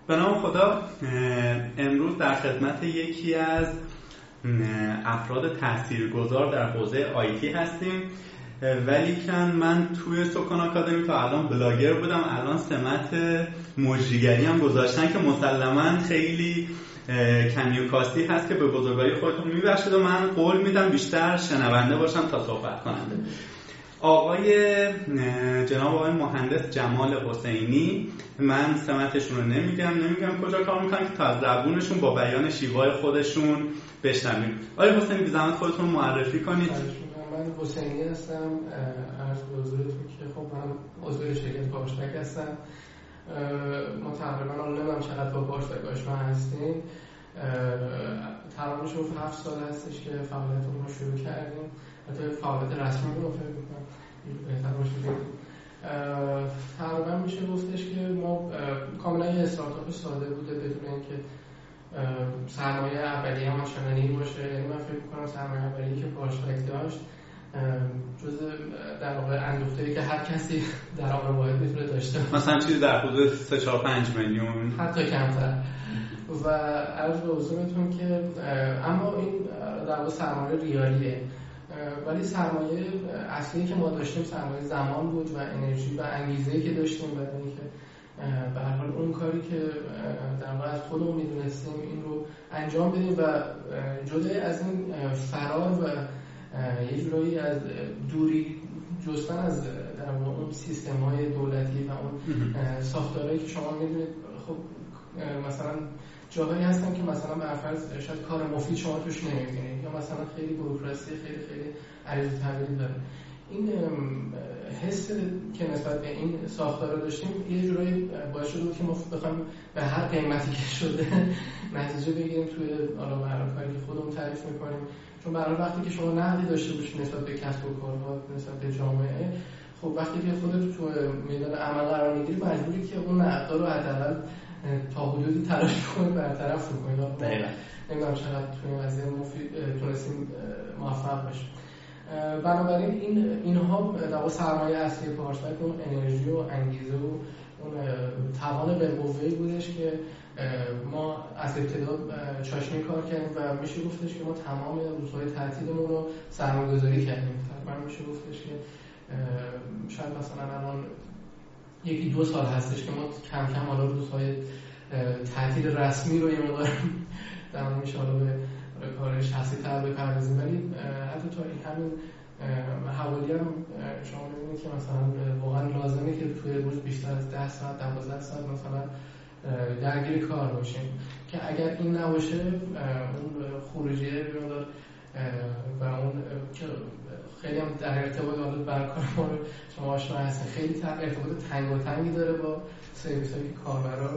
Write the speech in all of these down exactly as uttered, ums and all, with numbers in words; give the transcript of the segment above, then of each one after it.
به نام خدا، امروز در خدمت یکی از افراد تاثیرگذار در حوزه آیتی هستیم. ولی کن من توی سکان آکادمی تا الان بلاگر بودم، الان سمت مجریگری هم گذاشتن که مسلماً خیلی کمی و کاستی هست که به بزرگواری خودتون میبخشید و من قول میدم بیشتر شنونده باشم تا صحبت کننده. آقای جناب آقای مهندس جمال حسینی، من سمتشون رو نمیگم نمیگم کجا کار میکنن که تا از زبونشون با بیان شیوای خودشون بشنویم. آقای حسینی بی زحمت خودتون معرفی کنید. من حسینی هستم، عرض به حضورتون که خب من عضو شرکت پاورستک هستم. ما تقریبا الان نمیدونم چقدر با پاورستک آشنا هستیم. تقریبا شروع هفت سال هستش که فعالیتمون رو شروع کردیم. حتی فعالیت رسمی رو فکر می‌کنم بهتر باشه بگیم. تقریبا میشه گفتش که ما کاملا یه استارتاپ ساده بوده بدون اینکه سرمایه اولیه هم چندانی باشه. یعنی من فکر می‌کنم سرمایه اولیه‌ای که پاورستک داشت جزء در واقع اندوخته‌ای که هر کسی در آن واحد میتونه داشته باشه. مثلا چیزی در حدود سه چهار پنج میلیون حتی کمتر. و عرض به حضورتون که اما این در واقع سرمایه ریالیه، ولی سرمایه اصلی که ما داشتیم سرمایه زمان بود و انرژی و انگیزه‌ای که داشتیم برای اینکه به هر حال اون کاری که در واقع از خودمون میدونستیم این رو انجام بدیم و جدا از این فرار و یه جورایی از دوری جستن از در واقع اون سیستم‌های دولتی و اون ساختارهایی که شما میدونید، خب مثلا جاهایی هستن که مثلا به فرض شاید کار مفید شما توش نمی‌بینید یا مثلا خیلی بوروکراسی خیلی خیلی عریض و طویلی داره. این حس که نسبت به این ساختارا داشتیم یه جورایی باعث شده بود که ما بخوایم به هر قیمتی که شده نتیجه بگیریم توی حالا برای کاری که خودمون تعریف می‌کنیم. چون برای وقتی که شما نقدی داشته باشید نسبت به کسب و کارها، نسبت به جامعه، خب وقتی که خودت تو میدان عمل قرار میگیری مجبوری که اون نقدا رو حداقل تا حدودی تلاش کنید برطرف کنید. نمیدونم چقدر توی این قضیه مفید تونستیم موفق بشیم. بنابراین این اینها در واقع سرمایه اصلی پاورستک اون انرژی و انگیزه و اون توان بالقوه‌ای بودش که ما از ابتدا چاشنی کار کردیم و میشه گفتش که ما تمام روزهای تعطیلمون رو سرمایه‌گذاری کردیم. تقریبا میشه گفتش که شاید مثلا الان یکی دو سال هستش که ما کم کم حالا روزهای تعطیل رسمی رو یه مقدار در واقع میشه حالا به کار شخصی تر بپردازیم، ولی حتی تا این همین حوالی هم شما می‌بینید که مثلا واقعا لازمه که توی روز بیشتر از ده ساعت دوازده ساعت مثلا درگیر کار باشیم که اگر این نباشه اون خروجی بیاد و اون که خیلی هم در ارتباط حالا برکار ما رو شما آشنا هستین، خیلی ارتباط تنگ و تنگی داره با سرویس‌هایی که کاربرا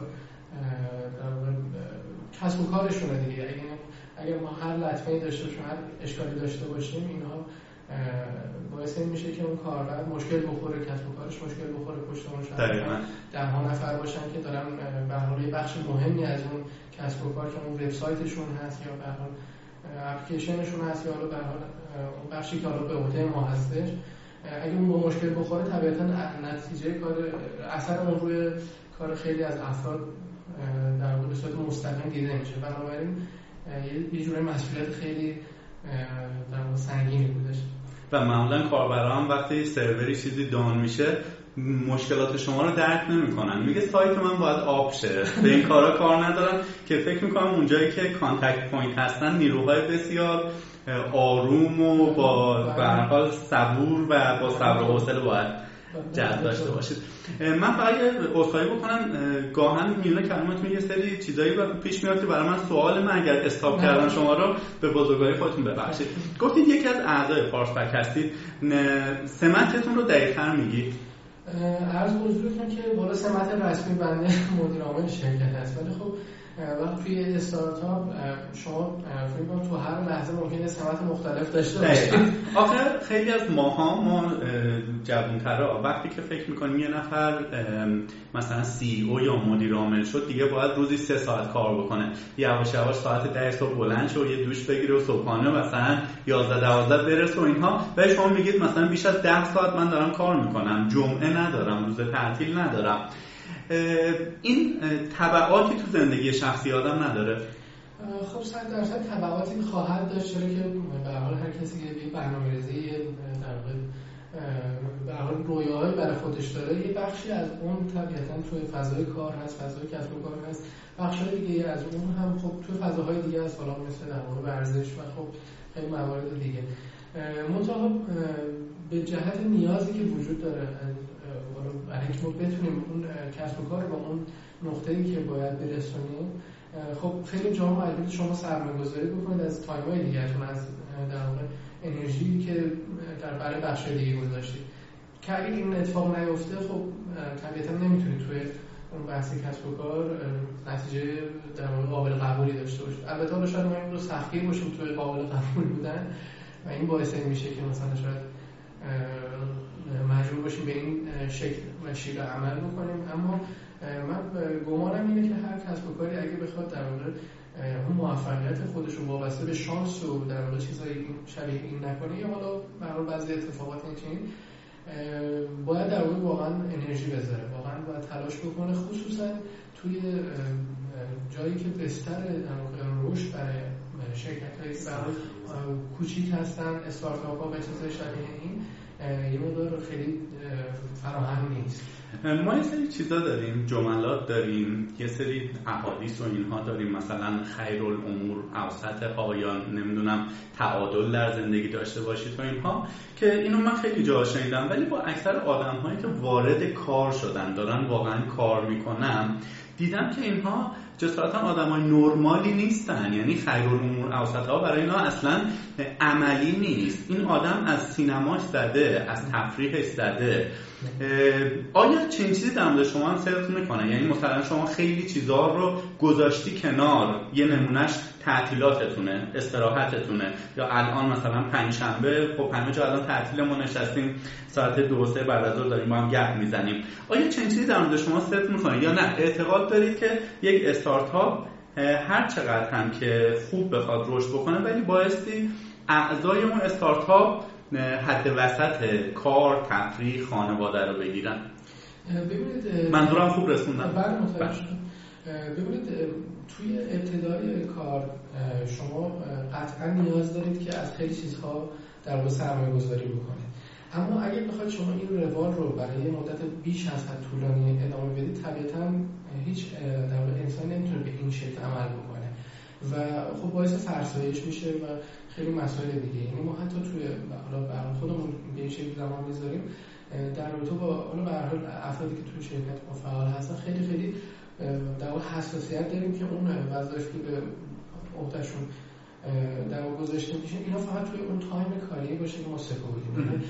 در واقع کسب و کارشونه دیگه. اگر اگر ما هر لطمه‌ای داشته باشیم، هر اشکالی داشته باشیم، اینها باعث این میشه که اون کاربر مشکل بخوره، کسب و کارش مشکل بخوره، پشت اون شاید ده ها نفر باشن که دارن به هر حال بخش مهمی از اون کسب و کار که اون وبسایتشون هست یا به هر حال اپلیکیشنشون هست یا به هر حال اون بخشی که حالا به عهده ما هستش، اگه اون با مشکل بخوره طبیعتاً نتیجه کار اثر اون روی کار خیلی از افراد در واقع به صورت مستقیم دیده میشه. بنابراین یه جوری مسئولیت خیلی در واقع سنگینی بودش و معمولا کاربرا هم وقتی سروری چیزی داون میشه مشکلات شما رو درک نمی‌کنن، میگه سایت من باید آب شه، به این کارا کار ندارن که فکر می‌کنم اونجایی که کانتکت پوینت هستن نیروهای بسیار آروم و با به هر حال صبور و با صبر و حوصله باید جذب داشته باشید. من فقط عذرخواهی بکنم، گاهن میونه کلماتون یه سری چیزایی پیش میاد که برای من سوال، من اگر استاپ کردم شما رو به بزرگواری خودتون ببخشید. گفتید یکی از اعضای پاورستک هستید، سمتتون رو دقیقاً میگید؟ عرض به حضورتون که بالا سمت رسمی بنده مدیر عامل شرکت هست، ولی خب وقتی توی استارتاپ شما فکر کنم تو هر لحظه ممکنه سمت مختلف داشته باشید. آخه خیلی از ماها ما جوان‌ترا وقتی که فکر می‌کنیم یه نفر مثلا سی او یا مدیر عامل شد دیگه باید روزی سه ساعت کار بکنه، یواش یواش ساعت ده صبح بلند شه و یه دوش بگیره و صبحانه مثلا یازده دوازده برسه و اینها، و شما میگید مثلا بیش از ده ساعت من دارم کار میکنم، جمعه ندارم، روز تعطیل ندارم. این تبعاتی تو زندگی شخصی آدم نداره؟ خب صد درصد تبعاتی خواهد داشت، چرا که به هر حال هر کسی که یه برنامه‌ریزی در واقع به هر حال رویاهایی برای خودش داره، یه بخشی از اون طبیعتاً توی فضای کار هست، فضای کسب و کار هست، بخشای دیگه از اون هم خب توی فضاهای دیگه هست، حالا مثل در واقع ورزش و خب خیلی موارد دیگه. منتها به جهت نیازی که وجود داره برای اینکه ما بتونیم اون کسب و کار با اون نقطه‌ای که باید برسونیم، خب خیلی جا مجبورید شما سرمایه‌گذاری بکنید از تایم‌های دیگه‌تون، از در واقع انرژی که در برای بخش‌های دیگه گذاشتید که اگه این اتفاق نیفته خب طبیعتاً نمیتونید توی اون بحث کسب و کار نتیجه در واقع قابل قبولی داشته باشید. البته حالا شاید ما این رو سختگیر باشیم توی قابل قبول بودن و این باعث این میشه که مثلا شاید مجبور باشیم به این شکل و شیوه عمل بکنیم. اما من گمانم اینه که هر کسب و کاری اگه بخواد در واقع اون موفقیت خودش رو وابسته به شانس و در واقع چیزایی شبیه این نکنه، یا حالا برای بعضی اتفاقات این باید در واقع واقعا انرژی بذاره، واقعا باید تلاش بکنه، خصوصا توی جایی که بستر در واقع رشد برای شرکت‌هایی که برای کوچیک هستن، استارتاپ‌ها و چیزای شبیه این یه مقدار خیلی فراهم نیست. ما یه سری چیزا داریم، جملات داریم، یه سری احادیث و اینها داریم، مثلا خیرالامور اوسط پایان، نمیدونم تعادل در زندگی داشته باشید و اینها، که اینو من خیلی جا شنیدم، ولی با اکثر آدم‌هایی که وارد کار شدن دارن واقعا کار میکنن دیدم که اینها جسارتا آدمای نرمالی نیستن. یعنی خیرالامور اوسطها برای اینا اصلا عملی نیست. این آدم از سینماش زده، از تفریحش زده. آیا چنین چیزی در مورد شما هم صدق میکنه؟ یعنی مثلا شما خیلی چیزا رو گذاشتی کنار، یه نمونهش تعطیلاتتونه، استراحتتونه، یا الان مثلا پنجشنبه، خب همه جا الان تعطیل، ما نشستیم ساعت دو سه بعد از ظهر داریم با هم گپ میزنیم. آیا چنین چیزی در مورد شما صدق میکنه یا نه اعتقاد دارید که یک استارتاپ هر چقدر هم که خوب بخواد رشد بکنه ولی بایستی اعضای اون استارتاپ حد وسط کار، تفریح، خانواده رو بگیرن؟ ببینید منظورم خوب رسوندم؟ بله متوجه شدم. ببینید توی ابتدای کار شما قطعا نیاز دارید که از خیلی چیزها در واقع سرمایه گذاری بکنید، اما اگه بخواید شما این روال رو برای یه مدت بیش از حد طولانی ادامه بدید، طبیعتاً هیچ در واقع انسان نمیتونه به این شکل عمل بکنه و خب باعث فرسایش میشه و خیلی مسائل دیگه. یعنی ما حتی توی حالا برای خودمون به این شکل زمان میذاریم در رابطه با حالا به هر حال افرادی که توی شرکت ما فعال هستن، خیلی خیلی در واقع حساسیت داریم که اون وظایفی که به عهدهشون در واقع گذاشته میشه اینا فقط توی اون تایم کاری باشه که ما سپردیم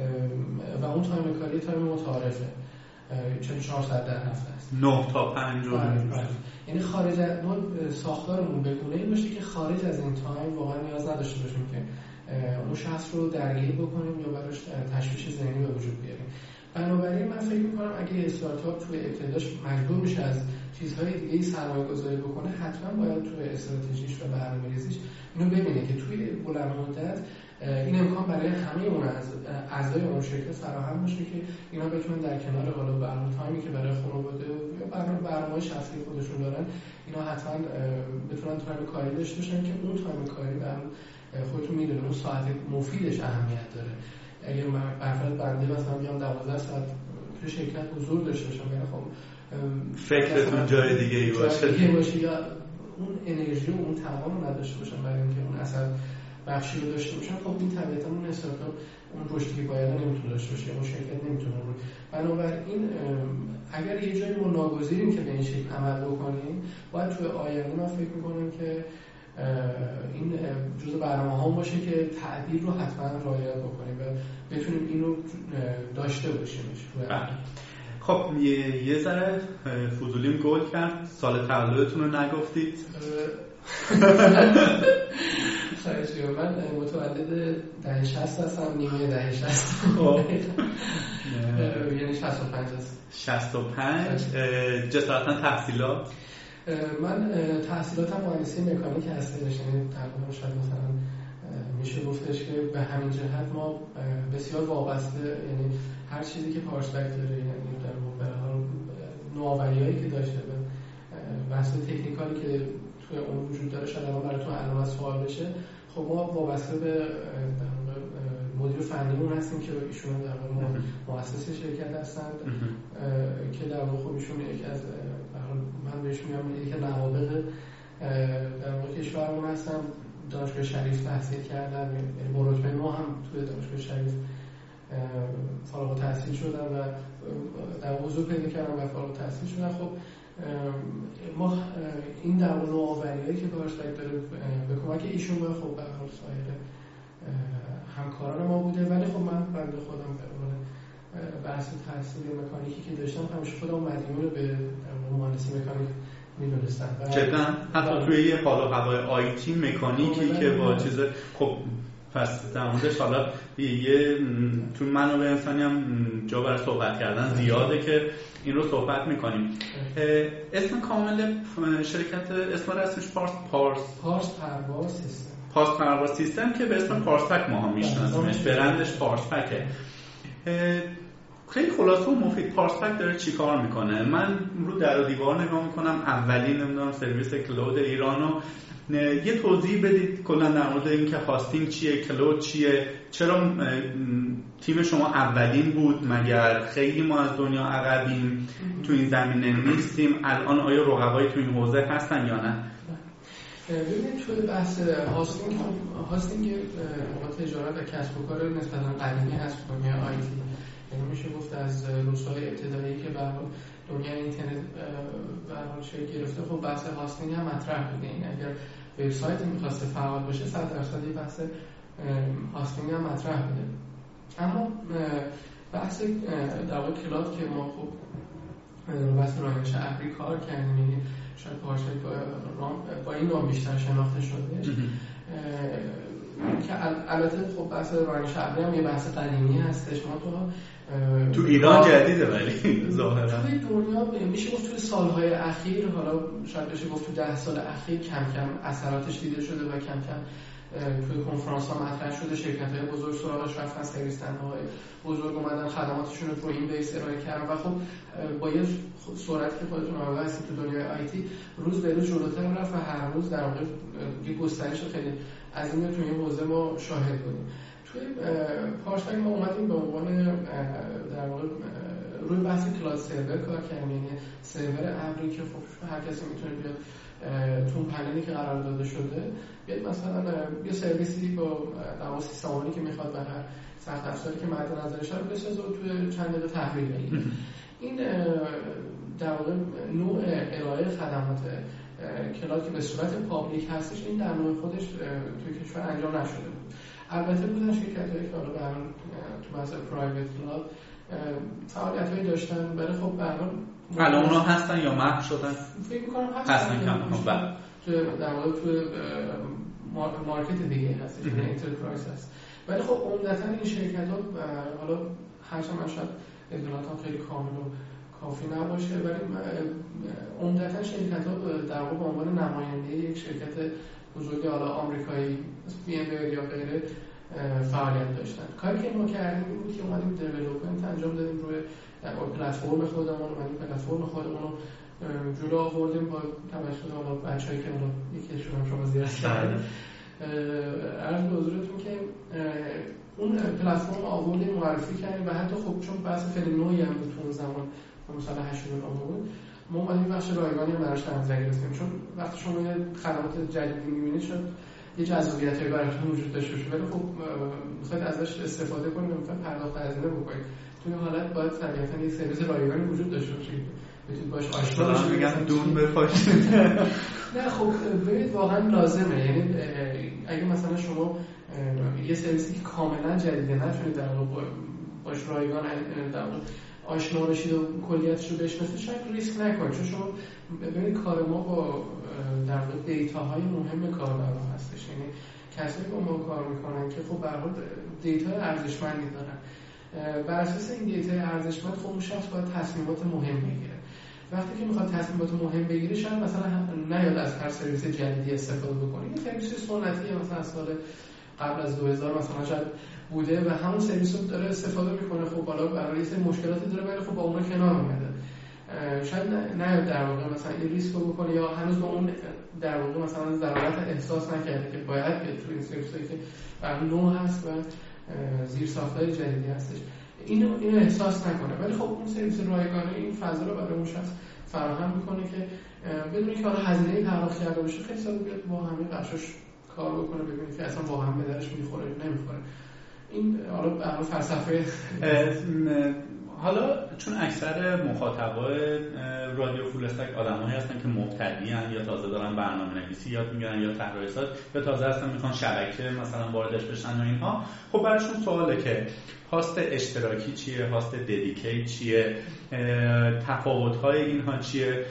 و اون تایم کاری تایم متعارفه، چون چهار ساعت در هفته است، نه تا پنج. یعنی خارج از ما ساختارمون بگونه باشه که خارج از این تایم واقعا نیاز نداشته باشیم که اون شخص رو درگیر بکنیم یا براش تشویش ذهنی به وجود بیاریم. بنابراین من فکر می‌کنم اگه استارتاپ توی ابتداش مجبور میشه از چیزهای دیگه‌ای سرمایه‌گذاری بکنه، حتما باید توی استراتژیش و برنامه‌ریزیش اینو ببینه که توی بلند مدت این امکان برای همه اون از اعضای اون شرکت فراهم باشه که اینا بتونن در کنار حالا برنامه تایمی که برای خانواده یا برنامه برنامه‌های شخصی خودشون دارن، اینا حتما بتونن تایم کاری داشته باشن که اون تایم کاری برای خودتون میدونه اون ساعت مفیدش اهمیت داره. اگه من برفرض بنده مثلا بیام دوازده ساعت توی شرکت حضور داشته باشم، یعنی خب فکرتون جای دیگه ای باشه دیگه باشه یا اون انرژی و اون توان رو نداشته باشم برای اینکه اون اثر بخشی رو داشته باشم، خب این طبیعتا اون استارتاپ اون رشدی که باید نمیتونه داشته باشه، اون شرکت نمیتونه رو. بنابراین اگر یه جایی ما ناگزیریم که به این شکل عمل بکنیم، باید توی آینده من فکر می‌کنم که این جزء برنامه‌ها باشه که تعدیل رو حتما رعایت بکنیم و بتونیم اینو داشته باشیمش. خب یه, یه ذره فضولیم گل کرد، سال تولدتون رو نگفتید. خواهش می‌کنم. من متولد دهه شصت هستم، نیمه دهه شصت. یعنی شصت و پنج هستم. شصت و پنج. جسارتاً تحصیلات؟ من تحصیلاتم مهندسی مکانیک هسته داشتم، یعنی تقریبا شاید مثلا میشه گفتش که به همین جهت ما بسیار وابسته، یعنی هر چیزی که پارسبک داره، یعنی در واقع نوآوری‌هایی که داشته به بحث تکنیکالی که توی اون وجود داره شاید الان برای تو علامت سوال بشه. خب ما وابسته به مدیر فنیمون هستیم که ایشون در واقع مؤسس شرکت هستند که در واقع خب ایشون یکی از من بهش میگم یکی از نوابغ در واقع کشورمون هستن. دانشگاه شریف تحصیل کردن، یعنی با رتبه ما هم توی دانشگاه شریف فارغ التحصیل شدن و در حضور پیدا کردن و فارغ التحصیل شدن. خب ما این در واقع نوآوری‌هایی که پارسپک داره به کمک ایشون و خب به هر سایر همکاران ما بوده. ولی خب من بنده خودم به عنوان بحث تحصیل مکانیکی که داشتم همیشه خودم مدیون به مهندسی مکانیک می‌دونستم. جدا حتی توی یه حال و هوای آیتی مکانیکی که با چیز خب پس در موردش حالا یه تو منابع انسانی هم جا برای صحبت کردن زیاده که این رو صحبت میکنیم. اسم کامل شرکت اسم رسمیش پارس پارس پارس پرواز سیستم پارس پرواز سیستم که به اسم پارسپک ما هم میشناسیمش، برندش پارسپکه. خیلی خلاصه و مفید پارسپک داره چی کار میکنه؟ من رو در و دیوار نگاه میکنم، اولین نمیدونم سرویس کلود ایرانو یه توضیح بدید کلا در مورد اینکه هاستینگ چیه، کلود چیه، چرا تیم شما اولین بود، مگر خیلی ما از دنیا عقبیم، تو این زمینه نیستیم، الان آیا رقبایی تو این حوزه هستن یا نه؟ ببینید توی بحث هاستینگ هاستینگ تجارت و کسب و کار نسبتاً قدیمی هست تو دنیای آیتی. یعنی میشه گفت از روزهای ابتدایی که به دنیای اینترنت به هر حال شکل گرفته خب بحث هاستینگ هم مطرح بوده. این اگر وبسایتی می‌خواسته فعال باشه صد درصد بحث هاستینگ هم مطرح بوده. اما بحث در واقع کلاد که ما خب رو بحث رایانه شهری کار کردیم، یعنی شاید پارسپک با این نام بیشتر شناخته شده که البته خب بحث رایانه شهری هم یه بحث قدیمی هستش. ما تو تو ایران جدیده ولی ظاهرا توی دنیا میشه گفت توی سالهای اخیر، حالا شاید بشه گفت تو ده سال اخیر کم کم اثراتش دیده شده و کم کم توی کنفرانس ها مطرح شده. شرکت‌های بزرگ سراغش رفتن، سرویس دهنده‌های بزرگ اومدن خدماتشون رو رو این بیس ارائه کردن و خب با یه سرعتی که خودتون آگاه هستید تو دنیای آیتی روز به روز جلوتر رفت و هر روز در واقع یه گسترش خیلی عظیمی توی این حوزه ما شاهد بودیم. توی پارسپک ما اومدیم به عنوان در واقع روی بحث کلاد سرور کار کردیم، یعنی سرور ابری که خب هر کسی میتونه بیاد تو پنلی که قرار داده شده بیاد مثلا یه سرویسی با در واقع سیستمانی که میخواد به هر سخت افزاری که مد نظرش رو بسازه و توی چند دقیقه تحویل بده. این در واقع نوع ارائه خدمات کلاد که به صورت پابلیک هستش این در نوع خودش توی کشور انجام نشده بود. البته بودن شرکت‌هایی که حالا به هر تو بحث پرایوت کلاد فعالیت‌هایی داشتن، ولی خب به هر حال الان اونا هستن یا محو شدن؟ فکر می‌کنم هستن کم کم تو در واقع تو مارکت دیگه هستش، یعنی انترپرایز هست. ولی خب عمدتاً این شرکت‌ها حالا هرچند من شاید اطلاعاتم خیلی کامل و کافی نباشه ولی عمدتاً شرکت‌ها در واقع به عنوان نماینده یک شرکت بزرگ حالا آمریکایی مثل بی ام دبلیو یا غیره فعالیت داشتن. کاری که ما کردیم این بود که اومدیم دیولپمنت انجام دادیم روی در واقع پلتفرم خودمون، اومدیم پلتفرم خودمون رو جلو آوردیم با توسط حالا بچه‌ای که حالا یکیشون هم شما زیاد کردید. عرض به حضورتون که اون پلتفرم رو آوردیم معرفی کردیم و حتی خب چون بحث خیلی نوعی هم بود اون زمان مثلا هشتاد بود ما اومدیم بخش رایگانی هم براش نظر گرفتیم، چون وقتی شما یه خدمات جدیدی می‌بینید شد یه جذابیتی براتون وجود داشته باشه ولی خب می‌خواید ازش استفاده کنید و می‌خواید پرداخت هزینه بکنید. تو این حالت باید طبیعتاً یه سرویس رایگانی وجود داشته باشه بتونید باش آشنا بشید. میگم دون بپاشید. نه خب ببینید واقعا لازمه، یعنی اگه مثلا شما یه سرویسی که کاملا جدیده نتونید در واقع باش رایگان در واقع آشنا بشید و کلیتش رو بشناسید شاید ریسک نکنید، چون شما ببینید کار ما با در واقع دیتاهای مهم کاربران هستش، یعنی کسایی که ما کار میکنن که خب به هر حال دیتاهای ارزشمندی دارن. بر اساس این دیتاهای ارزشمند خب اون شخص باید تصمیمات مهم بگیره. وقتی که میخواد تصمیمات مهم بگیره شاید مثلا نیاد از هر سرویس جدیدی استفاده بکنه. این سرویس سنتی مثلا از سال قبل از دو هزار مثلا شاید بوده و همون سرویس رو داره استفاده میکنه، خب بالا برای سری مشکلاتی داره ولی خب با اونها کنار اومده. شاید نه در واقع مثلا این ریسک رو بکنه یا هنوز به اون در واقع مثلا ضرورت احساس نکرده که باید بیاد تو این سرویسایی که برای نو هست و زیر ساختای جدیدی هستش اینو اینو احساس نکنه. ولی خب اون سرویس رایگانه این فضا رو برای اون شخص فراهم میکنه که بدون اینکه حالا هزینه‌ای پرداخت کرده باشه خیلی ساده بیاد با همین بخشش کار بکنه ببینید که اصلا واقعا به درش میخوره یا نمیخوره. این حالا برای فلسفه حالا چون اکثر مخاطبای رادیو فول استک آدمایی هستن که مبتدیان یا تازه دارن برنامه‌نویسی یاد میگیرن یا طراحی سایت یا تازه هستن میخوان شبکه مثلا واردش بشن و اینها، خب براشون سواله که هاست اشتراکی چیه، هاست ددیکیت چیه، تفاوت‌های اینها چیه.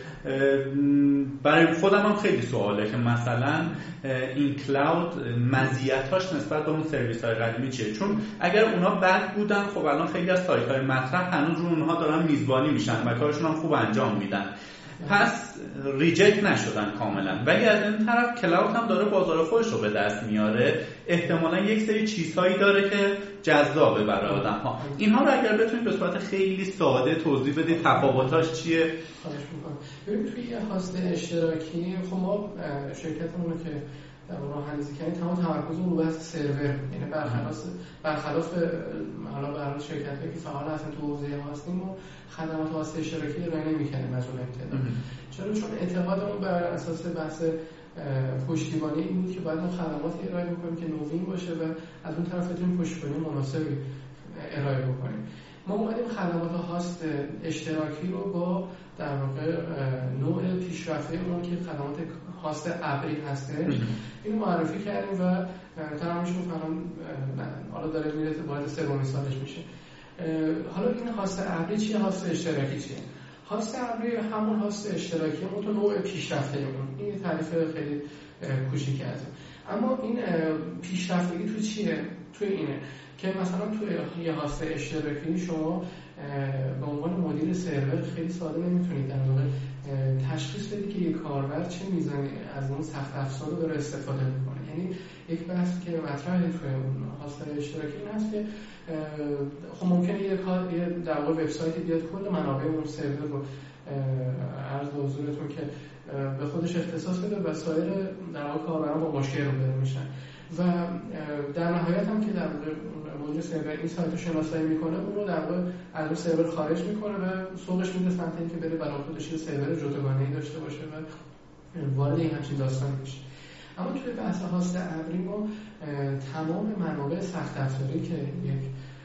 برای خودم هم خیلی سواله که مثلا این کلاود مزیتاش نسبت به اون سرویس‌های قدیمی چیه، چون اگر اونا بد بودن خب الان خیلی از سایت‌های مطرح هنوز رو اونها دارن میزبانی میشن و کارشون هم خوب انجام میدن، پس ریجکت نشدن کاملا. ولی از این طرف کلاود هم داره بازار خودش رو به دست میاره، احتمالا یک سری چیزهایی داره که جذابه برای آدم ها. اینها رو اگر بتونید به صورت خیلی ساده توضیح بدید تفاوتاش چیه؟ خواهش میکنم. ببینید توی هاست اشتراکی خب ما شرکتمون که در راه اندازی کردیم تمام تمرکزمون رو بحث سرور بود، یعنی برخلاف برخلاف حالا برای شرکتایی که فعال هستن تو حوزه هاستینگ و خدمات هاست اشتراکی ارائه نمی‌کنیم از اون ابتدا. چرا؟ چون اعتقادمون بر اساس بحث پشتیبانی این بود که باید ما خدماتی ارائه بکنیم که نوین باشه و از اون طرف بتونیم پشتیبانی مناسبی ارائه بکنیم. ما اومدیم خدمات هاست اشتراکی رو با در واقع نوع پیشرفته اون که خدمات هاست ابری هستش اینو معرفی کردیم و تمامش رو فهم حالا داره میره وارد سومین سالش میشه. حالا این هاست ابری چیه، هاست اشتراکی چیه؟ هاست ابری همون هاست اشتراکی اون تو نوع پیشرفته اون. این تعریف خیلی کوچیکی هست. اما این پیشرفتگی تو چیه؟ تو اینه که مثلا توی یه هاست اشتراکی شما به عنوان مدیر سرور خیلی ساده نمیتونید در واقع تشخیص بدید که یک کاربر چه میزانی از اون سخت افزار رو داره استفاده میکنه. یعنی یک بحث که مطرحه توی اون هاست اشتراکی این هست که خب ممکنه یه کار یه در واقع وبسایتی بیاد کل منابع اون سرور رو عرض به حضورتون که به خودش اختصاص بده و سایر در واقع کاربران با مشکل روبرو میشن و در نهایت هم که در واقع مدیر سرور این سایت رو شناسایی میکنه اون رو در واقع از اون سرور خارج میکنه و سوقش میده سمت اینکه بره برای خودش یه سرور جداگانه‌ای داشته باشه و وارد این همچین داستان بشه. اما توی بحث هاست ابری ما تمام منابع سخت افزاری که یک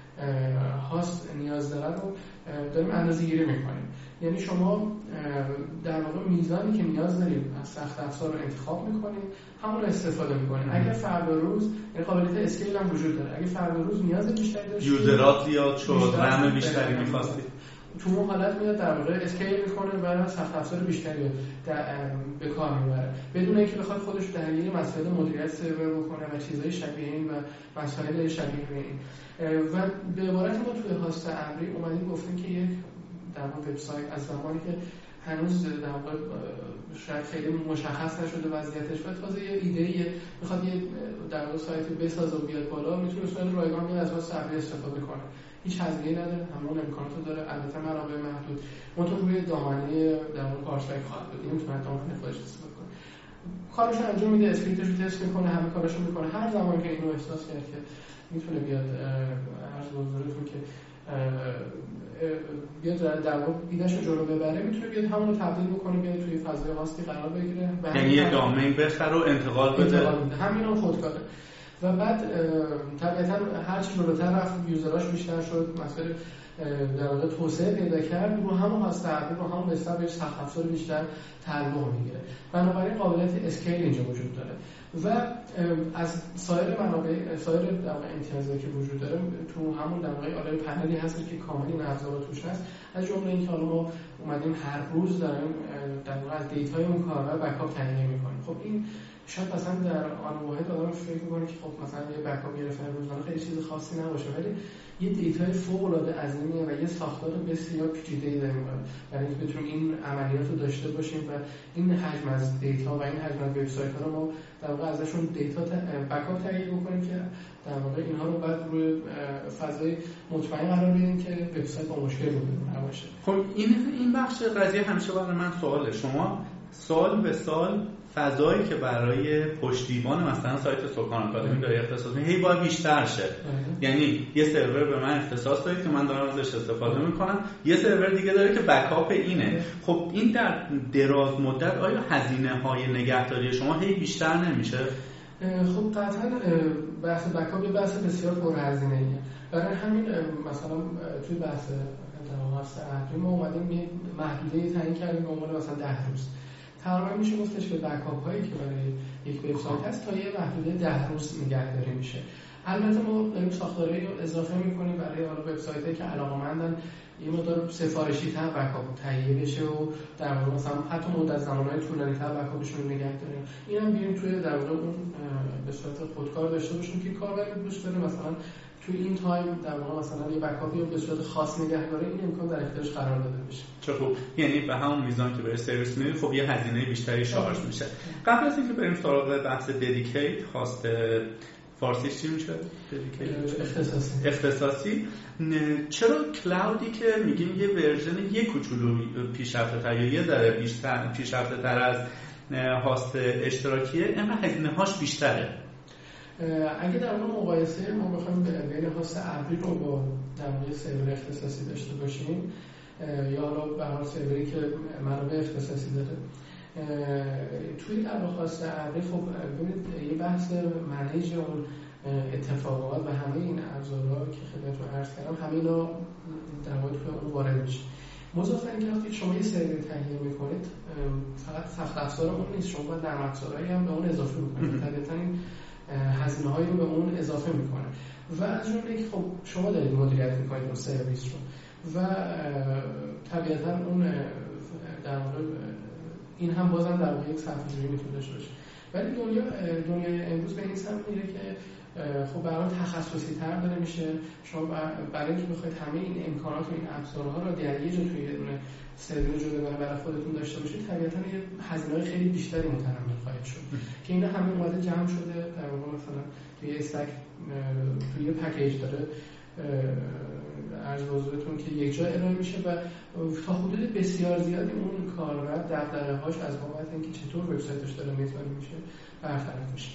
هاست نیاز داره رو داریم اندازه‌گیری میکنیم. یعنی شما در واقع میزانی که نیاز دارید از سخت افزار رو انتخاب میکنید همون رو استفاده میکنید. اگر فردا روز این قابلیت اسکیل هم وجود داره، اگه فردا روز نیاز بیشتری داشتید یوزرات زیاد شد، رم بیشتری می‌خواستید، تو اون حالت میاد در واقع اسکیل میکنه و سخت افزار بیشتری رو به کار میبره بدون اینکه بخواد خودش درگیر مسائل مدیریت سرور بکنه و چیزهای شبیه این و مسائل شبیه این. و به عبارت ما توی هاست ابری اومدیم گفتیم که یک در واقع وبسایت از زمانی که هنوز در واقع شاید خیلی مشخص نشده وضعیتش و تازه یه ایده‌ای میخواد یه در واقع سایتی بسازه و بیاد بالا، میتونه صورت رایگان بیاد از هاست ابری استفاده کنه. هیچ هزینه‌ای نداره، همون امکانات رو داره، البته منابع محدود. منتها روی دامنه در واقع کارشناس خواهد بود. این میتونه دامنه خودش استفاده کنه. کارش انجام میده، اسکریپتش رو تست میکنه، همه کاراشو میکنه. هر زمانی که اینو احساس کرد که میتونه بیاد عرض به حضورتون که بیاد در واقع ایده‌اش رو جلو ببره، میتونه بیاد همون رو تبدیل بکنه بیاد توی فضای هاستی قرار بگیره. یعنی یه دامین بخره و انتقال بده. همین هم خودکاره. و بعد طبیعتاً هر چی جلوتر رفت یوزراش بیشتر شد، مسئله در واقع توسعه پیدا کرد، رو همون هاست ابری رو همون حساب بهش سخت افزار بیشتر تعلق میگیره. بنابراین قابلیت اسکیل اینجا وجود داره و از سایر منابع سایر در واقع امتیازاتی که وجود داره تو همون در واقع آلای پنلی هست که کاملا این ابزارا توش هست. از جمله اینکه حالا ما اومدیم هر روز داریم در واقع از دیتای اون کاربر بکاپ تهیه می‌کنیم. خب این شاید مثلا در آن واحد آدم فکر می‌کنه که خب مثلا یه بکاپ گرفتن روزانه خیلی چیز خاصی نباشه، ولی یه دیتای فوق‌العاده عظیمیه و یه ساختار بسیار پیچیده‌ای داریم برای اینکه بتونیم این عملیات رو داشته باشیم و این حجم از دیتا و این حجم از وبسایت‌ها رو ما در واقع ازشون دیتا بکاپ تهیه بکنیم که در واقع اینها رو بعد روی فضای مطمئن قرار بدیم که وبسایت با مشکل روبرو نباشه. خب این این بخش قضیه همیشه برای من سواله، شما سال به سال فضایی که برای پشتیبان مثلا سایت سکان آکادمی داره اختصاص می‌کنه هی باید بیشتر شه. یعنی یه سرور به من اختصاص داره که من دارم ازش استفاده میکنم، یه سرور دیگه داره که بکاپ اینه. خب این در دراز مدت آیا هزینه‌های نگهداری شما هی بیشتر نمیشه؟ خب قطعاً بحث بکاپ یه بحث بسیار پرهزینه‌ایه. برای همین مثلا توی بحث درآمد عقلی ما اومدیم یه محدوده‌ای تعیین کردیم به عنوان مثلا ده روز. تقریبا میشه گفتش که بکاپ هایی که برای یک وبسایت هست تا یه محدوده ده روز نگهداری میشه. البته ما داریم ساختارهایی رو اضافه میکنیم برای حالا وبسایتایی که علاقه‌مندن یه مقدار سفارشی تر بکاپ تهیه بشه و در واقع مثلا حتی مدت زمانهای طولانی تر بکاپشون رو نگه داریم. اینم بیاریم توی در واقع اون به صورت خودکار داشته باشیم که کاربر دوست داره مثلا توی این تایم در واقع مثلا یه بکاپی رو به صورت خاص نگه داره، این امکان در اختیارش قرار داده بشه. چه خوب. یعنی به همون میزان که برای سرویس میدید خب یه هزینه بیشتری شارژ میشه. قبل از اینکه بریم سراغ بحث ددیکیت، خواست فارسیش چی میشه؟ ددیکیت اختصاصی. اختصاصی. چرا کلاودی که میگیم یه ورژن یه کوچولو پیشرفته تر یا یه ذره بیشتر پیشرفته تر از هاست اشتراکیه اینقدر هزینه هاش بیشتره؟ اگه در واقع مقایسه ما بخوایم بین هاست ابری رو با در واقع سرور اختصاصی داشته باشیم یا حالا به هر سروری که منابع اختصاصی داره توی در واقع هاست ابری خب ببینید یه بحث منیج اون اتفاقات و همه این ابزارها که خدمتتون عرض کردم همه اینا در واقع توی اون وارد میشه. مضافاً اینکه وقتی شما یه سرور تهیه میکنید فقط سخت افزار اون نیست، شما باید نرم افزارهایی هم به اون اضافه میکنید. طبیعتاً این هزینه هایی رو به اون اضافه میکنه و از جمله که خب شما دارید مدیریت میکنید اون سرویس رو و طبیعتاً اون در واقع این هم بازم در واقع یک صرفه‌جویی میتونه داشته باشه. ولی دنیا دنیای امروز به این سمت میره که خب برای تخصصی تر داره میشه. شما برای اینکه بخواید همه این امکانات و این ابزارها رو در یه جا توی اون سرور جداگانه برای خودتون داشته باشید طبیعتاً یه هزینه‌های خیلی بیشتری متحمل خواهید شد که اینا همه اومده جمع شده در واقع مثلا توی استک توی یه پکیج داره عرض به حضورتون که یک جا ارائه میشه و تا حدود بسیار زیادی اون کاربر دغدغه‌هاش از بابت اینکه چطور وبسایتش داره میزبانی میشه برطرف میشه.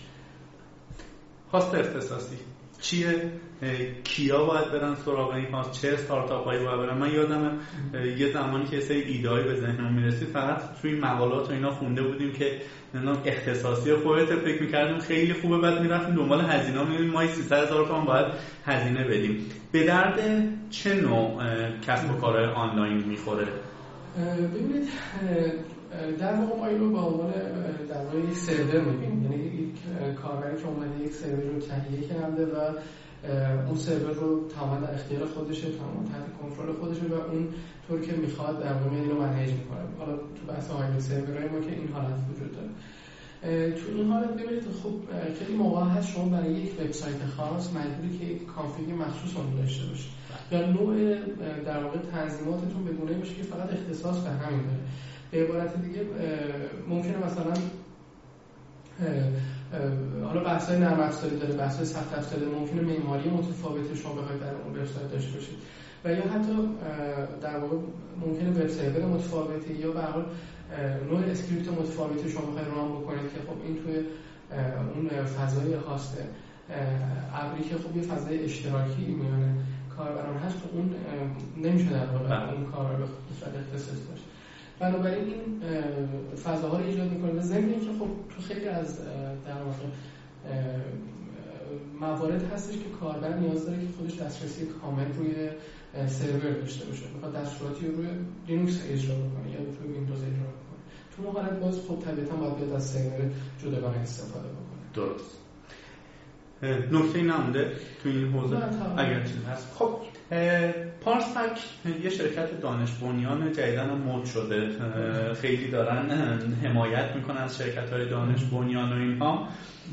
هاست اختصاصی چیه؟ کیا باید برن سراغ این هاست؟ چه استارتاپ هایی باید برن؟ من یادمه یه زمانی که سری ایده‌ای به ذهنم میرسید فقط توی مقالات و اینا خونده بودیم که نمیدونم اختصاصی خودت فکر می‌کردیم خیلی خوبه، بعد می‌رفتیم دنبال هزینه‌ها می‌بینیم ما سیصد هزار تومان باید هزینه بدیم. به درد چه نوع کسب و کارهای آنلاین می‌خوره؟ ببینید در واقع ما اینو به عنوان در واقع یک سرور می‌بینیم، یعنی یک کاربری که اومده یک سرور رو تهیه کرده و اون سرور رو تماما در اختیار خودشه، تماما تحت کنترل خودشه و اون طور که میخواد در واقع اینو منیج میکنه. حالا تو بحث هایبرید سرورهای ما که این حالت وجود داره. تو این حالت ببینید خب خیلی موقع هست شما برای یک وبسایت خاص مجبوری که یک کانفیگ مخصوص اون داشته باشید یا نوع در واقع تنظیماتتون بگونه باشه که فقط اختصاص به همین داره. به عبارت دیگه ممکنه مثلا حالا بحث‌های نرم افزاری داره، بحث‌های سخت افزاری داره، ممکنه معماری متفاوتی شما بخواید در اون وبسایت داشته باشید و یا حتی در واقع ممکنه وب سرور متفاوتی یا به هر حال نوع اسکریپت متفاوتی شما بخواید ران بکنید که خب این توی اون فضای هاست ابری که خب یه فضای اشتراکی میونه کاربران هست که اون نمیشه در واقع اون کار رو به صورت اختصاصی باشه. بنابراین این فضاها رو ایجاد میکنه. ضمن اینکه خب تو خیلی از در واقع موارد هستش که کاربر نیاز داره که خودش دسترسی کامل روی سرور داشته باشه، میخواد دستوراتی رو روی لینوکس اجرا بکنه یا روی ویندوز اجرا بکنه. تو حالت باز خب طبیعتا باید بیاد از سرور جداگانه استفاده بکنه. درست. نکته نمونده تو این حوزه اگر چیزی هست؟ خب پارسک یه شرکت دانش بنیان جدیدن مد شده، خیلی دارن حمایت میکنن از شرکت‌های دانش بنیان و اینها.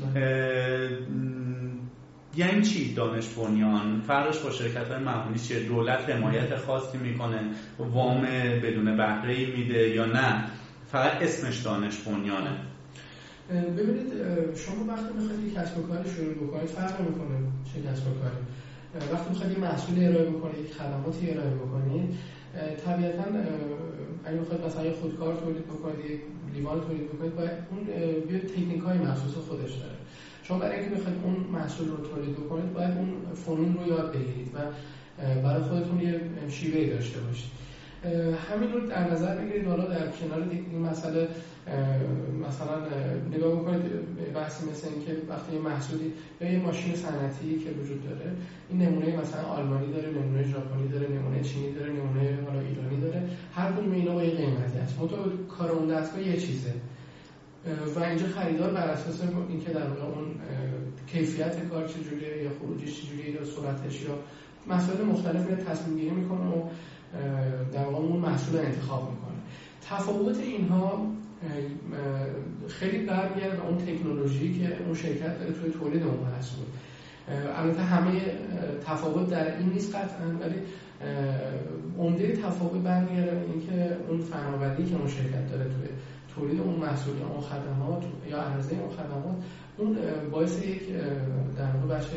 یعنی چی دانش بنیان؟ فرقش با شرکت‌های معمولی چیه؟ دولت حمایت خاصی میکنه، وام بدون بهره‌ای میده یا نه فقط اسمش دانش بنیانه؟ ببینید شما وقتی میخواید یک کسب و کاری شروع بکنید فرق میکنه چه کسب و کاری. وقتی میخواید یه محصول ارائه بکنید، یک خدماتی ارائه بکنید، طبیعتاً اگه میخواید مثلا یه خودکار تولید بکنید، یک لیوان تولید بکنید، باید اون یه تکنیک‌های مخصوص خودش داره. شما برای اینکه میخواید اون محصول رو تولید بکنید باید اون فنون رو یاد بگیرید و برای خودتون یه شیوه‌ای داشته باشید. همین رو در نظر بگیرید. حالا در کنار این مسئله مثلا نگاه بکنید بحثی مثل این که وقتی یه محصولی یا یه ماشین صنعتی که وجود داره، این نمونه مثلا آلمانی داره، نمونه ژاپنی داره، نمونه چینی داره، نمونه حالا ایرانی داره، هر کدوم اینا با یه قیمتی هست. منتها کار اون دستگاه یه چیزه و اینجا خریدار بر اساس اینکه در واقع اون کیفیت کار چجوریه یا خروجیش چجوریه یا سرعتش یا مسائل مختلف رو تصمیم گیری میکنه و در واقع اون محصول رو انتخاب میکنه. تفاوت اینها خیلی برمیگرده به اون تکنولوژی که اون شرکت داره توی تولید اون محصول. البته همه تفاوت در این نیست قطعاً، ولی عمده تفاوت برمیگرده به اینکه اون فناوری که اون شرکت داره توی تولید اون محصول یا اون خدمات یا عرضه اون خدمات، اون باعث یک در واقع بخش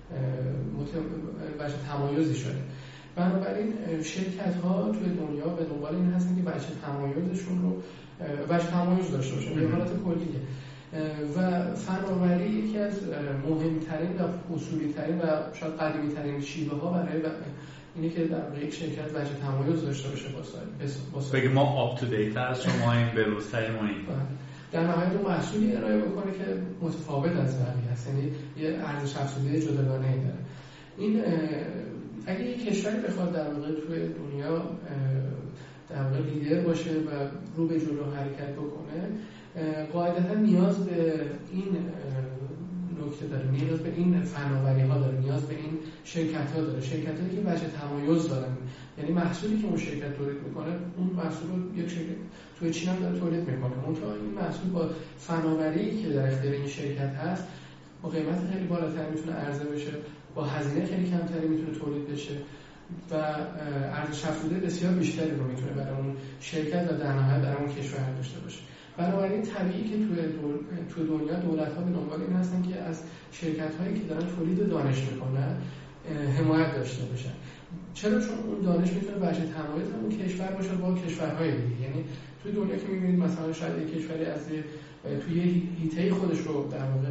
بخش تمایزی شده. بنابراین شرکت‌ها توی دنیا به دنبال این هستن که بچه تمایزشون رو بچه تمایز داشته باشن به حالت کلیه و فناوری یکی از مهمترین و اصولی‌ترین و شاید قدیمی‌ترین شیوه‌ها برای اینه که در واقع یک شرکت بچه تمایز داشته باشه با سایر. بگه ما آپ تو دیت از شما این به روزترین ما این در نهایت اون محصولی ارائه بکنه که متفاوت از بقیه هست، یعنی یه ارزش افزوده جداگانه‌ای داره. این اگه یک کشوری بخواد در واقع توی دنیا در واقع لیدر باشه و رو به جلو حرکت بکنه، قاعدتا نیاز به این نکته داره، نیاز به این فناوری ها داره، نیاز به این شرکت ها داره، شرکت هایی که وجه تمایز دارن. یعنی محصولی که اون شرکت تولید میکنه، اون محصول رو یک شرکت توی چین هم داره تولید میکنه، منتها این محصول با فناوری که در اختیار این شرکت هست با قیمت خیلی بالاتر میتونه عرضه بشه، با هزینه خیلی کمتری میتونه تولید بشه و ارزش افزوده بسیار بیشتری رو میتونه برای اون شرکت و در نهایت برای اون کشور داشته باشه. بنابراین طبیعی که توی توی دنیا دولت‌ها به دنبال این هستن که از شرکت‌هایی که دارن تولید دانش میکنن حمایت داشته باشن. چرا؟ چون اون دانش میتونه بچه تمایز اون کشور باشه با کشورهای دیگه. یعنی توی دنیا که می‌بینید مثلا شاید یک کشوری از توی حیطه خودش رو در واقع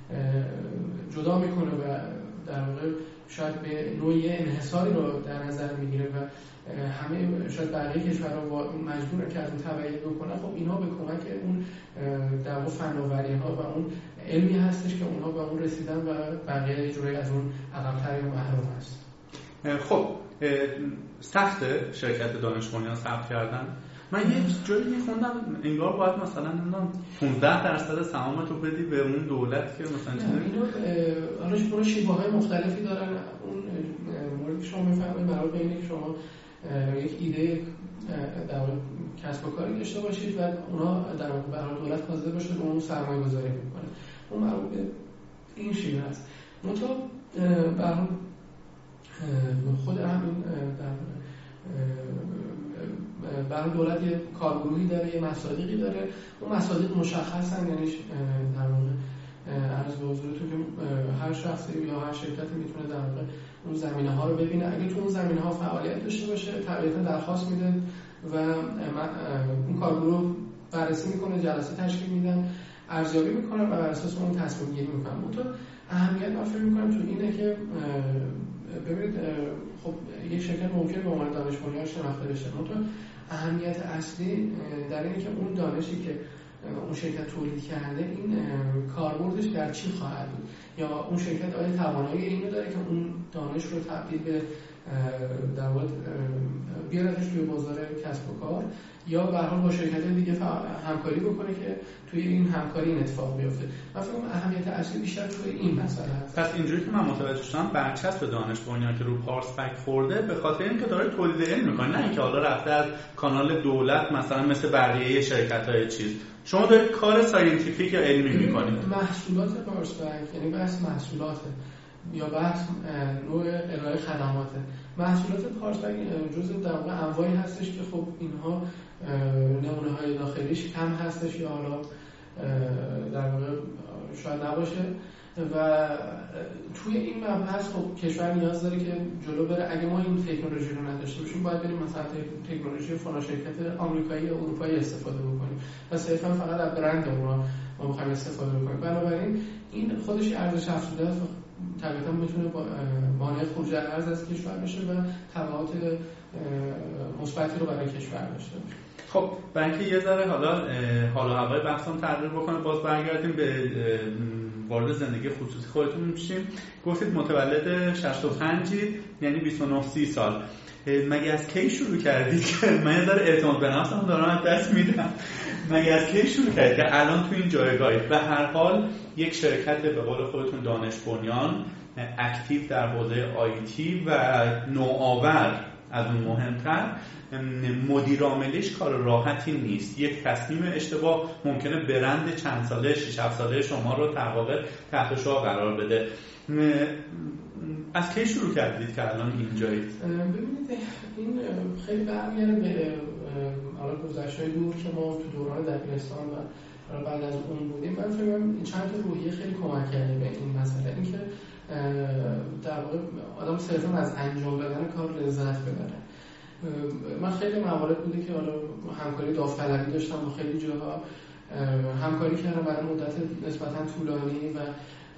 جدا میکنه و در واقع شاید به نوعی انحصاری رو در نظر میگیره و همه شاید بقیه کشورها مجبورن که از اون تبعیض بکنن. خب اینها به کمک اون در واقع فناوری‌ها و اون علمی هستش که اونها به اون رسیدن و بقیه جوری از اون عقب‌تر و محروم هست. خب سخته شرکت دانش بنیان ثبت کردن. من یه جایی خوندم انگار باید مثلا نمیدونم پانزده درصد سهامت رو بدی به اون دولت که مثلا چیزی اینو حالا شما شیوه‌های مختلفی دارن. اون موردی که شما می‌فهمید برای اینه که شما یک ایده در واقع کسب و کاری داشته باشید و اونا در واقع برای دولت حاضر باشه به اون سرمایه‌گذاری بکنه. اون مربوط به این شیوه است. منتها برای خود همین در برای دولت یه کارگروهی داره، یه مصادیقی داره. اون مصادیق مشخصن، یعنی در واقع عرض به حضورتون که هر شخصی یا هر شرکتی میتونه در واقع اون زمینه‌ها رو ببینه. اگه تو اون زمینه‌ها فعالیت داشته باشه طبیعتاً درخواست میده و اون کارگروه بررسی میکنه، جلسه تشکیل میدن، ارزیابی میکنن و بر اساس اون تصمیم گیری میکنن. منتها اهمیت من فکر میکنم تو اینه که ببینید خب یک شرکت ممکنه به عنوان دانش بنیان شناخته بشه، منتها اهمیت اصلی در اینه که اون دانشی که اون شرکت تولید کرده این کاربردش در چی خواهد بود، یا اون شرکت آیا توانایی اینو داره که اون دانش رو تبدیل به در واقع بیارتش توی بازار کسب و کار، یا به هر حال با شرکت‌های دیگه همکاری بکنه که توی این همکاری این اتفاق بیفته. من فکر کنم اهمیت اصلی بیشتر توی این مسئله هست. پس اینجوری که من متوجه شدم، برچسب دانش بنیان که رو پارسپک خورده به خاطر اینکه داره تولید علم می‌کنه، نه اینکه حالا رفته از کانال دولت مثلا مثل بقیه شرکت‌های چیز. شما دارید کار ساینتیفیک یا علمی می‌کنید. محصولات پارسپک یعنی بحث محصولاته یا بحث نوع ارائه خدماته. محصولات پارسپک جزء در واقع انواعی هستش که خب اینها نمونه‌های داخلیش کم هستش یا حالا در واقع شاید نباشه و توی این مبحث خب کشور نیاز داره که جلو بره. اگه ما این تکنولوژی رو نداشته باشیم باید بریم مثلا تکنولوژی فلان شرکت آمریکایی یا اروپایی استفاده بکنیم و صرفا فقط از برند ما ما می‌خوایم استفاده بکنیم. بنابراین این خودش ارزش افزوده است، طبیعتا میتونه مانع خروج ارز از کشور بشه و تبعات مثبتی رو برای کشور داشته باشه. خب برای اینکه یه ذره حالا حالا هوای بحثم تغییر بکنه، باز برگردیم به وارد زندگی خصوصی خودتون میشیم. گفتید متولد شصت و پنج یعنی بیست و نه سی سال. مگه از کی شروع کردید که من یه ذره اعتماد به نفسم دارم از دست میدم، مگه از کی شروع کردید که الان تو این جایگاهید؟ به هر حال یک شرکت به قول خودتون دانش بنیان اکتیو در حوزه آیتی و نوآور، از اون مهمتر مدیر عاملیش کار راحتی نیست. یک تصمیم اشتباه ممکنه برند چند ساله شش هفت ساله شما رو در واقع تحت شعاع قرار بده. از کی شروع کردید که الان اینجایید؟ ببینید این خیلی برمیگرده به حالا گذشته‌های دور که ما تو دوران دبیرستان و بعد از اون بودیم. من فکر می‌کنم چند تا روحیه خیلی کمک کرده به این مسئله، اینکه در واقع آدم صرفا از انجام دادن کار لذت ببره. من خیلی موارد بوده که حالا همکاری داوطلبی داشتم با خیلی جاها همکاری کردم برای مدت نسبتاً طولانی و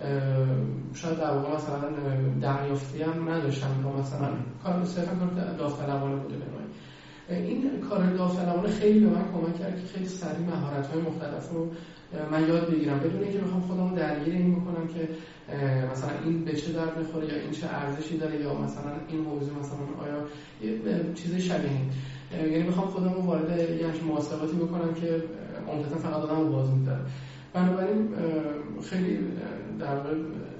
شاید در واقع مثلا دریافتی هم نداشتم، یا مثلا کار صرفا کار داوطلبانه بوده. به این کار داوطلبانه خیلی به من کمک کرد که خیلی سریع مهارت‌های مختلف رو من یاد بگیرم بدون اینکه بخوام خودمو درگیر این بکنم که مثلا این به چه درد می‌خوره یا این چه ارزشی داره یا مثلا این موضوع مثلا آیا یه چیز شبیه این، یعنی بخوام خودمو وارد یه همچین محاسباتی بکنم که عمدتاً فقط آدمو باز می‌داره. بنابراین خیلی در واقع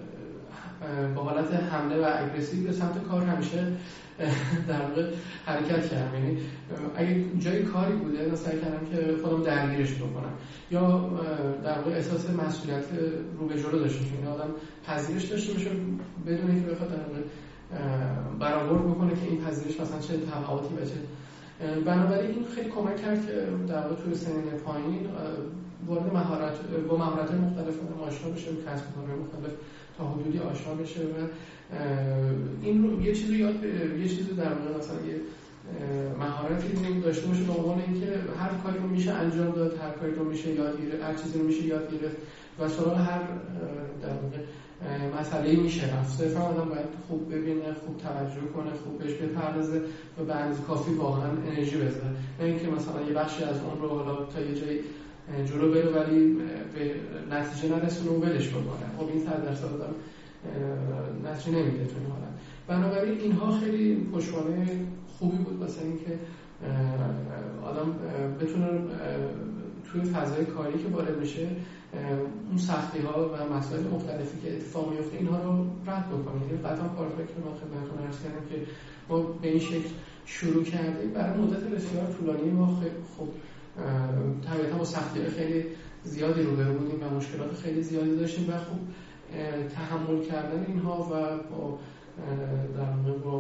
با حالت حمله و اگریسیو به سمت کار همیشه در واقع حرکت کردم. یعنی اگه جای کاری بوده سعی کردم که خودم درگیرش بکنم یا در واقع احساس مسئولیت رو به جلو داشته باشم، آدم پذیرش داشته باشه بدون اینکه بخواد در واقع برآورد بکنه که این پذیرش مثلا چه تبعاتی و چه. بنابراین این خیلی کمک کرد که در واقع توی سنین پایین وارد مهارت با مهارت‌های مختلف آشنا بشه، کسب و کارهای مختلف تا حدودی آشنا بشه و این رو یه چیزی یاد یه چیزی در واقع مثلا یه مهارتی داشته باشه به عنوان اینکه هر کاری رو میشه انجام داد، هر کاری رو میشه یاد گرفت، هر چیزی رو میشه یاد گرفت و سراغ هر در واقع مسئله‌ای میشه رفت. صرفا آدم باید خوب ببینه، خوب توجه کنه، خوب بهش بپردازه و به اندازه کافی واقعا انرژی بذاره، نه اینکه مثلا یه بخشی از اون رو حالا تا یه جایی جلو بره ولی به نتیجه نرسونه و ولش بکنه. خب این صد درصد آدم نتیجه نمیده تو این حالت. بنابراین اینها خیلی پشتوانه خوبی بود واسه اینکه آدم بتونه توی فضای کاری که وارد میشه اون سختی ها و مسائل مختلفی که اتفاق میفته اینها رو رد بکنه. یعنی قطعا پارسپک رو ما خدمتتون عرض کردم که ما به این شکل شروع کردیم. برای مدت بسیار طولانی ما خب طبیعتا با سختی خیلی زیادی روبرو بودیم و مشکلات خیلی زیادی داشتیم و خب تحمل کردن اینها و با در واقع با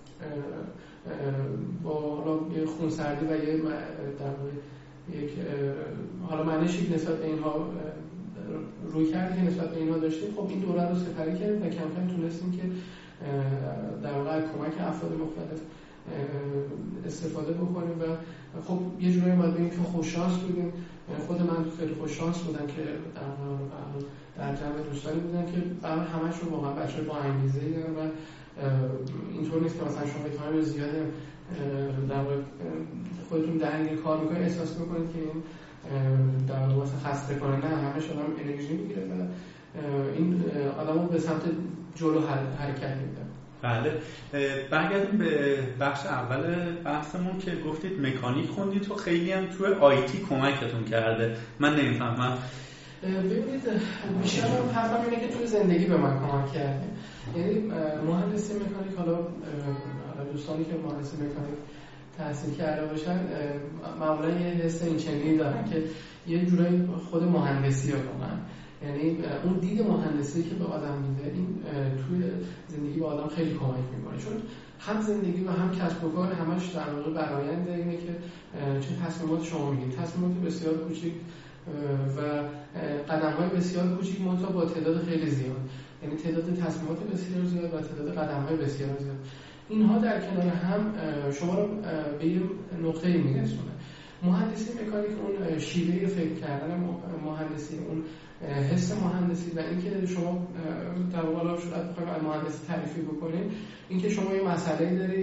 با حالا یه خونسردی و یه در واقع یک حالا معنیش نسبت به اینها روی کردی که نسبت به اینها داشتیم، خب این دوره رو سپری کردیم و کم کم تونستیم که در واقع کمک افراد مختلف استفاده بکنیم و خب یه جورایی باید بگیم که خوششانس بودیم. خود من خیلی خوششانس بودم که در واقع در جمع دوستانی بودن که برای همه‌شون واقعا بچه‌ها با انگیزه‌ای دارن و اینطور نیست که مثلا شما به تایم زیاد در واقع خودتون درگیر کار می‌کنید احساس می‌کنید که این در واقع خسته کنه. نه، همه‌شون هم انرژی می‌گیره و این آدمو به سمت جلو حرکت میده. بله، برگردیم به بخش اول بحثمون که گفتید مکانیک خوندید و خیلی هم توی آیتی کمکتون کرده. من نمیفهمم. ببینید بیشتر من حرفم اینه که توی زندگی به من کمک کرده. یعنی مهندسی مکانیک، حالا دوستانی که مهندسی مکانیک تحصیل کرده باشن معمولا یه حس این چنینی دارن که یه جورایی خود مهندسی رو کنن. یعنی اون دید مهندسی که به آدم میده این توی زندگی به آدم خیلی کمک میکنه، چون هم زندگی و هم کسب و کار همش در واقع براینده اینه که چه تصمیمات شما میگیرید، تصمیمات بسیار کوچیک و قدم‌های بسیار کوچیک منتها با تعداد خیلی زیاد، یعنی تعداد تصمیمات بسیار زیاد و تعداد قدم‌های بسیار زیاد. اینها در کنار هم شما رو به یه نقطه‌ای میرسونه. مهندسی مکانیک اون شیوه فکر کردن مهندسی، اون حس مهندسی و اینکه شما در واقع شاید بخواید مهندسی تعریفی بکنید، اینکه شما یه مسئله‌ای دارید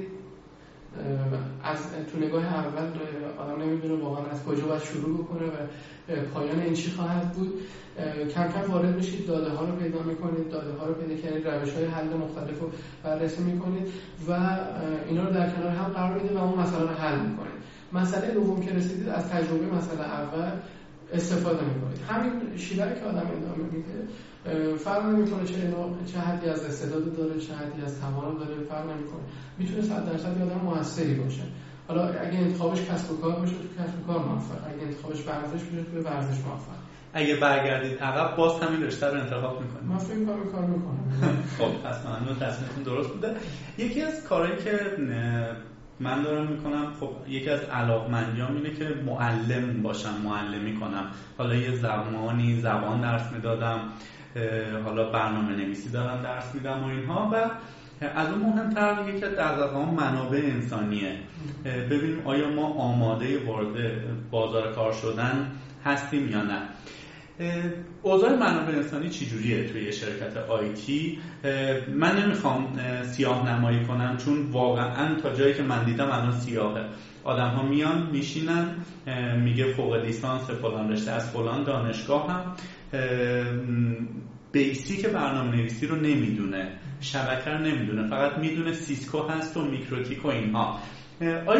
از تو نگاه اول آدم نمیدونه واقعا از کجا باید شروع بکنه و پایان این چی خواهد بود. کم کم وارد میشید، داده ها رو پیدا میکنید، داده ها رو پیدا کردید، روش های حل مختلف رو بررسی میکنید و اینا رو در کنار هم قرار میدید و اون مسئله رو حل میکنید. مسئله دوم که رسیدید از تجربه مسئله اول استفاده میکنید. همین شیوه که آدم ادامه میده فرق نمیکنه چه چه حدی از استعداد داره، چه حدی از توان داره، فرق نمیکنه. میتونه صد درصد آدم موثری باشه. حالا اگه انتخابش کسب و کار باشه تو کسب و کار موفق، اگه انتخابش ورزش باشه تو ورزش موفق. اگه برگردید عقب باز همین رشته رو انتخاب میکنید. من فکر می‌کنم کار میکنم. خب پس من تصمیمتون درست بوده. یکی از کارهایی که من دارم میکنم، خب یکی از علاقمندیام اینه که معلم باشم، معلمی کنم. حالا یه زمانی زبان درس میدادم، حالا برنامه نویسی دارم درس میدم و اینها، و از اون مهمتر یکی از دغدغه‌هام منابع انسانیه. ببینیم آیا ما آماده وارد بازار کار شدن هستیم یا نه. اوضاع منابع انسانی چجوریه توی شرکت آیتی؟ من نمیخوام سیاه نمایی کنم، چون واقعا تا جایی که من دیدم الان سیاهه. آدم ها میان میشینن، میگه فوق لیسانس فلان رشته از فلان دانشگاه هم بیسیک برنامه نویسی رو نمیدونه، شبکه رو نمیدونه، فقط میدونه سیسکو هست و میکروتیک و اینها. آیا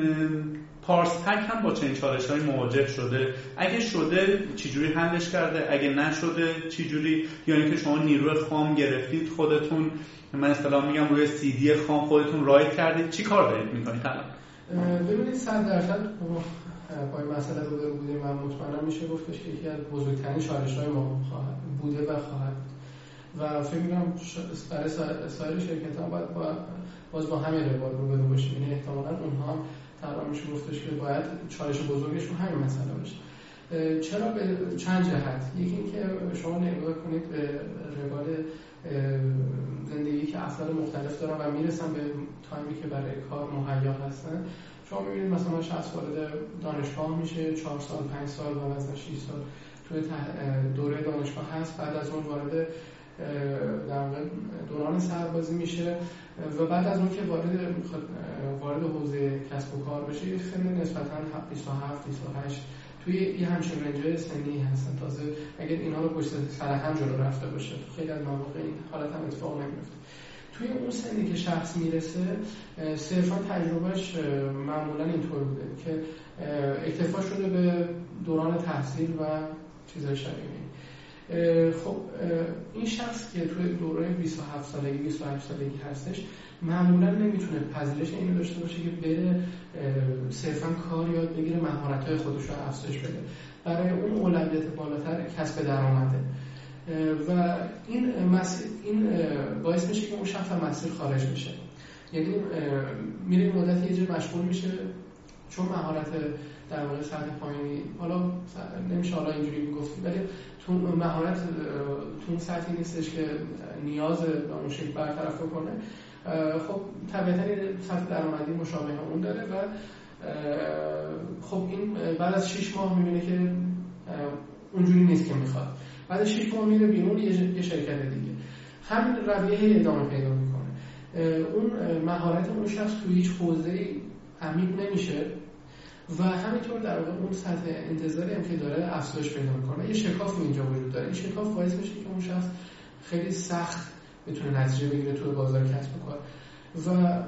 پارس تک هم با چنین چالش‌های مواجه شده؟ اگه شده چجوری حلش کرده؟ اگه نشده چجوری؟ یا اینکه شما نیروی خام گرفتید خودتون، من اصطلاح میگم روی سی دی خام خودتون رایت کردید، چی کار دارید میکنید الان؟ ببینید صد درصد با این مسئله رو بودیم، من مطمئنم میشه گفتش که یکی از بزرگترین چالش‌های ما خواهد بوده و خواهد و فکر می‌کنم برای سایر شرکت‌ها باید با باز با همین روال روبرو باشیم. یعنی احتمالاً اونها تقریبا میشه گفتش که باید چالش بزرگشون همین مسئله باشه. چرا؟ به چند جهت. یکی اینکه شما نگاه کنید به روال زندگی که افراد مختلف دارن و میرسن به تایمی که برای کار مهیا هستن. شما میبینید مثلا شخص وارد دانشگاه میشه، چهار سال پنج سال و مثلا شش سال توی دوره دانشگاه هست، بعد از اون وارد در واقع دوران سربازی میشه و بعد از اون که وارد وارد حوزه کسب و کار بشه یه سن نسبتاً بیست و هفت بیست و هشت توی یه همچین رنج‌های سنی هستن. تازه اگر اینا رو پشت سر هم جلو رفته باشه تو خیلی از مواقع این حالت هم اتفاق نمیفته. توی اون سنی که شخص میرسه صرفا تجربهش معمولا اینطور بوده که اکتفا شده به دوران تحصیل و چیزای شبیه. خب این شخص که توی دوره بیست و هفت سالگی بیست و هشت سالگی هستش معمولا نمیتونه پذیرش اینو داشته باشه که بره صرفا کار یاد بگیره، مهارت‌های خودش رو افزایش بده. برای اون اولویت بالاتر کسب درآمده و این مسیر این باعث میشه که اون شخص از مسیر خارج بشه. یعنی میره مدتی یه جا مشغول میشه چون مهارت در واقع سطح پایینی، حالا نمیشه حالا اینجوری میگفت، ولی تو مهارت تو اون سطحی نیستش که نیاز به اون شکل برطرف کنه. خب طبیعتاً سطح درآمدی مشابه اون داره و خب این بعد از شش ماه میبینه که اونجوری نیست که میخواد. بعد از شش ماه میره بیرون یه شرکت دیگه، همین رویه ادامه پیدا میکنه. اون مهارت اون شخص توی هیچ حوزه‌ای عمیق نمیشه و همینطور در واقع اون سطح انتظاری هم که داره افزایش پیدا میکنه. یه شکاف اینجا وجود داره. این شکاف باعث میشه که اون شخص خیلی سخت بتونه نتیجه بگیره توی بازار کسب و کار. و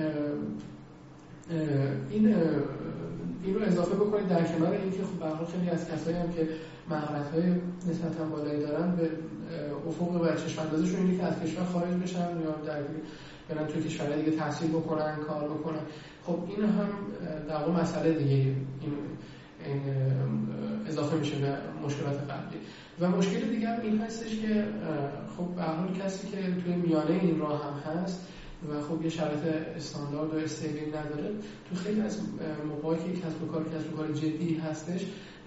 این این رو اضافه بکنید در کنار اینکه خب به هر حال خیلی از کسایی هم که مهارت‌های نسبتاً بالایی دارن به افق و چشم‌اندازشون اینه که از کشور خارج بشن یا در برن توی کشورهای دیگه تحصیل بکنن، کار بکنن. خب این هم در واقع مسئله دیگه این این اضافه میشه به مشکلات قبلی. و مشکل دیگه هم این هستش که خب به هر حال کسی که توی میانه این راه هم هست و خب یه شرایط استاندارد و استیبل نداره، تو خیلی از موقعی که کسب و کار کسب و کار جدی هستش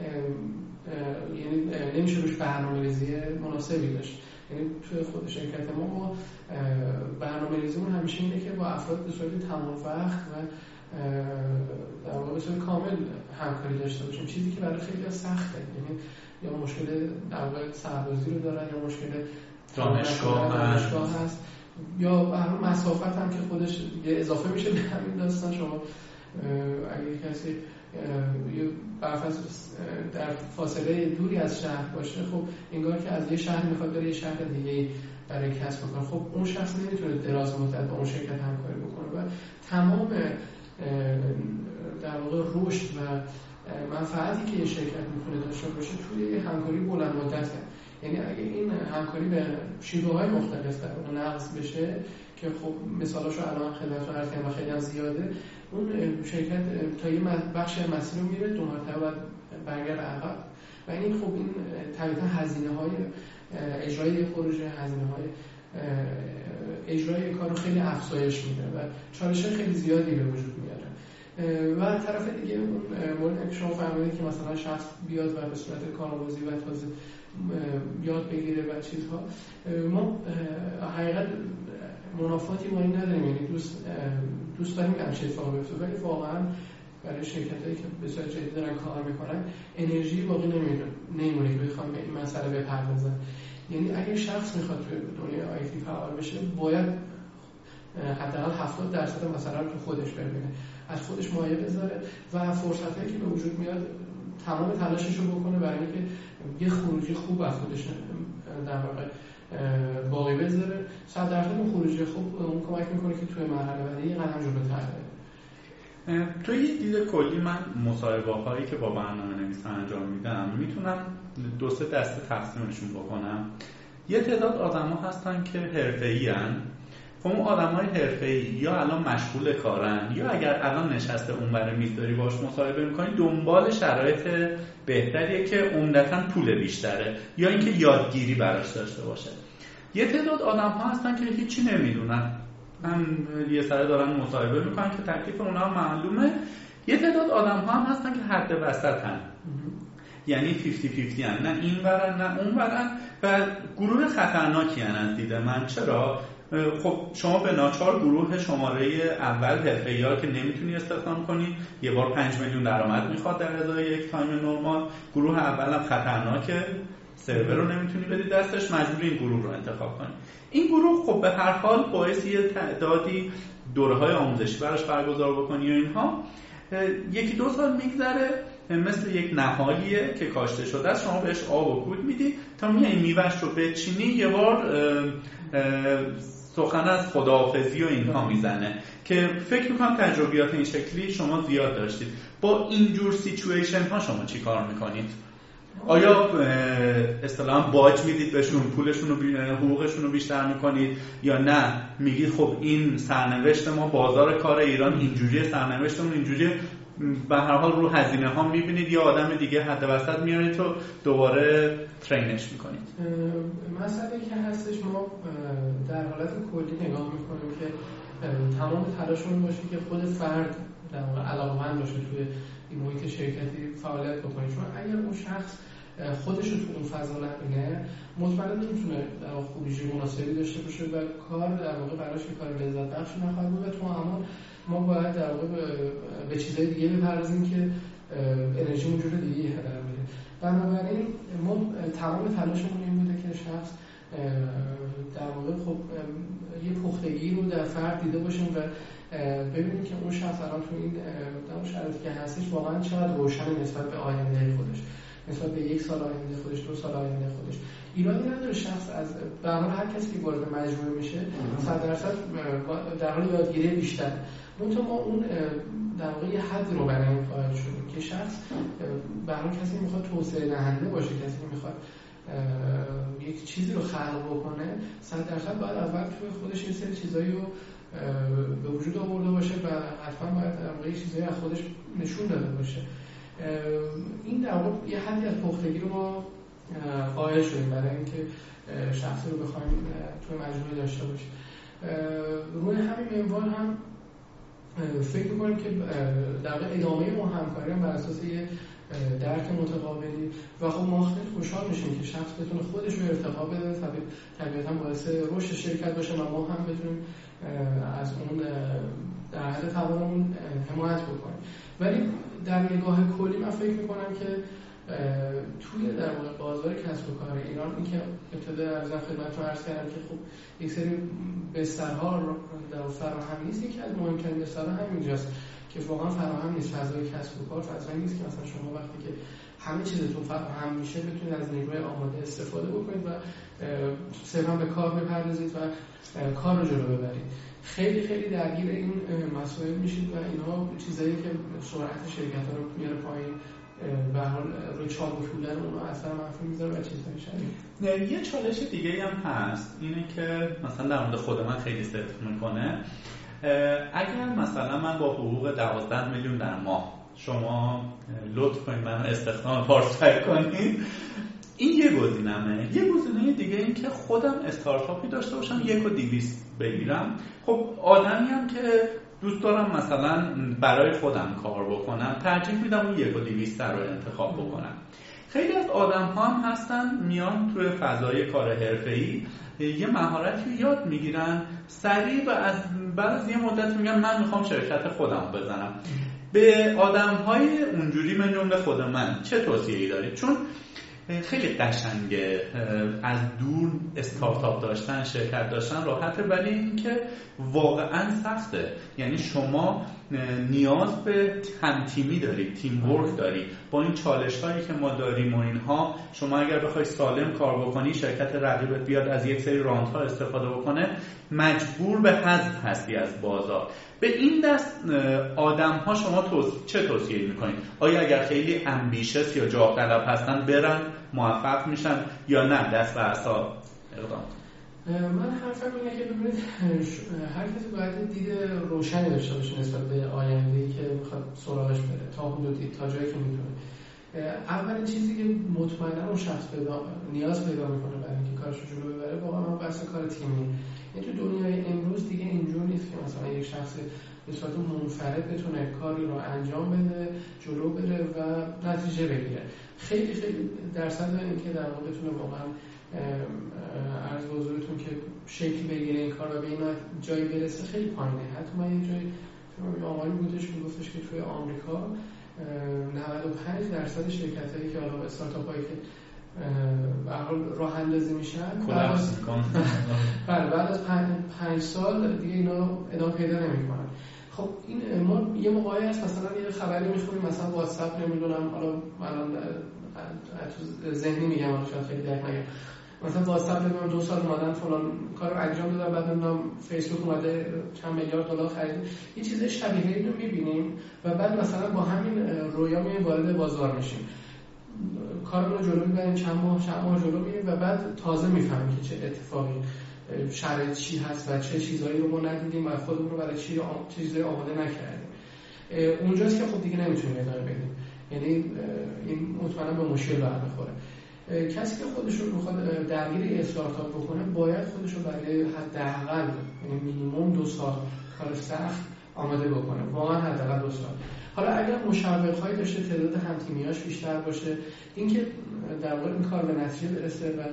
یعنی نمیشه روش برنامه‌ریزی مناسبی داشت. یعنی توی خود شرکت ما ما برنامه‌ریزیمون همیشه اینه که با افراد به صورت تمام وقت و در واقع به صورت کامل همکاری داشته باشیم، چیزی که برای خیلی سخته. یعنی یا مشکل در واقع سربازی رو دارن یا مشکل دانشگاه دانشگاه هست یا به هر مسافت هم که خودش دیگه اضافه میشه به همین داستان. شما اگه کسی برفرض در فاصله دوری از شهر باشه، خب انگار که از یه شهر میخواد بره یه شهر دیگه برای کسب و کار، خب اون شخص نمیتونه دراز مدت با اون شرکت همکاری بکنه و تمام در واقع رشد و منفعتی که یه شرکت میتونه داشته باشه توی همکاری بلند مدته. یعنی اگه این همکاری به شیوه‌های مختلف در واقع نقض بشه که خب مثالاشو الان خدمتتون عرض کردم و خیلی هم زیاده، اون شرکت تا یه بخش مسیر رو میره، دو مرتبه بعد برگرده عقب و این خب این طبیعتا هزینه‌های اجرای یک پروژه، هزینه‌های اجرای کار رو خیلی افزایش میده و چالش‌های خیلی زیادی به وجود میاره. و طرف دیگه اون مورد که شما فهمیدید که مثلا شخص بیاد و به صورت کارآموزی و تازه یاد بگیره و چیزها، ما حقیقت منافاتی ما این نداریم، یعنی دوست دوست داریم که همچین اتفاقی بیفته، ولی واقعا برای شرکتایی که به صورت جدی دارن کار میکنن انرژی باقی نمیمونه که بخوام به این مسئله بپردازن. یعنی اگه شخص میخواد توی دنیای آیتی فعال بشه، باید حداقل هفتاد درصد مثلا رو تو خودش ببینه، از خودش مایه بذاره و فرصتایی که به وجود میاد تمام تلاشش رو بکنه برای اینکه یه خروجی خوب از خودش در واقع باقی بذاره. صد درصد اون خروجی خوب اون کمک میکنه که توی مرحله بعدی یه قدم جلوتر بره. توی یه دید کلی من مصاحبه هایی که با برنامه‌نویس انجام میدم میتونم دو سه دسته تقسیمشون بکنم. یه تعداد آدما هستن که حرفه‌ای ان، خب اون آدمای حرفه‌ای یا الان مشغول کارن یا اگر الان نشسته اونور میز داری باهاش مصاحبه می‌کنی دنبال شرایط بهتریه که عمدتاً پول بیشتره یا اینکه یادگیری براش داشته باشه. یه تعداد آدم‌ها هستن که هیچی نمیدونن، هم یه سره دارن مصاحبه می‌کنن که تکلیف اونها معلومه. یه تعداد آدم‌ها هم هستن که حد وسطن، یعنی پنجاه پنجاه ان، نه این ورن نه اون ورن و گروه خطرناکی ان از دید من. چرا؟ خب شما به ناچار گروه شماره اول حرفه‌ای‌ها که نمیتونی استخدام کنی، یه بار پنج میلیون درآمد میخواد در ازای یک تایم نرمال. گروه اول هم خطرناکه، سرور رو نمیتونی بدی دستش، مجبوری این گروه رو انتخاب کنی. این گروه خب به هر حال باعث یه تعدادی دوره‌های آموزشی براش برگزار بکنی و اینها. یکی دو سال میگذره، مثل یک نهالیه که کاشته شده است، شما بهش آب و کود میدی تا میای میوه‌اش رو بچینی، یه بار سخن از خداحافظی و اینها میزنه که فکر میکنم تجربیات این شکلی شما زیاد داشتید. با اینجور سیچویشن ها شما چی کار میکنید؟ آیا اصطلاحاً باج میدید بهشون، پولشون رو بی... حقوقشون رو بیشتر میکنید یا نه میگید خب این سرنوشت ما، بازار کار ایران اینجوریه، سرنوشتمون اینجوریه، به هر حال رو هزینه ها میبینید یا آدم دیگه حد وسط میارید تو دوباره ترینش میکنید؟ مسئله که هستش ما در حالت کلی نگاه میکنیم که تمام تلاشمون باشه که خود فرد در واقع علاقه‌مند باشه توی این محیط شرکتی فعالیت بکنه، چون اگر اون شخص خودش رو تو اون فضا نبینه مطمئنا نمیتونه در واقع خروجی مناسبی داشته باشه و کار در واقع براش کار لذت بخش نخواهد بود و تو اما ما باید در واقع به چیزهای دیگه بپردازیم که انرژیمون جور دیگه هدر میره. بنابراین ما تمام تلاشمون این بوده که شخص در واقع خب یه پختگی رو در فرد دیده باشیم و ببینیم که اون شخص الان تو این در شرایطی که هستش واقعا چقدر روشن نسبت به آینده خودش، نسبت به یک سال آینده خودش، دو سال آینده خودش. ایرادی نداره شخص از به هر هر کسی که وارد مجموعه میشه صد درصد در حال یادگیری بیشتر. منتها ما اون در واقع یه حد رو برای این قائل شدیم که شخص به هر کسی میخواد توسعه دهنده باشه، کسی که میخواد یک چیزی رو خلق بکنه صد درصد باید اول توی خودش یه سری چیزایی رو به وجود آورده باشه و حتما باید در واقع چیزایی از خودش نشون داده باشه. این در واقع یه حدی از پختگی رو ما قائل شدیم برای اینکه شخصی رو بخوایم توی مجموعه داشته باشیم. روی همین منوال هم فکر می‌کنیم که در واقع ادامه اون همکاری هم بر اساس یه درک متقابلی و خب ما خیلی خوشحال میشیم که شخص بتونه خودش رو ارتقا بده، طبیعتاً باعث رشد شرکت باشه و ما هم بتونیم از اون در حد توانمون حمایت بکنیم. ولی در نگاه کلی من فکر می‌کنم که توی در واقع بازار کسب و کار ایران این که ابتدا از خدمتتون عرض کردم که خب یک سری بسترها در فراهم نیست. یکی از مهمترین بسترها همینجاست که واقعا فراهم نیست. فضای کسب و کار فضایی نیست که مثلا شما وقتی که همه چیزتون فراهم میشه بتونید از نیروی آماده استفاده بکنید و صرفا به کار بپردازید و کار رو جلو ببرید. خیلی خیلی درگیر این مسائل میشید و اینها چیزایی که سرعت شرکت‌ها رو میاره پایین، به هر حال روی چاق و شودن اونها اثر منفی میذاره و چیزهای شبیه. یه چالش دیگه هم هست، اینه که مثلا در مورد خود من خیلی صدق میکنه. اگر مثلا من با حقوق دوازده میلیون در ماه شما لطف کنید منو استخدام پارسال کنید، این یه گزینمه. یه گزینه دیگه این که خودم استارتاپی داشته باشم یک و دویست بگیرم. خب آدمی هم که دوست دارم مثلا برای خودم کار بکنم، ترجیح میدم اون یک و دویست رو انتخاب بکنم. خیلی از آدم ها هم هستن میان توی فضای کار حرفه‌ای یه مهارتی یاد میگیرن سریع و از بعد از یه مدت میگن من میخوام شرکت خودم بزنم. به آدم های اونجوری من جمله خود من چه توصیه‌ای دارید؟ چون خیلی قشنگه از دور استارتاپ داشتن، شرکت داشتن راحته، ولی اینکه واقعا سخته. یعنی شما نیاز به تیم تیمی دارید، تیم ورک دارید. با این چالش هایی که ما داریم و اینها، شما اگر بخوای سالم کار بکنی، شرکت رقیبت بیاد از یک سری راند ها استفاده بکنه، مجبور به حذف هستی از بازار. به این دست آدم ها شما توص... چه توصیه میکنید؟ آیا اگر خیلی امبیشس یا جاه طلب هستن برن موفق میشن یا نه دست به عصا اقدام؟ من حرفم اینه که ببینید هر کسی باید دید روشنی داشته باشه نسبت به آینده‌ای که میخواد سراغش بره تا حدودی، تا جایی که میتونه. اولین چیزی که مطمئنا اون شخص پیدا نیاز پیدا میکنه برای اینکه کارش رو جلو ببره واقعا بحث کار تیمی. این تو دنیای امروز دیگه اینجور نیست که مثلا یک شخص به صورت منفرد بتونه کاری رو انجام بده، جلو بره و نتیجه بگیره. خیلی خیلی درصد اینکه در واقع بتونه واقعا عرض به حضورتون که شکل بگیره این کار و به این جایی برسه خیلی پایینه. حتی من یه جایی فکر آماری بودش که گفتش که توی آمریکا نود و پنج درصد شرکتایی که حالا استارتاپایی که به هر حال راه اندازی میشن کلاپس میکنن. بله بعد از پنج سال دیگه اینا ادامه پیدا نمیکنن. خب این ما یه موقعی هست مثلا یه خبری میخونیم مثلا واتساپ نمیدونم، حالا الان تو ذهنی میگم حالا شاید خیلی دقیق نگم، مثلا واتساپ نمیدونم دو سال اومدن فلان کارو انجام دادن، بعد نمیدونم فیسبوک اومده چند میلیارد دلار خرید. این چیزای شبیه اینو میبینیم و بعد مثلا با همین رویا می وارد بازار میشیم، کارمون رو جلو میبریم، چند ماه چند ماه جلو میریم و بعد تازه میفهمیم که چه اتفاقی شرایط چی هست و چه چیزایی رو ما ندیدیم و خودمون رو برای چی چه چیزایی آماده نکردیم. اونجاست که خب دیگه نمیتونیم ادامه بدیم. یعنی این مطمئنا به مشکل برمیخوره. کسی که خودش رو میخواد درگیر استارتاپ بکنه باید خودش رو برای حداقل یعنی مینیمم دو سال کار سخت آماده بکنه، واقعا حداقل دو سال. حالا اگر مشوق‌هایی داشته، تعداد هم‌تیمیاش بیشتر باشه، اینکه در واقع این کار به نتیجه برسه و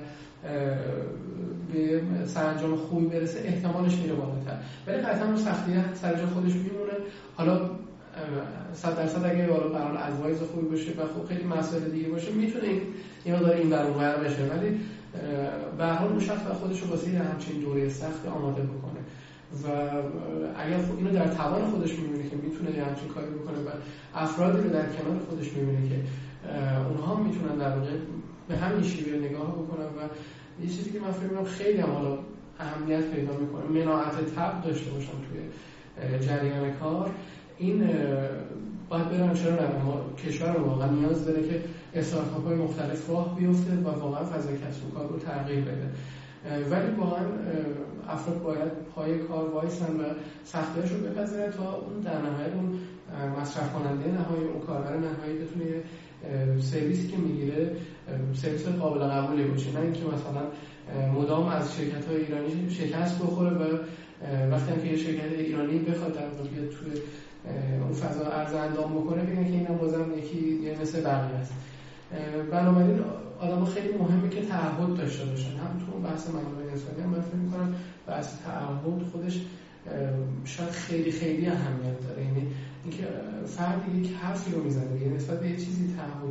به سرانجام خوبی برسه احتمالش میره بالاتر. ولی قطعا اون سختیه سر جای خودش میمونه. حالا صد درصد اگه حالا برای ادوایز خوبی باشه و خب خیلی مسائل دیگه باشه میتونه این یه مقدار این برون ور بشه، ولی به هر حال اون شخص خودش رو واسه همچین دوره سخت آماده بکنه. و اگر اینو در توان خودش می‌بینه که میتونه یه همچین کاری بکنه و افرادی رو در کنار خودش می‌بینه که اونها میتونن در واقع به همین شیوه نگاه بکنن و یه چیزی که من فکر می‌کنم خیلی هم حالا اهمیت پیدا می‌کنه، مناعت تب داشته باشن توی جریان کار. این باید برن چرا نه، ما کشور واقعا نیاز داره که استارتاپ‌های مختلف راه بیفته و واقعا فضای کسب و کار رو تغییر بده. ولی واقعا افراد باید پای کار وایسن و سختی‌هاش رو بپذیرن تا اون در نهایت اون مصرف کننده نهایی، اون کاربر نهایی بتونه سرویسی که میگیره سرویس قابل قبولی باشه، نه اینکه مثلا مدام از شرکت‌های ایرانی شکست بخوره و وقتی هم که یه شرکت ایرانی بخواد در واقع توی اون فضا عرض اندام بکنه ببینه که اینم بازم یکی یه مثل بقیه است. بنابراین آدم‌ها خیلی مهمه که تعهد داشته باشن. هم تو بحث منابع انسانی هم من فکر می‌کنم بحث تعهد خودش شاید خیلی خیلی اهمیت داره. یعنی اینکه فردی یک حرفی رو میزنه، یعنی نسبت به یک چیزی تعهد،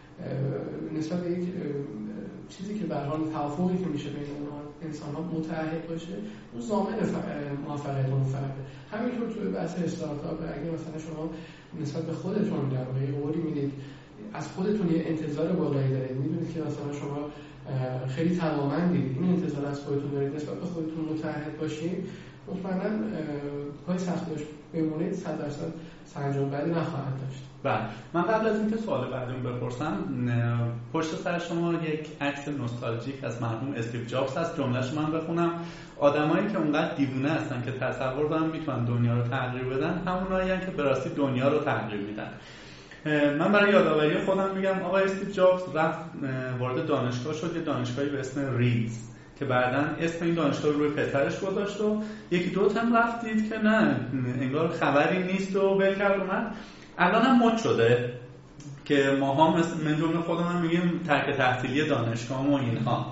نسبت به یک چیزی که به هر حال توافقی که میشه بین اونها انسان‌ها متعهد باشه، اون ضامن موفقیت اون فرده. همینطور توی بحث استارتاپ اگه مثلا شما نسبت به خودتون در واقع قولی میدید، از خودتون یه انتظار بالایی دارید، میدونید که مثلا شما خیلی توانمندید، این انتظار از خودتون دارید، نسبت به خودتون متعهد باشید، مطمئنا پای سختی‌اش بمونید صد درصد سرانجام بدی نخواهد داشت. بله، من قبل از اینکه سوال بعدیم بپرسم، پشت سر شما یک عکس نوستالژیک از مرحوم استیو جابز هست. جمله‌اش من بخونم: آدمایی که اونقدر دیوونه هستن که تصور دارن میتونن دنیا رو تغییر بدن، همونایی هستن که به راستی دنیا رو تغییر میدن. من برای یادآوری خودم میگم آقای استیو جابز رفت وارد دانشگاه شد، یه دانشگاهی به اسم ریدز که بعداً اسم این دانشگاه رو روی پسرش گذاشت و یکی دو ترم رفت دید که نه، انگار خبری نیست و ول کرد اومد. الان هم مد شده که ماها من جمله خودمون میگیم ترک تحصیلی دانشگاه و اینها.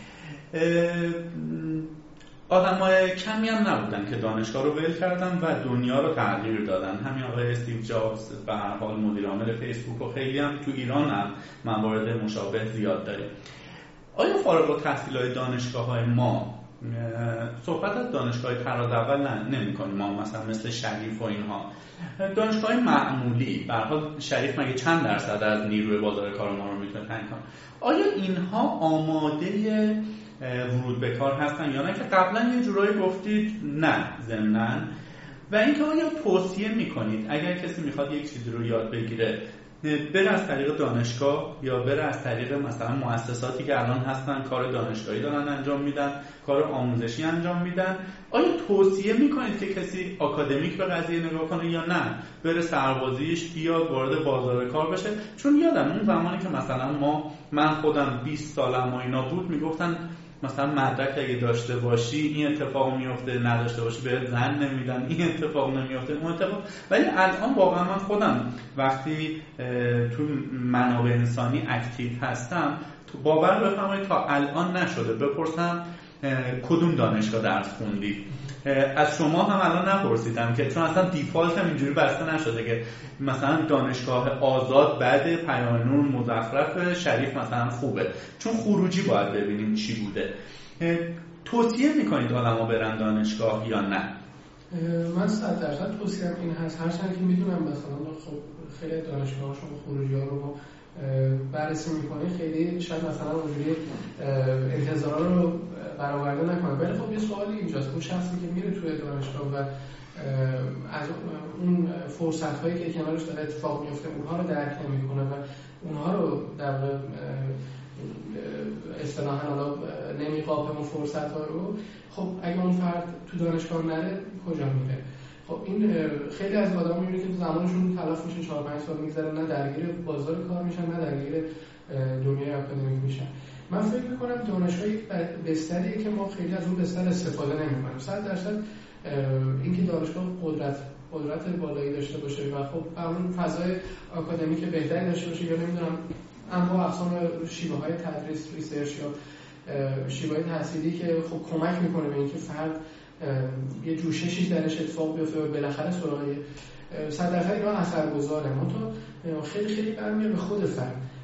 آدمای کمی هم نبودن که دانشگاه رو ول کردن و دنیا رو تغییر دادن. همین آقای استیو جابز به هر حال مدیر عامل فیسبوک و خیلی هم تو ایران هم موارد مشابه زیاد داره. آیا فارغ التحصیل‌های دانشگاه‌های ما، صحبت از دانشگاه طراز اول نه نمی‌کنیم، ما مثلا مثل شریف و اینها دانشگاه معمولی، به هر حال شریف مگه چند درصد از نیروی بازار کار ما رو میتونه تامین کنه؟ آیا اینها آماده ورود به کار هستن یا نه؟ که قبلا یه جورایی گفتید نه ضمناً. و اینکه آیا توصیه میکنید اگر کسی میخواد یک چیزی رو یاد بگیره بره از طریق دانشگاه یا بره از طریق مثلا مؤسساتی که الان هستن کار دانشگاهی دارن انجام میدن، کار آموزشی انجام میدن، آیا توصیه میکنید که کسی آکادمیک به قضیه نگاه کنه یا نه بره سربازیش بیاد وارد بازار کار بشه؟ چون یادم اون زمانی که مثلا ما من خودم بیست سالم و اینا بود میگفتن مثلا مدرک اگه داشته باشی این اتفاق میفته، نداشته باشی بهت زن نمیدن، این اتفاق نمیفته، اون اتفاق. ولی الان واقعا من خودم وقتی تو منابع انسانی اکتیو هستم تو باور بفرمایید تا الان نشده بپرسم کدوم دانشگاه درس خوندی. از شما هم الان نپرسیدم که چون اصلا دیفالت هم اینجوری بسته نشده که مثلا دانشگاه آزاد بعد پیام‌نور مزخرف، شریف مثلا خوبه، چون خروجی باید ببینیم چی بوده. توصیه میکنید آدم‌ها برن دانشگاه یا نه؟ من صد درصد توصیه‌ام این هست، هرچند که میدونم مثلا خب خیلی دانشگاه‌ها شما خروجی‌ها رو بررسی میکنه، خیلی شاید مثلا اونجوری انتظارا رو برآورده نکنه. ولی خب یه سوالی اینجاست، اون شخصی که میره توی دانشگاه و از اون فرصت‌هایی که کنارش داره اتفاق میفته اونها رو درک نمیکنه و اونها رو در اصطلاحاً حالا نمیقاپه اون فرصت‌ها رو، خب اگه اون فرد تو دانشگاه نره کجا میره؟ خب این خیلی از آدم‌ها می‌بینید که زمانشون تلف میشه، چهار پنج سال میگذره، نه درگیر بازار کار میشن نه درگیر دنیای آکادمیک میشن. من فکر می‌کنم دانشگاه یک بستریه که ما خیلی از اون بستر استفاده نمی‌کنیم. صد درصد اینکه دانشگاه قدرت قدرت بالایی داشته باشه و خب اون فضای آکادمیک بهتری داشته باشه یا نمیدونم انواع اقسام شیوه‌های تدریس، ریسرچ یا شیوه‌های تحصیلی که خب کمک می‌کنه به اینکه فرد یه جوششی درش اتفاق بیفته و بالاخره سراغ صد درصد اینا اثرگذاره. منتها خیلی خیلی برمیاد به خود فرد.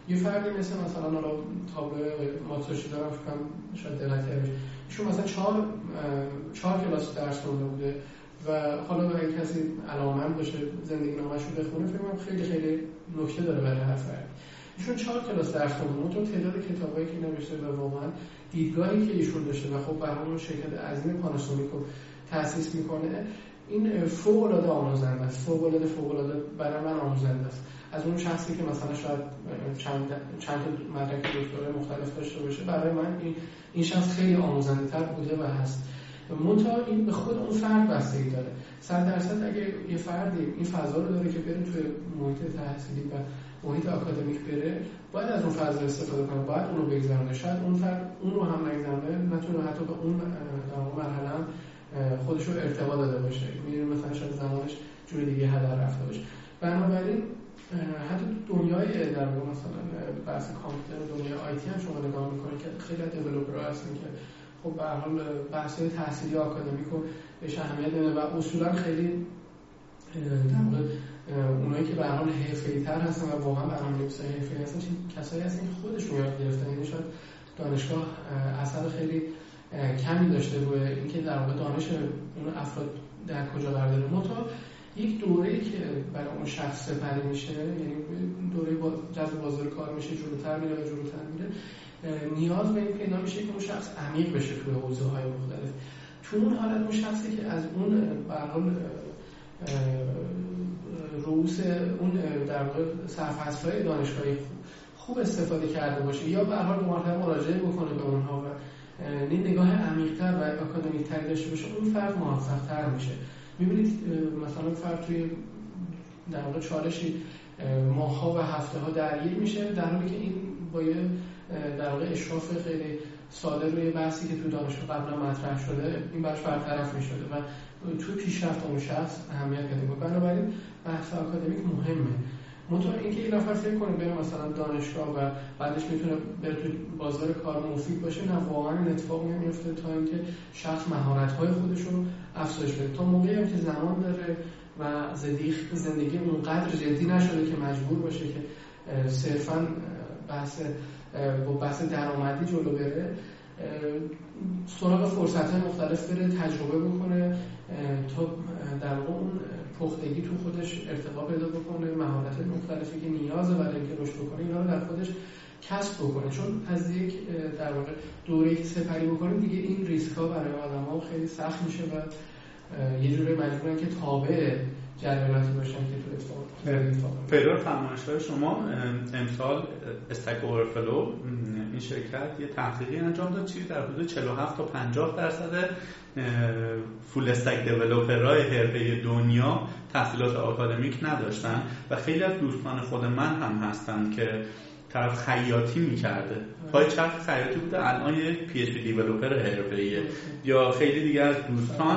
یه فردی مثل مثلا حالا تابلو ماتسوشی دارم فکر کنم شاید دلت بشه، ایشون مثلا چهار چهار کلاس درس خونده بوده و حالا اگه کسی علاقه‌مند باشه زندگی نامه‌شو بخونه فکر کنم خیلی خیلی نکته داره برای هر فرد. ایشون چهار کلاس درس خونده، تو تعداد کتابایی که نوشته و واقعا دیدگاهی که ایشون داشته و خب به همون شرکت عظیم پاناسونیک رو تأسیس میکنه، این فوق العاده آموزنده است، فوق العاده فوق العاده برای من آموزنده است. از اون شخصی که مثلا شاید چند چند مدرک دکترای مختلف داشته باشه، برای من این این شخص خیلی آموزنده تر بوده و هست. منتها این به خود اون فرد بستگی داره. صد درصد اگه یه فردی این فضا رو داره که بره توی محیط تحصیلی و محیط آکادمیک بره، باید از اون فضا استفاده کنه، باید اون رو بگذرونه. شاید اون فرد اون رو هم نگذرونه، نتونه حتی به اون مرحله هم خودش رو ارتقا داده باشه. می‌دونید مثلا شاید زمانش جور دیگه هدر رفته باشه. بنابراین حتی دنیای در واقع مثلا بحث کامپیوتر، دنیای آیتی هم شما نگاه می‌کنید که خیلی دیولپرها هستن که خب به هر حال بحث‌های تحصیلی آکادمیک رو بهش اهمیت میدن و اصولا خیلی در واقع اونایی که به هر حال حرفه‌ای‌تر هستن و واقعا برنامه‌نویسای حرفه‌ای هستن کسایی هستن که خودشون یاد گرفتن. یعنی شاید دانشگاه اثر خیلی کمی داشته روی اینکه در واقع دانش اون افراد در کجا قرار داره. منتها یک دوره‌ای که برای اون شخص سپری میشه، یعنی دوره با جذب بازار کار میشه، جلوتر میره و جلوتر میره، نیاز به این پیدا میشه که اون شخص عمیق بشه توی حوزه‌های مختلف. تو اون حالت اون شخصی که از اون به هر حال رؤوس اون در واقع سرفصل‌های دانشگاهی خوب استفاده کرده باشه یا به هر حال مراجعه بکنه به اونها و این نگاه عمیق‌تر و آکادمیک‌تر داشته باشه، اون فرد موفق‌تر میشه. می‌بینید مثلا فرد توی در واقع چالشی ماه‌ها و هفته‌ها درگیر میشه، در حالی که این با یه در واقع اشراف خیلی ساده روی بحثی که تو دانشگاه قبلا مطرح شده این بحث برطرف می‌شده و تو پیشرفت اون شخص اهمیت پیدا می‌کنه. بنابراین بحث آکادمیک مهمه. منتها اینکه این نفر فکر کنه بره مثلا دانشگاه و بعدش میتونه بره تو بازار کار مفید باشه، نه، واقعا این اتفاق نمیفته تا اینکه شخص مهارت‌های خودش رو افزایش بده. تا موقعی هم که زمان داره و زندگی زندگی اونقدر جدی نشده که مجبور باشه که صرفاً بحث با بحث درآمدی جلو بره، سراغ فرصت‌های مختلف بره، تجربه بکنه تا در واقع اون پختگی تو خودش ارتقا پیدا بکنه، مهارت مختلفی که نیازه برای اینکه رشد بکنه اینا رو در خودش کسب بکنه. چون از یک در واقع دوره‌ای که سپری بکنیم دیگه این ریسک‌ها برای آدم‌ها خیلی سخت میشه و یه جوری مجبورن که تابع جریاناتی باشن که تو اتفاق پیرو فرمایش‌های شما امسال استک اورفلو این شرکت یه تحقیقی انجام داد چیزی در حدود چهل و هفت تا پنجاه درصد فول استک دیولپرهای حرفه‌ای دنیا تحصیلات آکادمیک نداشتن و خیلی از دوستان خود من هم هستن که طرف خیاطی می‌کرده، پای چرخ خیاطی بوده، الان یه پی اچ دی دیولپر حرفه‌ایه. یا خیلی دیگه از دوستان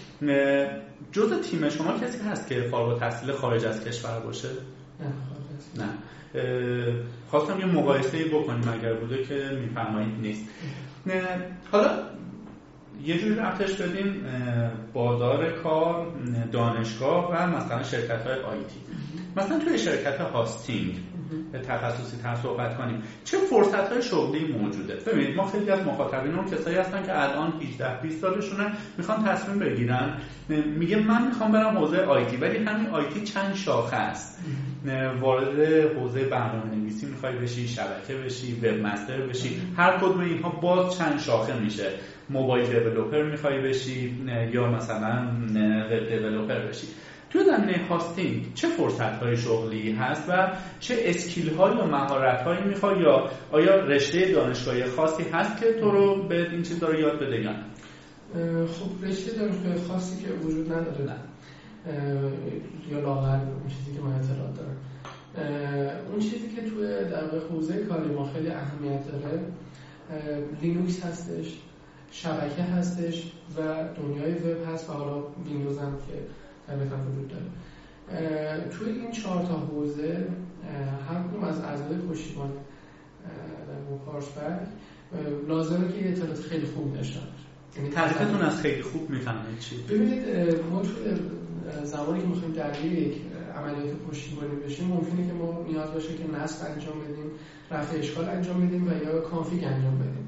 جزء تیم شما کسی هست که فارغ التحصیل خارج از کشور باشه؟ نه. نه. خواستم یه مقایسه‌ای بکنیم اگر بوده که می‌فرمایید نیست. حالا یه جوری ربطش بدیم بازار کار، دانشگاه و مثلا شرکت‌های آیتی. مثلا توی شرکت هاستینگ به تخصصی تر صحبت کنیم، چه فرصت‌های شغلی موجوده؟ ببینید ما خیلی از مخاطبینمون کسایی هستن که الان هجده بیست سالشونه، میخوان تصمیم بگیرن، میگه من میخوام برم حوزه آیتی، ولی همین آیتی چند شاخه است. وارد حوزه برنامه‌نویسی میخوای بشی، شبکه بشی، وب مستر بشی، هر کدوم اینها باز چند شاخه میشه. موبایل دیولپر میخوای بشی یا مثلا وب دیولپر بشی. تو زمینه هاستینگ چه فرصت‌های شغلی هست و چه اسکیل‌های و مهارت‌هایی می‌خوای یا آیا رشته دانشگاهی خاصی هست که تو رو به این چیزا رو یاد بده یا نه؟ خب رشته دانشگاهی خاصی که وجود نداره، نه. یا لااقل اون چیزی که من اطلاعات دارم، اون چیزی که توی در واقع حوزه کاری ما خیلی اهمیت داره لینوکس هستش، شبکه هستش و دنیای وب هست و حالا ویندوز هم که طبعا وجود داره. توی این چهار تا حوزه هر کدوم از اعضای پشتیبان در کارشبر لازمه که اطلاعات خیلی خوب داشته باشه. یعنی تعریفتون از خیلی خوب میفهمید چی؟ ببینید ما توی زمانی که میخوایم درگیر یک عملیات پشتیبانی بشه ممکنه که ما نیاز باشه که نصب انجام بدیم، رفع اشکال انجام بدیم و یا کانفیگ انجام بدیم.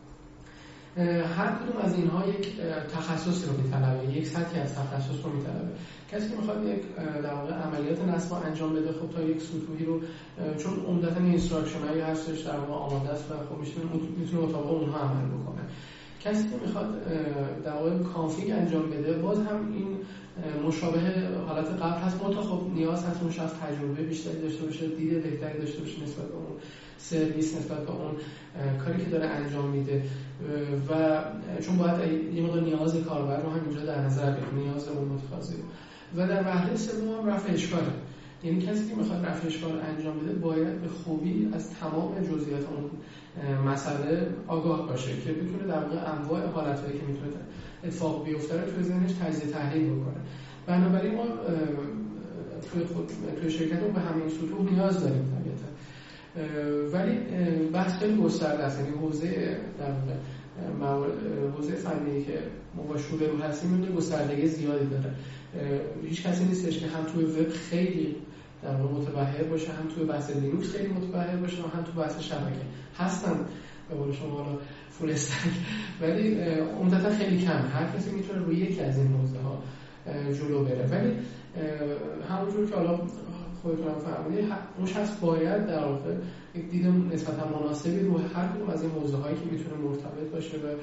هر کدوم از اینها یک تخصصی رو میطلبه، یک سطحی از تخصص رو میطلبه. کسی که میخواد یک در واقع عملیات نصب انجام بده، خب تا یک سطوحی رو، چون عمدتاً اینستراکشنایی هستش در واقع آماده است و خب میتونه میتونه مطابق اونها عمل بکنه. کسی که میخواد در واقع کانفیگ انجام بده، باز هم این مشابه حالت قبل هست، منتها خب نیاز هست اون شخص تجربه بیشتری داشته باشه، دید بهتری داشته باشه نسبت به اون سرویس، نسبت به اون کاری که داره انجام میده و چون باید یه مقدار نیاز کاربر رو هم اینجا در نظر بگیریم، نیاز اون متخاصص. و در مرحله سوم هم رفع اشکاله، یعنی کسی که میخواد رفع اشکال انجام بده باید به خوبی از تمام جزئیات اون مسئله آگاه باشه که بتونه در واقع انواع حالتایی که میتونه اتفاق بیفته رو توی ذهنش تجزیه تحلیل بکنه. بنابراین ما توی خود توی شرکتمون به همین سطوح نیاز داریم طبیعتا، ولی بحث خیلی گسترده است. یعنی حوزه در واقع حوزه فنی که ما با شروع رو هستیم میونه گستردگی زیادی داره. هیچ کسی نیستش که هم توی وب خیلی در واقع متبحر باشه، هم توی بحث لینوکس خیلی متبحر باشه و هم توی بحث شبکه. هستن به قول شما حالا فول استک، ولی عمدتا خیلی کم. هر کسی میتونه روی یکی از این حوزه ها جلو بره، ولی همونجور که حالا خودتون هم فهمیدید اون شخص باید در واقع یک دید نسبتا مناسبی رو هر کدوم از این حوزه هایی که میتونه مرتبط باشه و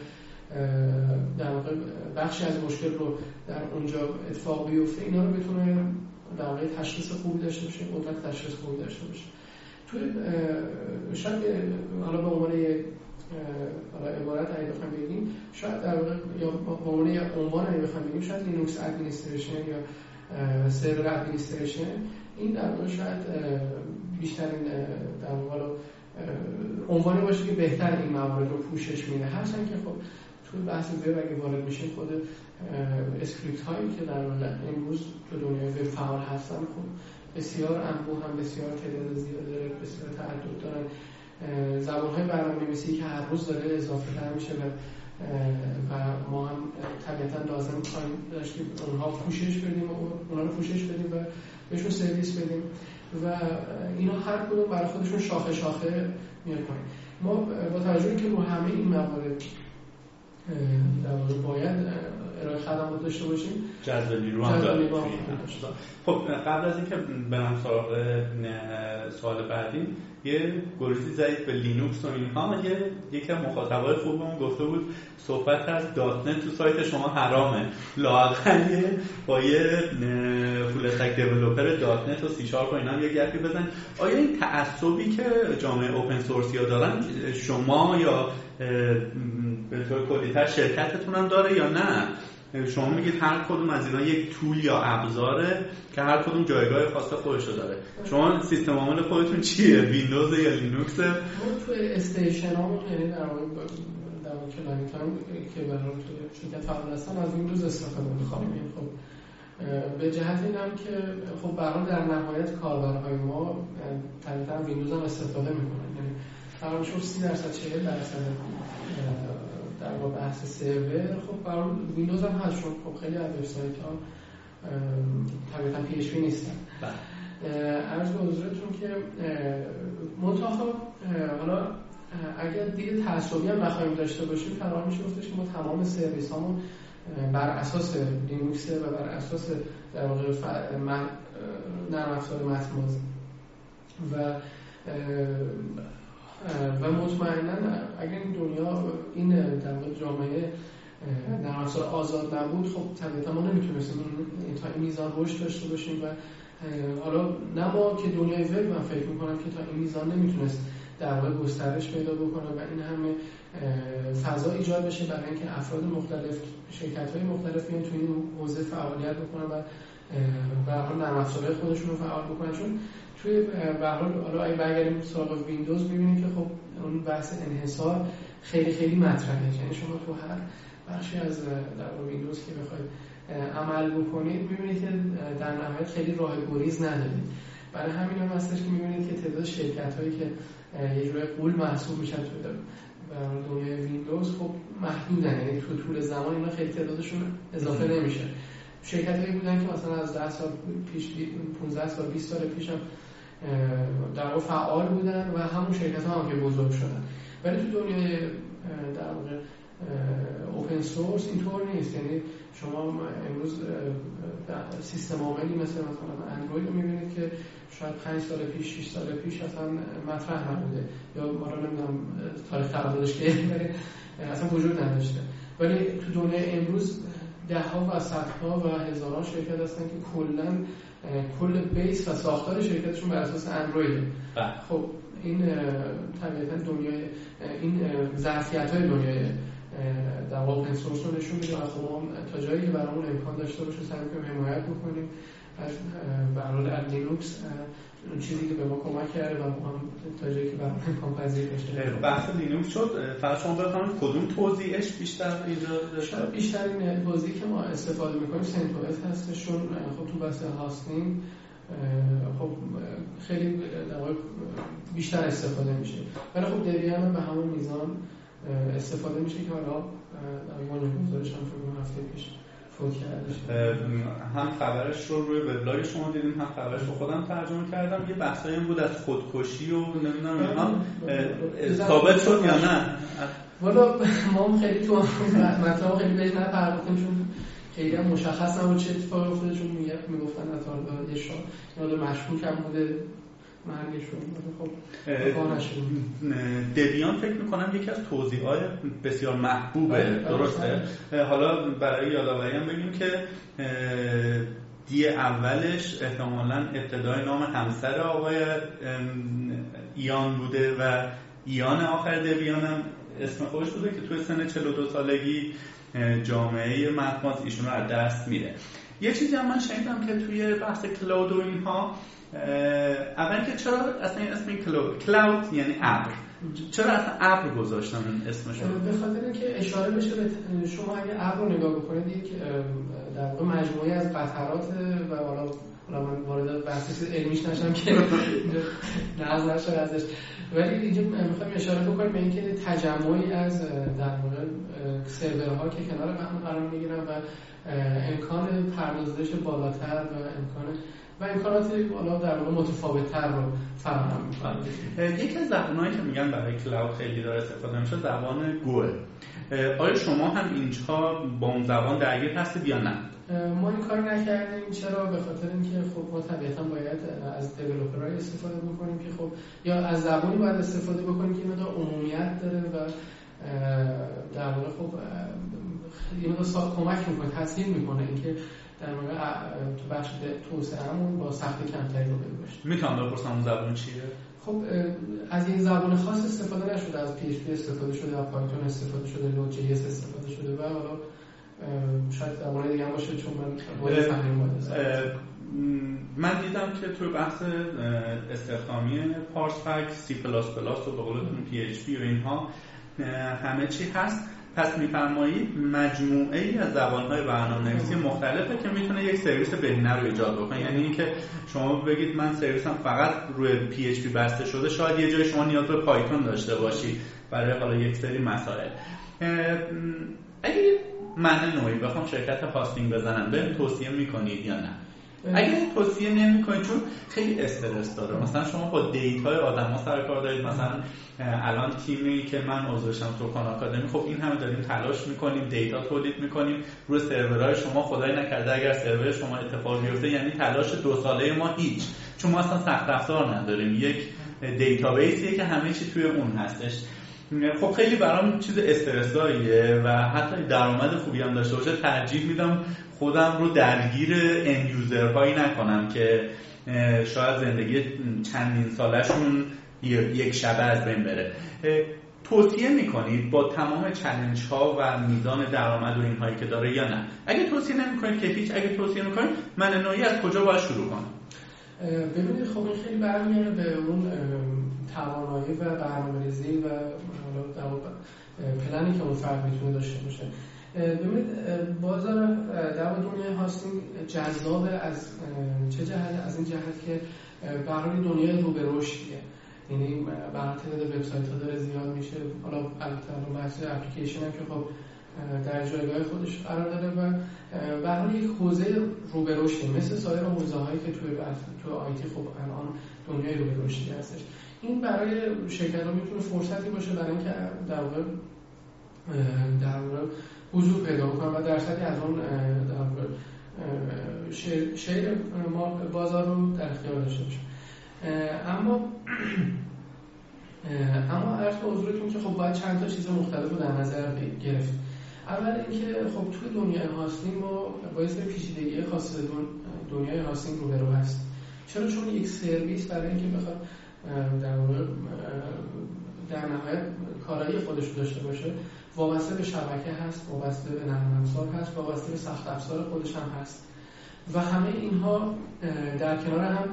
در واقع بخشی از مشکل رو در اونجا اتفاق بیفته اینا رو بتونه در واقع تشخیص خوبی داشته باشه، قدرت تشخیص خوبی داشته باشه. توی شاید حالا به عنوان یک حالا عبارت اگه بخوام بگیم، شاید در واقع یا به عنوان یک عنوان اگه بخوام بگیم، شاید لینوکس ادمنستریشن یا سرور ادمنستریشن این در واقع شاید بیشترین در واقع عنوانی باشه که بهتر این موارد رو پوشش میده. هرچند که خب توی بحث وب اگه وارد میشیم خود اسکریپت هایی که در واقع امروز تو دنیای وب فعال هستن خب بسیار انبوه هم بسیار تعداد زیاد داره، بسیار تعدد دارن. زبان های برنامه‌نویسی که هر روز داره اضافه تر میشه و و ما هم طبیعتا لازم خواهیم داشت که اونها پوشش بدیم و اونها رو پوشش بدیم و بهشون سرویس بدیم و اینا هر کدوم برای خودشون شاخه شاخه میاد کنیم. ما با توجه که رو همه این موارد در واقع باید ارائه خدمات داشته باشیم، جذب نیرو هم داریم. خب قبل از اینکه برم سراغ سوال بعدی، یه گروسی زدید به لینوکس و اینها. یه یکی از مخاطبای خوبمون گفته بود صحبت از دات نت تو سایت شما حرامه، لااقل با یه فول استک دیولپر دات نت و سی شارپ و اینا یه گپی بزن. آیا این تعصبی که جامعه اوپن سورسیا دارن شما یا به طور کلی‌تر شرکتتون هم داره یا نه؟ شما میگید هر کدوم از اینا یک تول یا ابزاره که هر کدوم جایگاه خاص خودش رو داره. شما سیستم عامل خودتون چیه؟ ویندوز یا لینوکس؟ ما تو استیشن ها یعنی در واقع در واقع کلاینت ها که برای شرکت فعال هستن از ویندوز استفاده می‌کنیم. خب به جهت اینم که خب به هر حال در نهایت کاربرهای ما طبیعتاً ویندوز هم استفاده می‌کنن. یعنی فرض کنید سی درصد چهل درصد در واقع بحث سرور خب برای ویندوز هم هست، چون خب خیلی از وبسایت‌ها طبیعتاً پی اچ پی نیستن. عرض به حضورتون که منتها حالا اگر دید تعصبی هم بخوایم داشته باشیم قرار میشه گفتش که ما تمام سرویس‌هامون بر اساس لینوکس و بر اساس در واقع نرم افزار متن و و مطمئنا اگر این دنیا این در واقع جامعه نرم افزار آزاد نبود خب طبیعتا ما نمیتونستیم این تا این میزان رشد داشته باشیم و حالا نه ما که دنیای وب من فکر میکنم که تا این میزان نمیتونست در واقع گسترش پیدا بکنه و این همه فضا ایجاد بشه برای اینکه افراد مختلف شرکت‌های مختلف بیان توی این حوزه فعالیت بکنن و به هر حال نرم افزارهای خودشون رو فعال بکنن. چون توی به هر حال حالا اگه برگردیم سراغ ویندوز می‌بینید که خب اون بحث انحصار خیلی خیلی مطرحه. یعنی شما تو هر بخشی از در ویندوز که بخواید عمل بکنید می‌بینید که در نهایت خیلی راه گریز ندارید. برای همین هم هستش که می‌بینید که تعداد شرکت‌هایی که یه جوری غول محسوب میشن توی دنیای ویندوز خب محدودن. یعنی تو طول زمان اینا خیلی تعدادشون اضافه نمیشه شرکتایی بودن که مثلا از ده سال پیش پانزده سال بیست سال پیش هم در واقع فعال بودن و همون شرکت ها هم که بزرگ شدن. ولی تو دنیای در واقع اوپن سورس اینطور نیست. یعنی شما امروز سیستم عاملی مثل مثلا اندروید رو می‌بینید که شاید پنج سال پیش شش سال پیش اصلا مطرح نبوده یا ما رو نمیدونم تاریخ تولدش که اصلا وجود نداشته. ولی تو دنیای امروز ده ها و صدها و هزاران شرکت هستن که کلا کل بیس و ساختار شرکتشون بر اساس اندرویده. خب این طبیعتا دنیای این ظرفیت‌های دنیای در واقع اوپن سورس رو نشون میده و خب ما تا جایی که برامون امکان داشته باشه سعی می‌کنیم حمایت بکنیم از برای از لینوکس، اون چیزی که به ما کمک کرده و ما هم تا جایی که برامون امکان پذیر باشه. بحث لینوکس شد، فقط شما بفرمایید کدوم توضیحش بیشتر اینجا شاید بیشترین توضیحی که ما استفاده می‌کنیم سنتوس هستش، چون خب تو بحث هاستینگ خب خیلی در واقع بیشتر استفاده میشه. ولی خب دیبیان هم به همون میزان استفاده میشه که حالا در واقع گزارش هم فکر هفته پیش فوت کردش. هم خبرش رو روی وبلاگ شما دیدیم، هم خبرش رو خودم ترجمه کردم. یه بحثایی بود از خودکشی و نمیدونم اینا ثابت شد یا نه؟ والا ما خیلی تو مطلب خیلی بهش نپرداختیم چون خیلی هم مشخص نبود چه اتفاقی افتاده، چون میگفتن اطلاعات یه شاه یا مشکوک هم بوده مرگشون. خب دبیان فکر میکنم یکی از توضیحات بسیار محبوبه، درسته؟ حالا برای یادآوری هم بگیم که دی اولش احتمالاً ابتدای نام همسر آقای ایان بوده و ایان آخر دبیان هم اسم خودش بوده که توی سن چهل و دو سالگی جامعه مخماز ایشون رو از دست میده. یه چیزی هم من شنیدم که توی بحث کلاود و اینها، اول که چرا اصلا اسم این کلاود کلاود یعنی ابر، چرا اصلا ابر گذاشتن اسمش رو؟ به خاطر اینکه اشاره بشه به شما اگه ابر رو نگاه بکنید یک در واقع مجموعه از قطرات و حالا حالا من وارد بحث علمیش نشم که نقض نشه ازش، ولی اینجا میخوایم اشاره بکنیم به اینکه تجمعی از در واقع سرورها که کنار هم قرار میگیرن و امکان پردازش بالاتر و امکان و امکانات حالا در واقع متفاوت‌تر رو فراهم می‌کنه. یکی از زبان‌هایی که میگن برای کلاود خیلی داره استفاده میشه زبان گو. آیا شما هم اینجا با اون زبان درگیر هستید یا نه؟ ما این کار نکردیم. چرا؟ به خاطر اینکه خب ما طبیعتاً باید از دیولپرای استفاده بکنیم که خب یا از زبانی باید استفاده بکنیم که مقدار عمومیت داره و در واقع خب یه مقدار کمک می‌کنه، تسهیل می‌کنه اینکه در واقع تو بخش توسعه‌مون با سختی کمتری رو بباشیم. میتونم بپرسم اون زبان چیه؟ خب از این زبان خاص استفاده نشده، از پی اچ پی استفاده شده، از پایتون استفاده شده، نود جی اس استفاده شده و حالا شاید زبان دیگه هم باشه چون من باید فهمیدم. من دیدم که توی بحث استخدامی پارسفک، سی پلاس پلاس و به قولتون پی اچ پی و اینها همه چی هست. پس می‌فرمایید مجموعه ای از زبان‌های برنامه‌نویسی مختلفه که میتونه یک سرویس بهینه رو ایجاد بکنه. یعنی اینکه شما بگید من سرویسم فقط روی پی اچ پی بسته شده، شاید یه جای شما نیاز به پایتون داشته باشی برای حالا یک سری مسائل. اگه من نوعی بخوام شرکت هاستینگ بزنم، بهم توصیه می‌کنید یا نه؟ اگه توصیه نمی‌کنید چون خیلی استرس داره. مثلا شما با دیتای آدم‌ها سر کار دارید. مثلا الان تیمی که من عضوشم تو کان آکادمی، خب این همه داریم تلاش می‌کنیم، دیتا تولید می‌کنیم روی سرورهای شما. خدای نکرده اگر سرور شما اتفاق بیفته یعنی تلاش دو ساله ما هیچ، چون ما اصلا سخت افزار نداریم، یک دیتابیسیه که همه چی توی اون هستش. خب خیلی برام چیز استرساییه و حتی درآمد خوبی هم داشته باشه ترجیح میدم خودم رو درگیر اند یوزرهایی نکنم که شاید زندگی چندین سالشون یک شبه از بین بره. توصیه میکنید با تمام چالش ها و میزان درآمد و اینهایی که داره یا نه؟ اگه توصیه نمیکنید که هیچ، اگه توصیه میکنید من نوعی از کجا باید شروع کنم؟ ببینید خب این خیلی برمیگرده به اون توانایی و برنامه‌ریزی و در واقع پلنی که اون فرد میتونه داشته باشه. ببینید بازار در دنیای هاستینگ جذاب از چه جهت؟ از این جهت که برای دنیای رو به رشدیه. یعنی برای تعداد وبسایت‌ها داره زیاد میشه. حالا البته بحث اپلیکیشن هم که خب در جایگاه خودش قرار داره و به هر حال یک حوزه رو به رشد مثل سایر حوزه‌هایی که توی تو آیتی خب الان دنیای رو به رشدی هستش. این برای شرکت‌ها میتونه فرصتی باشه برای اینکه در واقع در واقع حضور پیدا کنن و درصدی از اون در واقع شیر بازار رو در اختیار داشته باشن. اما اما عرض به حضورتون که خب باید چند تا چیز مختلف رو در نظر گرفت. اول اینکه خب توی دنیای هاستینگ ما با یه پیچیدگی خاص دنیای هاستینگ روبرو هست. چرا؟ چون یک سرویس برای اینکه بخواد در واقع در نهایت کارایی خودش رو داشته باشه وابسته به شبکه هست، وابسته به نرم افزار هست، وابسته به سخت افزار خودش هم هست و همه اینها در کنار هم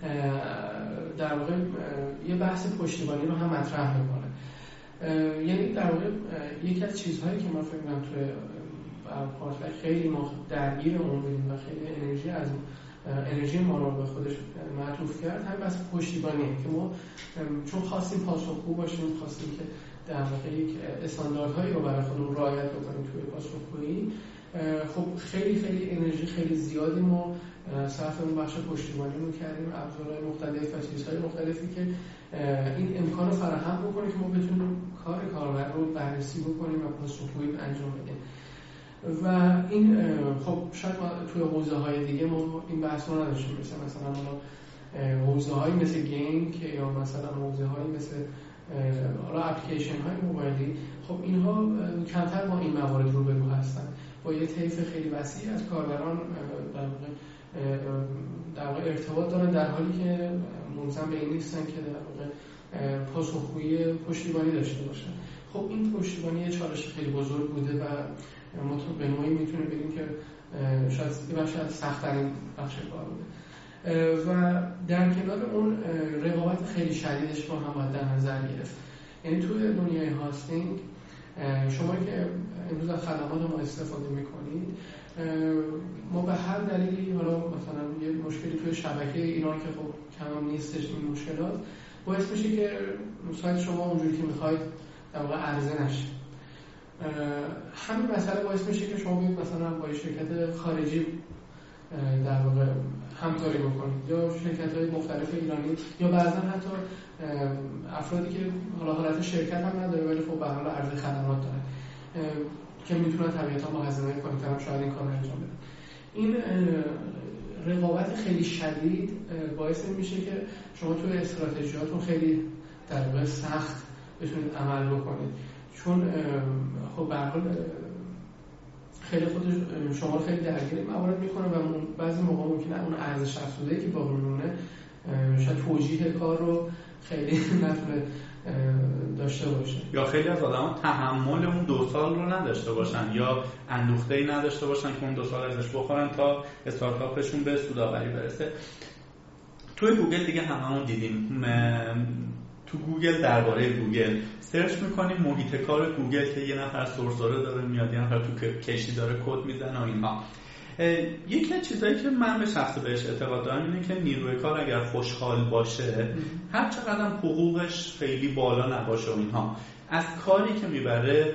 در واقع یه بحث پشتیبانی رو هم مطرح میکنه. یعنی در واقع یکی از چیزهایی که ما فکر کنم توی پارسال خیلی ما درگیرمون بودیم و خیلی انرژی از انرژی ما رو به خودش معطوف کرد همین بحث پشتیبانیه که ما چون خواستیم پاسخگو باشیم، خواستیم که در واقع یک استانداردهایی رو برای خودمون رعایت بکنیم توی پاسخگویی، خب خیلی خیلی انرژی خیلی زیادی ما صرف اون بخش پشتیبانی رو کردیم، ابزارهای مختلف و چیزهای مختلفی که این امکان رو فراهم بکنه که ما بتونیم کار کاربر رو بررسی بکنیم و پاسخگویی انجام بدیم. و این خب شاید ما توی حوزه‌های دیگه ما این بحث رو نداشتیم، مثل مثلا ما حوزه‌هایی مثل گیم که یا مثلا حوزه‌هایی مثل حالا اپلیکیشن‌های موبایلی، خب اینها کمتر با این موارد روبرو هستن، با یه طیف خیلی وسیع از کاربران در واقع در واقع ارتباط دارن، در حالی که ملزم به این نیستن که در واقع پاسخگویی پشتیبانی داشته باشن. خب این پشتیبانی یه چالش خیلی بزرگ بوده و ما تو به نوعی میتونیم بگیم که شاید یه بخش از سخت‌ترین بخش کار بوده و در کنار اون رقابت خیلی شدیدش ما هم باید در نظر گرفت. یعنی توی دنیای هاستینگ شما که امروز از خدمات ما استفاده میکنید، ما به هر دلیلی حالا مثلا یه مشکلی توی شبکه ایران که خب کم نیستش این مشکلات باعث میشه که سایت شما اونجوری که میخواید در واقع عرضه نشه. همین مسئله باعث میشه که شما بیاید مثلا با شرکت خارجی در واقع همکاری بکنید یا شرکت‌های مختلف ایرانی یا بعضا حتی افرادی که حالا حالت شرکت هم نداره ولی خب به هر حال عرضه خدمات داره که میتونن طبیعتا با هزینه کمتر هم شاید این کار رو انجام بدن. این رقابت خیلی شدید باعث میشه که شما توی استراتژیاتون خیلی در واقع سخت بتونید عمل بکنید، چون خب به هر حال خیلی خودش شما رو خیلی درگیر موارد میکنه و بعضی موقع ممکنه اون ارزش افزوده که با میمونه شاید توجیه کار رو خیلی نتونه داشته باشه، یا خیلی از آدما تحمل اون دو سال رو نداشته باشن یا اندوخته‌ای نداشته باشن که اون دو سال ازش بخورن تا استارتاپشون به سودآوری برسه. توی گوگل دیگه هممون دیدیم، تو گوگل درباره گوگل سرچ میکنیم محیط کار گوگل که یه نفر سورسوره داره میاد، یه نفر تو کشی داره کد میزنه و اینها. یکی از چیزایی که من به شخص بهش اعتقاد دارم اینه که نیروی کار اگر خوشحال باشه هر چقدر حقوقش خیلی بالا نباشه و اینها از کاری که میبره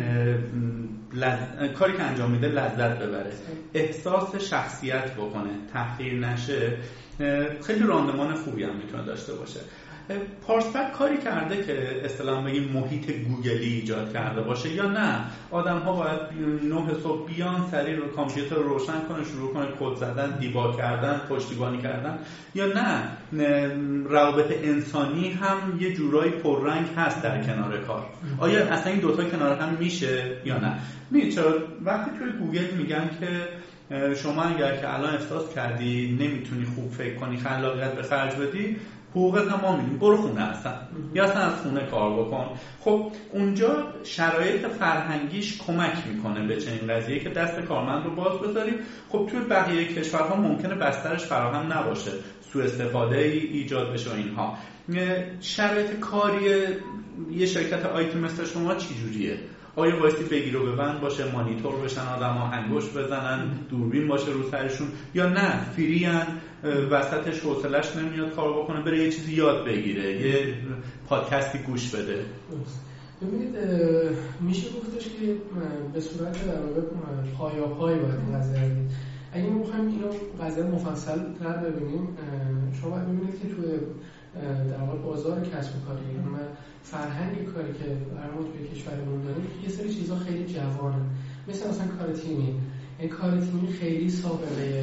لز... کاری که انجام میده لذت ببره، احساس شخصیت بکنه، تحقیر نشه، خیلی راندمان خوبی هم میتونه داشته باشه. پارسپک کاری کرده که اصطلاحاً بگیم محیط گوگلی ایجاد کرده باشه یا نه آدم‌ها باید نه صبح بیان سریع رو کامپیوتر رو روشن کنن شروع کنن کد زدن، دیباگ کردن، پشتیبانی کردن، یا نه روابط انسانی هم یه جورایی پررنگ هست در کنار کار؟ آیا اصلا این دوتا کنار هم میشه یا نه؟ میگه چرا وقتی توی گوگل میگن که شما اگر که الان احساس کردی نمیتونی خوب فکر کنی، خلاقیت به خرج بدی، حقوقت هم ما میدیم، برو خونه اصلا یا اصلا از خونه کار بکن. خب اونجا شرایط فرهنگیش کمک میکنه به چنین قضیه که دست کارمند رو باز بذاریم. خب توی بقیه کشورها ممکنه بسترش فراهم نباشه، سوء استفاده ایجاد بشه و اینها. شرایط کاری یه شرکت آیتی مثل شما چی جوریه؟ آیا بایستی بگیر و ببند باشه، مانیتور بشن آدم‌ها، انگشت بزنن، دوربین باشه رو سرشون، یا نه فریان وسطش حوصله‌اش نمیاد کار بکنه بره یه چیزی یاد بگیره، یه پادکستی گوش بده؟ ببینید میشه گفتش که به صورت در واقع پایاپای باید این قضیه رو دید. اگه ما بخوایم اینو قضیه مفصل تر ببینیم، شما باید ببینید که توی در واقع بازار کسب و کار ایران و فرهنگ کاری که برامون توی کشورمون داریم یه سری چیزا خیلی جوانه، مثل مثلا کار تیمی. این کار تیمی خیلی سابقه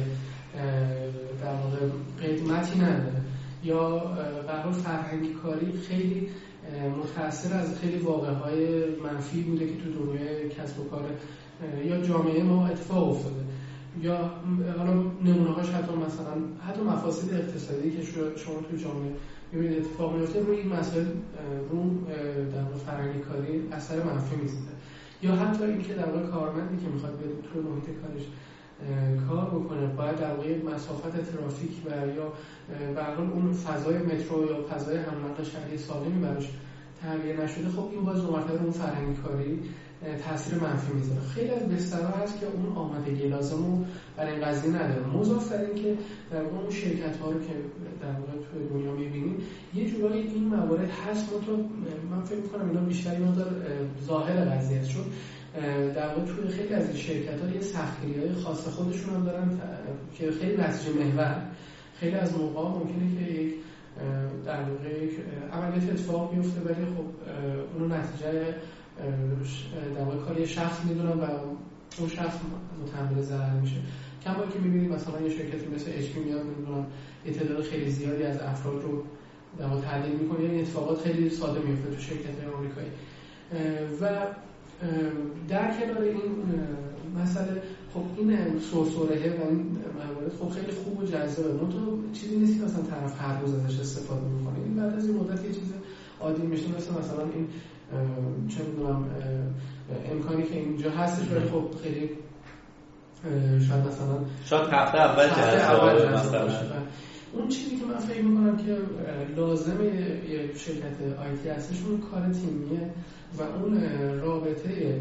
در واقع قدمتی نداره، یا به هر حال فرهنگ کاری خیلی متأثر از خیلی واقعهای منفی بوده که تو دنیای کسب و کار یا جامعه ما اتفاق افتاده، یا حالا نمونه‌هاش حتی مثلا حتی مفاسد اقتصادی که شما تو جامعه می‌بینید اتفاق میفته، روی این مسائل رو در واقع فرهنگ کاری اثر منفی می‌ذاره. یا حتی اینکه در واقع کارمندی که می‌خواد بیاد تو محیط کارش کار بکنه باید در واقع مسافت ترافیک و یا به هر حال اون فضای مترو یا فضای حمل و نقل شهری سالمی براش تغییر نشده، خب این باز دو مرتبه اون فرهنگ کاری تاثیر منفی میذاره. خیلی از بسترها هست که اون آمادگی لازم رو برای این قضیه نداره. مضاف بر این که در واقع اون شرکت ها رو که در واقع توی دنیا میبینیم یه جورایی این موارد هست، تو من فکر میکنم اینا بیشتر مقدار ظاهر قضیه است، چون در واقع توی خیلی از این شرکت ها یه سختگیری‌های خاص خودشون هم دارن که خیلی نتیجه محور. خیلی از موقع ممکنه که یک در واقع یک عملیات اتفاق بیفته ولی خب اون نتیجه در واقع کاری شخص میدونن و اون شخص متحمل ضرر میشه. کما که میبینید مثلا یه شرکتی مثل اچ پی میاد میدونن یه تعداد خیلی زیادی از افراد رو در واقع تعدیل میکنه. این اتفاقات خیلی ساده میفته تو شرکت‌های آمریکایی. و در کنار این مسئله خب این سرسرهه و این موارد خب خیلی خوب و جذابه، اون تو چیزی نیست که مثلا طرف هر روز ازش استفاده میکنه. این بعد از این مدت یه چیز عادی میشه، مثل مثلا این چه میدونم امکانی که اینجا هستش ولی خب خیلی شاید مثلا شاید هفته اول جذاب مثلا اون چیزی که من فکر میکنم که لازمه یه شرکت آیتی هستش اون کار تیمیه و اون رابطه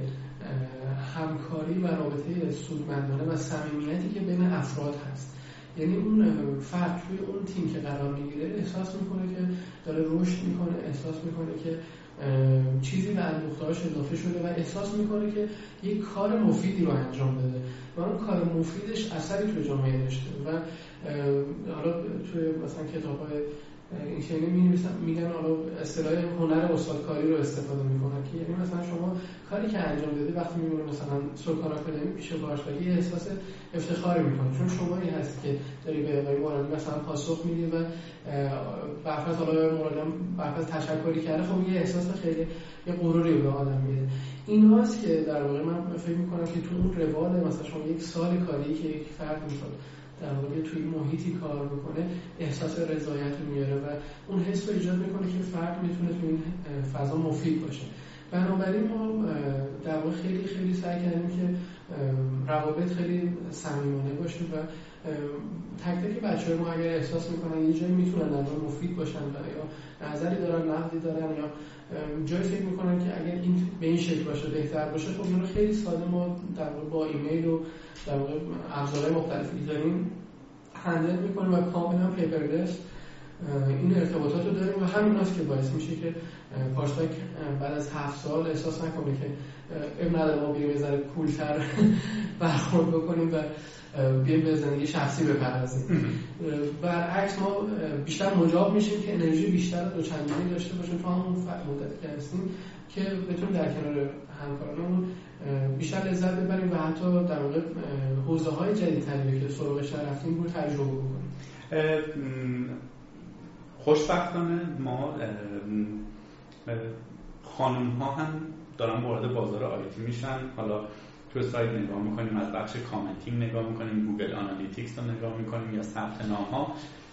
همکاری و رابطه سودمندانه و صمیمیتی که بین افراد هست. یعنی اون فرد توی اون تیم که قرار میگیره احساس میکنه که داره رشد میکنه، احساس میکنه که چیزی به اندوخته‌هاش اضافه شده و احساس میکنه که یک کار مفیدی رو انجام بده و اون کار مفیدش اثری توی جامعه داشته. و حالا توی مثلا کتاب‌های این چنین می‌نویسن میگن حالا اصطلاح هنر استادکاری رو استفاده میکنن که یعنی مثلا شما کاری که انجام دادی وقتی میمونه مثلا سوکان آکادمی پیش باشگاهی یه احساس افتخاری میکنه، چون شما این هست که داری به آقای مورد مثلا پاسخ میدی و برفض حالا مورد برفض تشکری کرده، خب یه احساس خیلی یه غروری به آدم میده. این هاست که در واقع من فکر میکنم که تو اون روال مثلا شما یک سال کاری که یک فرد میخواد در واقع توی محیطی کار بکنه احساس رضایت رو میاره و اون حس رو ایجاد میکنه که فرد میتونه توی این فضا مفید باشه. بنابراین ما در واقع خیلی خیلی سعی کردیم که روابط خیلی صمیمانه باشه و تک تک بچه‌ها ما اگر احساس میکنن یه جایی میتونن در واقع مفید باشن و یا نظری دارن، نقدی دارن یا جایی فکر میکنن که اگر این به این شکل باشه بهتر باشه، خب اون رو خیلی ساده ما در واقع با ایمیل و در واقع ابزارهای مختلفی داریم هندل میکنیم و کاملا پیپرلس این ارتباطات رو داریم و همین هست که باعث میشه که پارساک بعد از هفت سال احساس نکنه که اب نداره ما بیریم یه ذره کولتر برخورد بکنیم و بیایم به زندگی شخصی بپردازیم. برعکس ما بیشتر مجاب میشیم که انرژی بیشتر دوچندانی داشته باشیم تو همون مدتی که هستیم که بتونیم در کنار همکارانمون بیشتر لذت ببریم و حتی در واقع حوزه‌های جدیدتری که سراغش رفتیم رو تجربه بکنیم. خوشبختانه ما خانم ها هم دارن وارد بازار آیتی میشن. حالا تو سایت نگاه میکنیم، از بخش کامنتینگ نگاه میکنیم، گوگل آنالیتیکس رو نگاه میکنیم یا ثبت نام ها،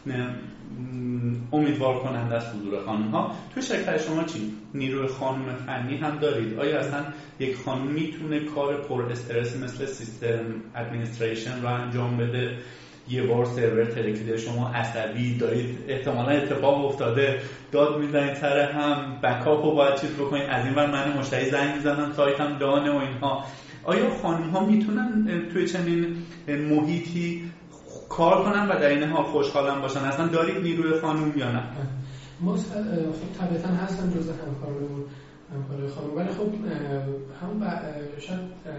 امیدوار کننده از حضور خانم ها. تو شرکت شما چی؟ نیروی خانم فنی هم دارید؟ آیا اصلا یک خانم میتونه کار پر استرس مثل سیستم ادمنستریشن رو انجام بده؟ یه بار سرور ترکیده شما عصبی دارید، احتمالا اتفاق افتاده، داد میزنید سر هم، بکاپ رو باید چیز بکنید، از این ور من مشتری زنگ میزنم سایتم دانه و اینها. آیا خانم ها میتونن توی چنین محیطی کار کنن و در این حال خوشحالم باشن؟ اصلا دارید نیروی خانم یا نه؟ ما خب طبیعتا هستن جزء همکارمون همکارای خانم، ولی خب هم شاید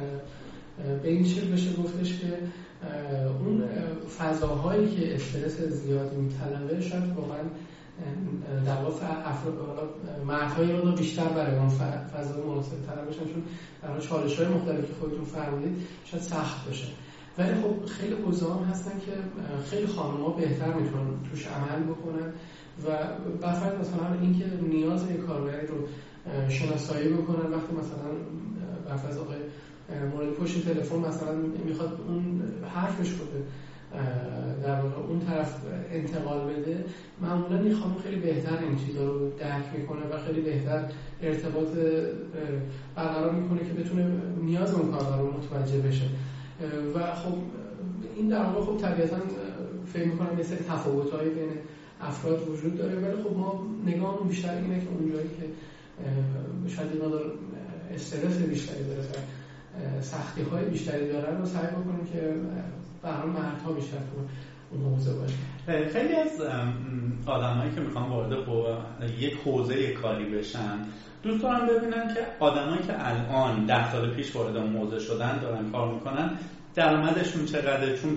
به این شکل بشه گفتش که اون فضاهایی که استرس زیادی میطلبه شاید واقعا در واقع مردهای رو بیشتر برای اون فضای مناسب طلب بشن، چون در واقع چالش‌های مختلفی که خودتون فرمودید شاید سخت باشه. ولی خب خیلی حوزه هم هستن که خیلی خانم‌ها بهتر میتونن توش عمل بکنن و بفرض مثلا اینکه نیاز یک کاربری رو شناسایی بکنن وقتی مثلا بفرض آقای مورد پشت تلفن مثلا میخواد اون حرفش رو در واقع اون طرف انتقال بده، معمولا این خانم خیلی بهتر این چیزا رو درک میکنه و خیلی بهتر ارتباط برقرار میکنه که بتونه نیاز اون کاربر رو متوجه بشه. و خب این در واقع خب طبیعتا فکر میکنم یه سری تفاوت‌های بین افراد وجود داره، ولی خب ما نگاهمون بیشتر اینه که اونجایی که شاید این مقدار استرس بیشتری داره و سختی‌های بیشتری داره رو سعی بکنیم که برای مردها بیشتر تو اون حوزه باشه. خیلی از آدمایی که میخوان وارد یک حوزه کاری بشن دوست دارم ببینن که آدمایی که الان ده سال پیش وارد اون حوزه شدن دارن کار میکنن درآمدشون چقدره، چون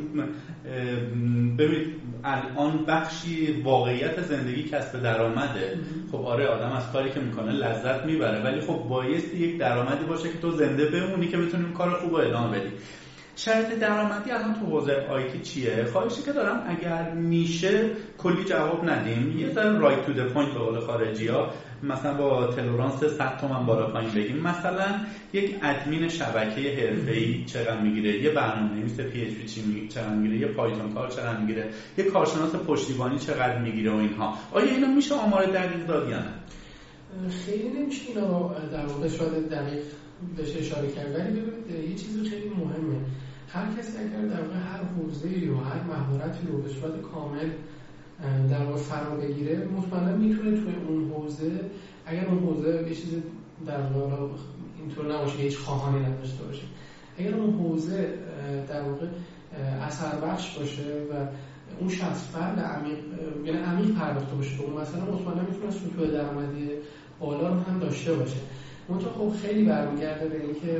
ببینید الان بخشی واقعیت زندگی کسب درآمده. خب آره آدم از کاری که میکنه لذت میبره، ولی خب بایستی یک درآمدی باشه که تو زنده بمونی که بتونی کار خوب رو ادامه بدی. شرط درآمدی الان تو حوزه آیتی چیه؟ خواهشی که دارم اگر میشه کلی جواب ندیم، یه ذره رایت تو د پوینت به قول خارجی‌ها، مثلا با تلرانس صد تومن بالا پایین بگیم. مثلا یک ادمین شبکه حرفه‌ای چقدر میگیره، یه برنامه‌نویس پی اچ پی چقدر میگیره، یه پایتون کار چقدر میگیره، یه کارشناس پشتیبانی چقدر میگیره و اینها. آیا اینا میشه آمار دقیق داد یا نه؟ خیلی نمیشه اینا در واقع شاید دقیق بهش اشاره کرد، ولی ببینید یه چیز خیلی مهمه. هر کسی اگر در واقع هر حوزه‌ای و هر مهارتی رو به صورت کامل در واقع فرا بگیره، مطمئنا میتونه توی اون حوزه، اگر اون حوزه یه چیز در واقع اینطور نباشه هیچ خواهانی نداشته باشه، اگر اون حوزه در واقع اثر بخش باشه و اون شخص فرد عمیق یعنی عمیق پرداخته باشه، اون مثلا مطمئنا میتونه سطوح درآمدی بالا رو هم داشته باشه. منتها خب خیلی برمیگرده به اینکه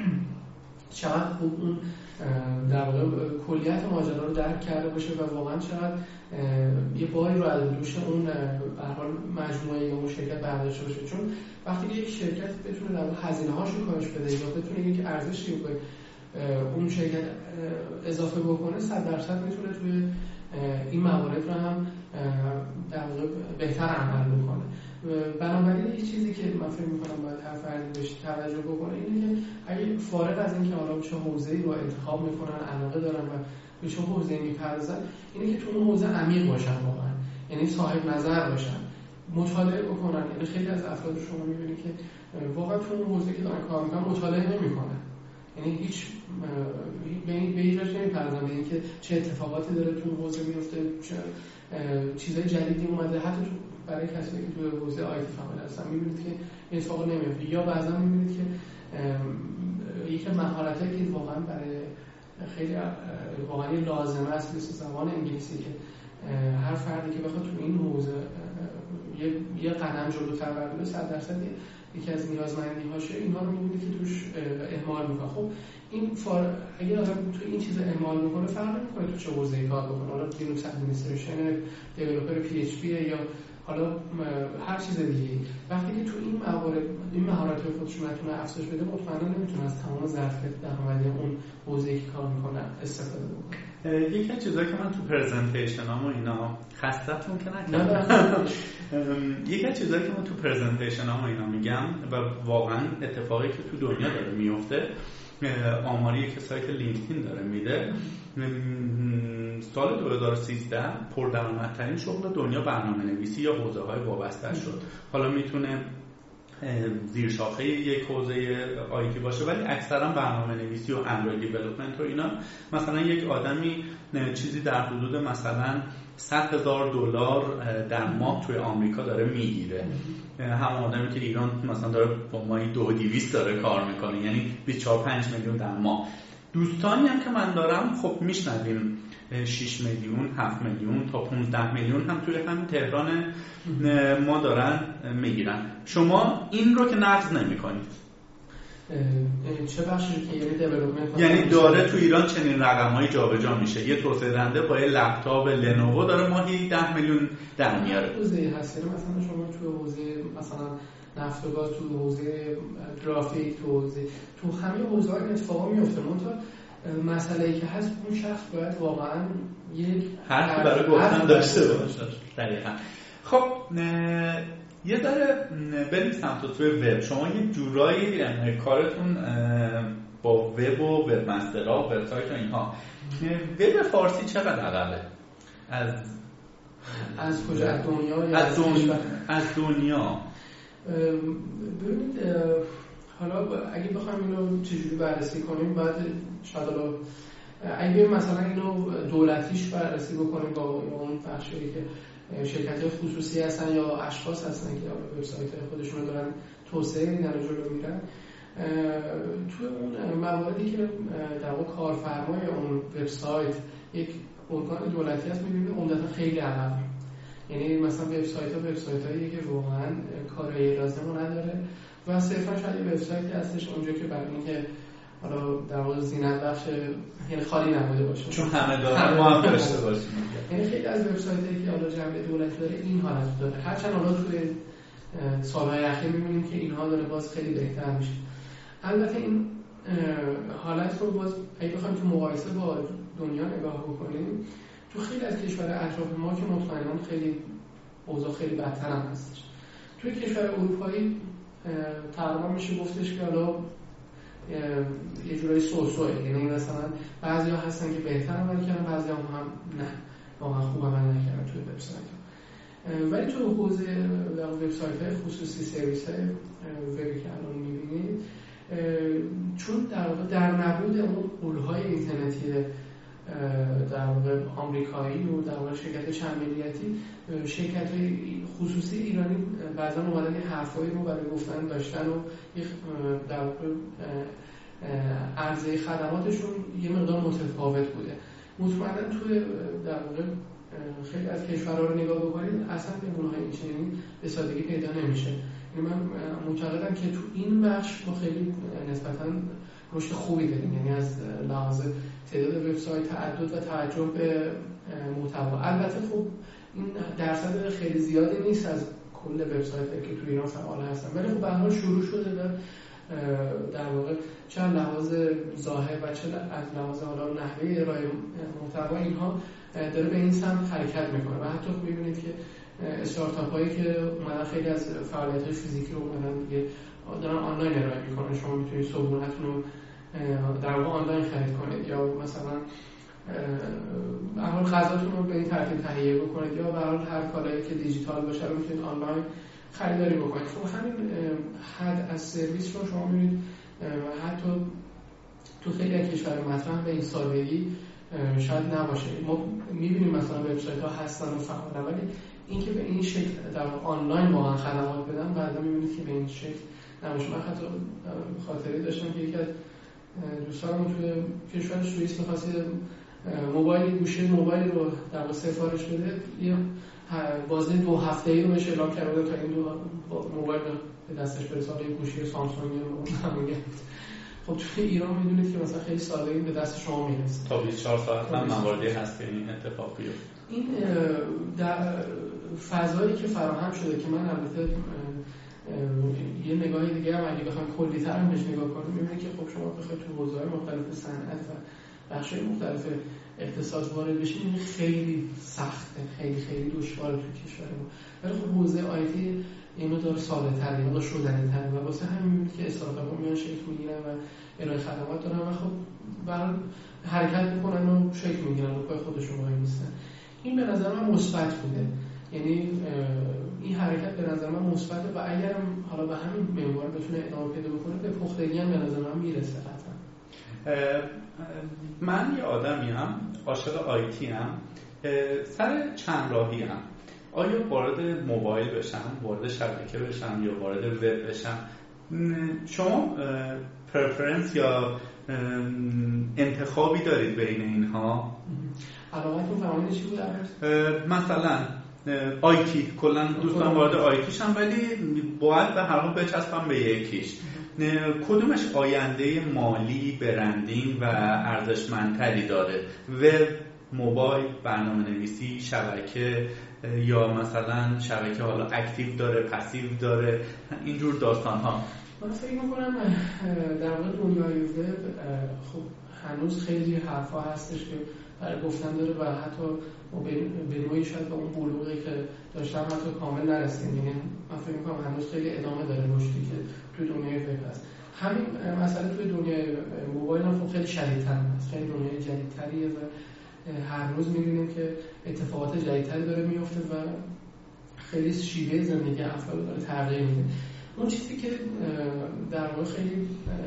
چقدر خوب اون در واقع کلیت ماجرا رو درک کرده باشه و واقعا چقدر یه باری رو از دوش اون به هر حال مجموعه یا اون شرکت برداشته باشه. چون وقتی که یک شرکت بتونه در واقع هزینه‌هاش رو کاهش بده یا بتونه یک ارزشی رو به اون شرکت اضافه بکنه، صد درصد میتونه توی این موارد رو هم در واقع بهتر عمل بکنه. بنابراین یه چیزی که من فکر می‌کنم باید هر فردی بهش توجه بکنه اینه که اگه فارغ از اینکه حالا چه حوزه‌ای رو انتخاب می‌کنن، علاقه دارن و به چه حوزه‌ای می‌پردازن، اینه که تو اون حوزه عمیق باشن واقعا، یعنی صاحب نظر باشن، مطالعه بکنن. یعنی خیلی از افراد رو شما می‌بینید که واقعا تو اون حوزه‌ای که دارن کار می‌کنن مطالعه نمی‌کنن، یعنی هیچ به این به هیچ وجه نمی‌پردازن به اینکه چه اتفاقاتی داره تو اون حوزه میفته، چه چیزای جدیدی اومده. حتی تو برای کسایی که تو حوزه آیتی فعال هستن می‌بینید که این اتفاق نمیفته، یا بعضا می‌بینید که یک مهارتی که واقعا برای خیلی واقعا لازمه است مثل زبان انگلیسی که هر فردی که بخواد تو این حوزه یه یه قدم جلوتر بره صد درصد یکی از نیازمندی‌هاشه، اینها رو می‌بینید که توش اهمال می‌کنه. خب این فار... اگه آدم تو این چیز اهمال می‌کنه فرق نمی‌کنه تو چه حوزه‌ای کار بکنه، حالا لینوکس ادمنستریشن، دیولپر پی اچ پی یا حالا هر چیز دیگه. وقتی که تو این موارد این مهارت‌های خودش رو نتونه افزایش بده، مطمئنا نمیتونه از تمام ظرفیت درآمدی اون حوزه‌ای که کار می‌کنه استفاده بکنه. یکی از چیزایی که من تو پرزنتیشنام و اینا خسته‌تون که نکنم یکی از چیزایی که من تو پرزنتیشنام و اینا میگم و واقعا اتفاقی که تو دنیا داره میفته، آماری که سایت لینکدین داره میده، سال دو هزار و سیزده پردرآمدترین شغل دنیا برنامه‌نویسی یا حوزه‌های وابسته شد. حالا میتونه زیر شاخه یک حوزه آیتی باشه، ولی اکثرا برنامه‌نویسی و اندروید دیولپمنت و اینا. مثلا یک آدمی چیزی در حدود مثلا صد هزار دلار در ماه توی آمریکا داره میگیره، هم آدمی که ایران مثلا داره با ماهی دو دویست داره کار میکنه، یعنی بیست و چهار پنج میلیون در ماه. دوستانی هم که من دارم خب میشنویم شش میلیون، هفت میلیون تا پانزده میلیون هم توی همین تهران ما دارن میگیرن. شما این رو که نقض نمی‌کنید. چه بخشی که یعنی دیولپمنت یعنی داره تو ایران چنین رقم‌های جابجا میشه؟ یه توسعه دهنده با یه لپتاپ لنوو داره ماهی ده میلیون در میاره. حوزه هست، مثلا شما تو حوزه مثلا نفت و گاز، تو حوزه گرافیک، تو حوزه تو همه حوزه‌ها اتفاقا میفته. منتها مسئله‌ای که هست اون شخص باید واقعا یک حرفی برای گفتن داشته باشه. دقیقاً. خب یه ذره بریم سمت توی وب. شما یه جورایی یعنی کارتون با وب و وب مسترها و وبسایت و اینها، وب فارسی چقدر عقبه؟ از از کجا؟ از دنیا یا از دنیا؟ از دنیا. ببینید حالا اگه بخوایم اینو چجوری بررسی کنیم، بعد شاید حالا اگه بریم مثلا اینو دولتیش بررسی بکنیم با اون بخشی که شرکت‌های خصوصی هستن یا اشخاص هستن که وبسایت‌های خودشون رو دارن توسعه میدن و جلو میرن، توی اون مواردی که در واقع کارفرمای اون وبسایت یک ارگان دولتی هست، می‌بینید عمدتاً خیلی عقب. یعنی مثلا وبسایت‌ها وبسایت‌هایی که واقعاً کارایی لازمو نداره و صرفاً شاید یه وبسایتی هستش اونجا که برای اینکه حالا در واقع زینت بخش، یعنی خالی نبوده باشه، چون همه دارن ما هم داشته باشیم. یعنی خیلی از وبسایتایی که حالا جنبه دولتی داره این حالت داره، هرچند حالا توی سالهای اخیر می‌بینیم که اینها داره باز خیلی بهتر میشه. البته این حالت رو باز اگه بخوایم تو مقایسه با دنیا نگاه بکنیم، تو خیلی از کشورهای اطراف ما که مطمئناً خیلی اوضاع خیلی بدتر هم هستش. توی کشور اروپایی تقریبا میشه گفتش که حالا یه جورایی سوسوئه، یعنی مثلا بعضیا هستن که بهتر عمل کردن، بعضیا هم نه واقعا خوب عمل نکردن توی وبسایت. ولی تو حوزه وبسایت‌های خصوصی، سرویس‌های وبی که الان می‌بینید، چون در واقع در نبود اون پول‌های اینترنتی در واقع آمریکایی و در واقع شرکت چند ملیتی، شرکت‌های خصوصی ایرانی بعضا اومدن یه حرفایی رو برای گفتن داشتن و در واقع عرضه خدماتشون یه مقدار متفاوت بوده. مطمئنا توی در واقع خیلی از کشورها رو نگاه بکنید اصلا نمونه‌های این چنینی به سادگی پیدا نمیشه. یعنی من معتقدم که تو این بخش ما خیلی نسبتاً رشد خوبی داریم، یعنی از لحاظ تعداد وبسایت، تعدد و توجه به محتوا. البته خب این درصد خیلی زیادی نیست از کل وبسایت‌هایی که تو ایران فعال هستن، ولی خب به هر حال شروع شده و در واقع چه لحاظ ظاهر و چه از لحاظ حالا نحوه ارائه محتوا اینها داره به این سمت حرکت میکنه و حتی می‌بینید که استارتاپ هایی که اومدن خیلی از فعالیت‌های فیزیکی رو اومدن دیگه دارن آنلاین ارائه میکنن. شما میتونید صبحونه‌تون رو در واقع آنلاین خرید کنید یا مثلا به هر حال غذاتون رو به این ترتیب تهیه بکنید یا به هر حال هر کالایی که دیجیتال باشه رو میتونید آنلاین خریداری بکنید. خب همین حد از سرویس رو شما می‌بینید حتی تو خیلی از کشورهای مطرح به این سادگی شاید نباشه. ما می‌بینیم مثلا وبسایت‌ها هستن و فعالن، ولی اینکه به این شکل در آنلاین واقعا خدمات بدن بعدا می‌بینید که به این شکل نباشه. من حتی خاطری داشتم که یکی از دوستانم توی کشور سوئیس می‌خواست موبایل گوشی موبایل رو در واقع سفارش بده، یه بازه دو هفته‌ای رو بهش اعلام کرده تا این دو موبایل به دستش برسه. یه گوشی سامسونگ رو میگه. خب توی ایران میدونید که مثلا خیلی ساده این به دست شما میرسه. تا بیست و چهار ساعت هم مواردی هست که این اتفاق بیفته. این در فضایی که فراهم شده که من البته یه نگاه دیگه هم اگه بخوام کلی‌تر هم بهش نگاه کنیم می‌بینید که خب شما بخواید تو حوزه‌های مختلف صنعت و بخش‌های مختلف اقتصاد وارد بشین، این خیلی سخته، خیلی خیلی دشواره تو کشور ما. ولی خب حوزه آیتی اینو داره ساده‌تره یا شدنی‌تره و واسه همین می‌بینید که استارتاپ‌ها میان شکل می‌گیرن و ارائه خدمات دارن و خب برای حرکت می‌کنن و شکل می‌گیرن و پای خودشون وای میستن. این به نظر من مثبت بوده. یعنی این حرکت به نظر من مثبته و اگر حالا به همین منوال بتونه ادامه پیدا بکنه به پختگی هم به نظر من میرسه. قطعا من یه آدمیم عاشق آیتی ام، سر چند راهی ام. آیا وارد موبایل بشم، وارد شبکه بشم یا وارد وب بشم؟ شما پرفرنس یا انتخابی دارید بین اینها؟ علاقتون فرمانده چی بود؟ مثلا آیتی، کلا دوستان وارد آیتیش هم، ولی باید به هر حال بچسبم به یکیش. کدومش آینده مالی، برندینگ و ارزشمندتری داره؟ وب، موبایل، برنامه نویسی، شبکه، یا مثلا شبکه حالا اکتیو داره، پسیو داره، اینجور داستان ها. من فکر میکنم در واقع دنیای وب خب هنوز خیلی حرفا هستش که برای گفتن داره و حتی به نوعی شاید به اون بلوغی که داشتم حتی کامل نرسیم. یعنی من فکر میکنم هنوز خیلی ادامه داره رشدی که توی دنیای وب هست. همین مسئله توی دنیای موبایل هم خب خیلی شدیدتر هست، خیلی دنیای جدیدتریه و هر روز می‌بینیم که اتفاقات جدیدتری داره میفته و خیلی شیوه زندگی افراد داره تغییر میده. اون چیزی که در واقع خیلی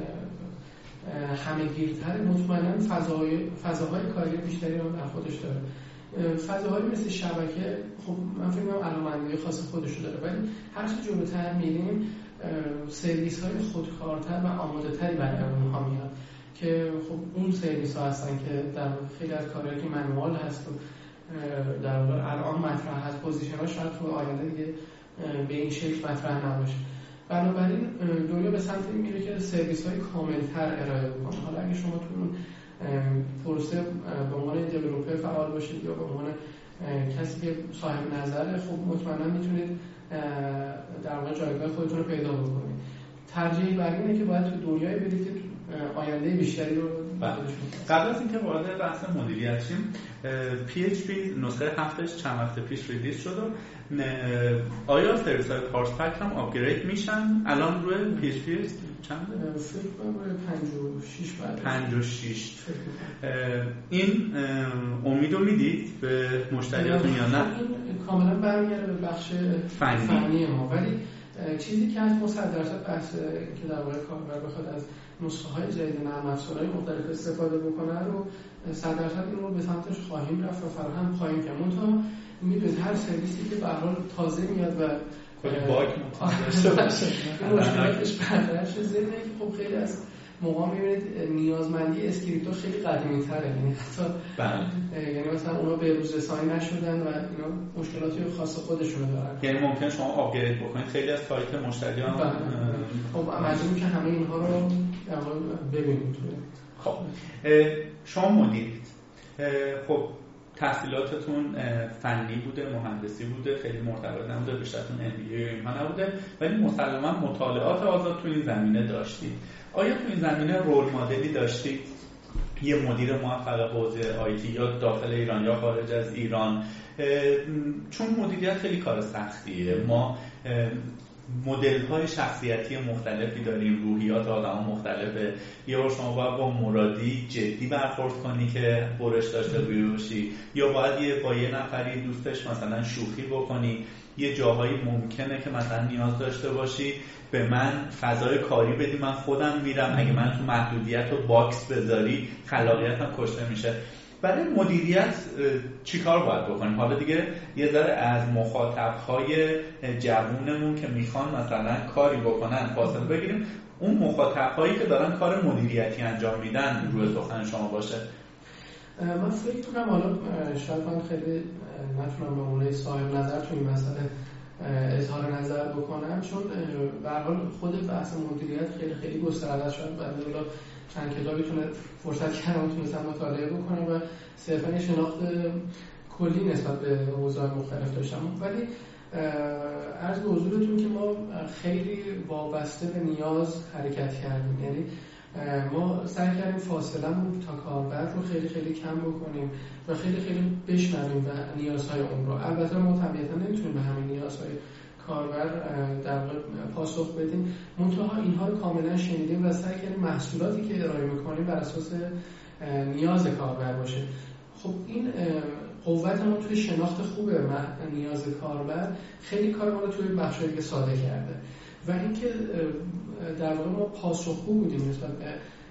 همه‌گیرتر مطمئناً فضاهای فضاهای کاری بیشتری رو در خودش داره. فضاهایی مثل شبکه خب من فکر می‌کنم علامت‌های خاص خودش رو داره، ولی هر چه جلوتر میریم سرویس‌های خودکارتر و آماده‌تری برای اونها میاد که خب اون سرویس ها هستن که در خیلی از کارهایی که منوال هست و در واقع الان مطرح هست، پوزیشن ها شاید تو آینده دیگه به این شکل مطرح نباشه. بنابراین دنیا به سمت این میره که سرویس های کاملتر ارائه بکنه. حالا اگه شما تو اون پروسه به عنوان دیولپر فعال باشید یا به عنوان کسی که صاحب نظره، خب مطمئنا میتونید در واقع جایگاه خودتون رو پیدا بکنید. ترجیح بر اینه که باید تو دنیای برید که آینده بیشتری رو قبل از اینکه وارد بحث مدیریت شیم، پی اچ پی نسخه هفتش چند وقت پیش ریلیز شد و آیا سرویس های پارس پک هم آپگرید میشن؟ الان روی پی اچ پی چنده؟ فکر کنم روی پنجاه و شش بعد پنجاه و شش. این امیدو میدید به مشتریاتون یا نه؟ این کاملا برمیگرده به بخش فنی, فنی ما، ولی چیزی که از ما صد درصد بحث که در واقع کاربر بخواد از نسخه های جدید نرم افزارهای مختلف استفاده بکنه رو صد درصد این رو به سمتش خواهیم رفت و فراهم خواهیم کرد. منتها میدونید هر سرویسی که به هر حال تازه میاد و خیلی باگ داشته باشه مشکلاتش برطرف شه، ضمن اینکه خب خیلی از موقع میبینید نیازمندی اسکریپت‌ها خیلی قدیمی‌تره، یعنی حتی یعنی مثلا اونا به روز رسانی نشدن و اینا مشکلاتی خاص خودشونو دارن. یعنی ممکن شما آپگرید بکنید خیلی از سایت مشتریان خب مجبوریم که همه اینها رو در واقع ببینیم. خب شما مدیرید، خب تحصیلاتتون فنی بوده، مهندسی بوده، خیلی مرتبط نبوده، بیشترتون ام بی ای و اینها نبوده، ولی مسلماً مطالعات آزاد تو این زمینه داشتید. آیا تو این زمینه رول مدلی داشتید؟ یه مدیر موفق حوزه آیتی یا داخل ایران یا خارج از ایران؟ چون مدیریت خیلی کار سختیه. ما مدل‌های شخصیتی مختلفی داریم، روحیات آدم‌ها مختلفه. یه بار شما باید با مرادی جدی برخورد کنی که برش داشته باشی، یا باید یه با یه نفری دوستش مثلا شوخی بکنی. یه جاهایی ممکنه که مثلا نیاز داشته باشی به من فضای کاری بدی، من خودم میرم، اگه من تو محدودیت و باکس بذاری خلاقیتم کشته میشه. برای مدیریت چیکار باید بکنیم؟ حالا دیگه یه ذره از مخاطب‌های جوونمون که میخوان مثلا کاری بکنن فاصله بگیریم، اون مخاطب‌هایی که دارن کار مدیریتی انجام میدن روی سخن شما باشه. من فکر کنم حالا شاید من خیلی نتونم به عنوان صاحب نظر تو این مسئله اظهار نظر بکنم، چون به هر حال خود بحث مدیریت خیلی خیلی گسترده شد. بعد حالا چند کتابیتونه فرصت کردم تونستم مطالعه بکنم و صرفا شناخت کلی نسبت به حوزه‌های مختلف داشتم، ولی عرض به حضورتون که ما خیلی وابسته به نیاز حرکت کردیم. یعنی ما سعی کردیم فاصله‌مون تا کاربر رو خیلی خیلی کم بکنیم و خیلی خیلی بشنویم و نیازهای اون رو. البته ما طبیعتا نمیتونیم به همین نیازهای کاربر در واقع پاسخ بدیم، منتها اینها رو کاملا شنیدیم و سعی کردیم محصولاتی که ارائه می‌کنیم بر اساس نیاز کاربر باشه. خب این قوت ما توی شناخت خوب نیاز کاربر خیلی کار ما رو توی بخشایی که ساده کرده و اینکه در واقع ما پاسخگو بودیم نسبت به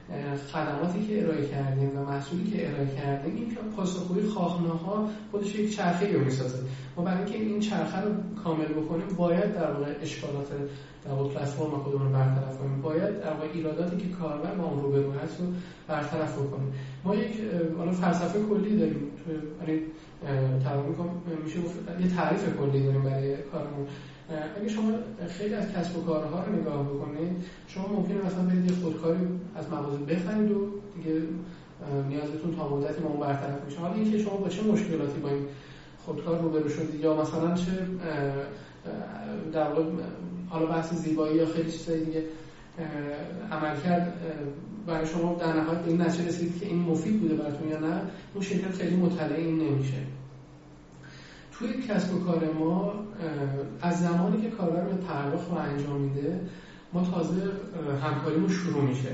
خدماتی که ارائه کردیم و محصولی که ارائه کردیم، این پاسخگویی خواهانه‌ها خودش یک چرخه‌ای رو می‌سازه. ما برای اینکه این چرخه رو کامل بکنیم باید در واقع اشکالات در واقع پلتفرم خودمون رو برطرف کنیم، باید در واقع ایراداتی که کاربر با اون روبرو هست رو برطرف بکنیم. ما یک حالا فلسفه کلی داریم، یعنی تعریف می‌کنم میشه یه تعریف کلی داریم برای کارمون. اگه شما خیلی از کسب و کارها رو نگاه بکنید، شما ممکنه مثلا برید یه خودکاری از مغازه بخرید و دیگه نیازتون تا مدتی با اون برطرف میشه. حالا اینکه شما با چه مشکلاتی با این خودکار روبرو شدید یا مثلا چه در واقع حالا بحث زیبایی یا خیلی چیزای دیگه عملکرد برای شما در نهایت به این نتیجه رسیدید که این مفید بوده براتون یا نه، اون شرکت خیلی مطلع این نمیشه. توی کسب و کار ما از زمانی که کاربر به پرداخت رو انجام میده، ما تازه همکاریمون شروع میشه.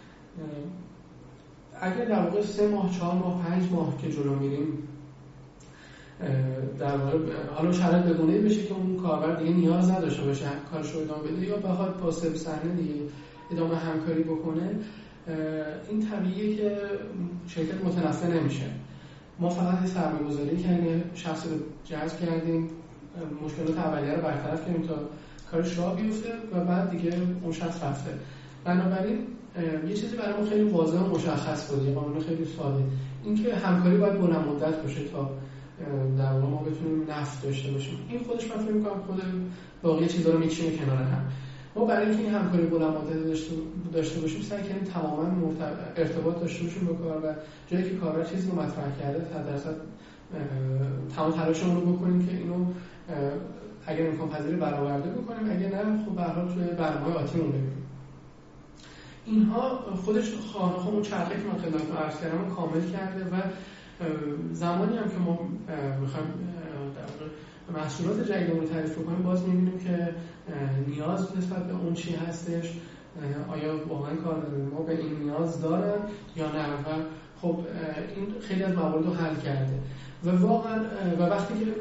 اگر در واقع سه ماه، چهار ماه، پنج ماه که جلو میریم، در واقع حالا شرایط بگونه‌ای بشه که اون کاربر دیگه نیاز نداشته باشه کارش رو ادامه بده یا بخواد با سب صحنه دیگه ادامه همکاری بکنه، این طبیعیه که شرکت متنفع نمیشه. ما فقط سرمایه‌گذاری کردیم، شخص رو جذب کردیم، مشکلات اولیه رو برطرف کردیم تا کارش راه بیفته و بعد دیگه اون شخص رفته. بنابراین یه چیزی برای ما خیلی واضح و مشخص بود، یه قانون خیلی ساده، اینکه همکاری باید بلند مدت باشه تا در واقع ما بتونیم نفع داشته باشیم. این خودش من فکر می‌کنم خود باقی چیزا رو می‌چینه کنار هم. ما برای اینکه این همکاری بلند مدت داشته داشته باشیم سعی کردیم تماما ارتباط داشته باشیم با کاربر. جایی که کاربر چیزی رو مطرح کرده صد درصد تمام تلاشمون رو بکنیم که اینو اگر امکان پذیر برآورده بکنیم، اگر نه خب به هر حال توی برنامه آتیمون ببینیم. اینها خودش خانه اون چرخه که من خدمتتون عرض کردم کامل کرده و زمانی هم که ما میخوایم در محصولات جدیدمون رو تعریف کنیم، باز می‌بینیم که نیاز نسبت به اون چی هستش، آیا واقعا کاربران ما به این نیاز دارن یا نه، و خب این خیلی از موارد رو حل کرده و واقعا و وقتی که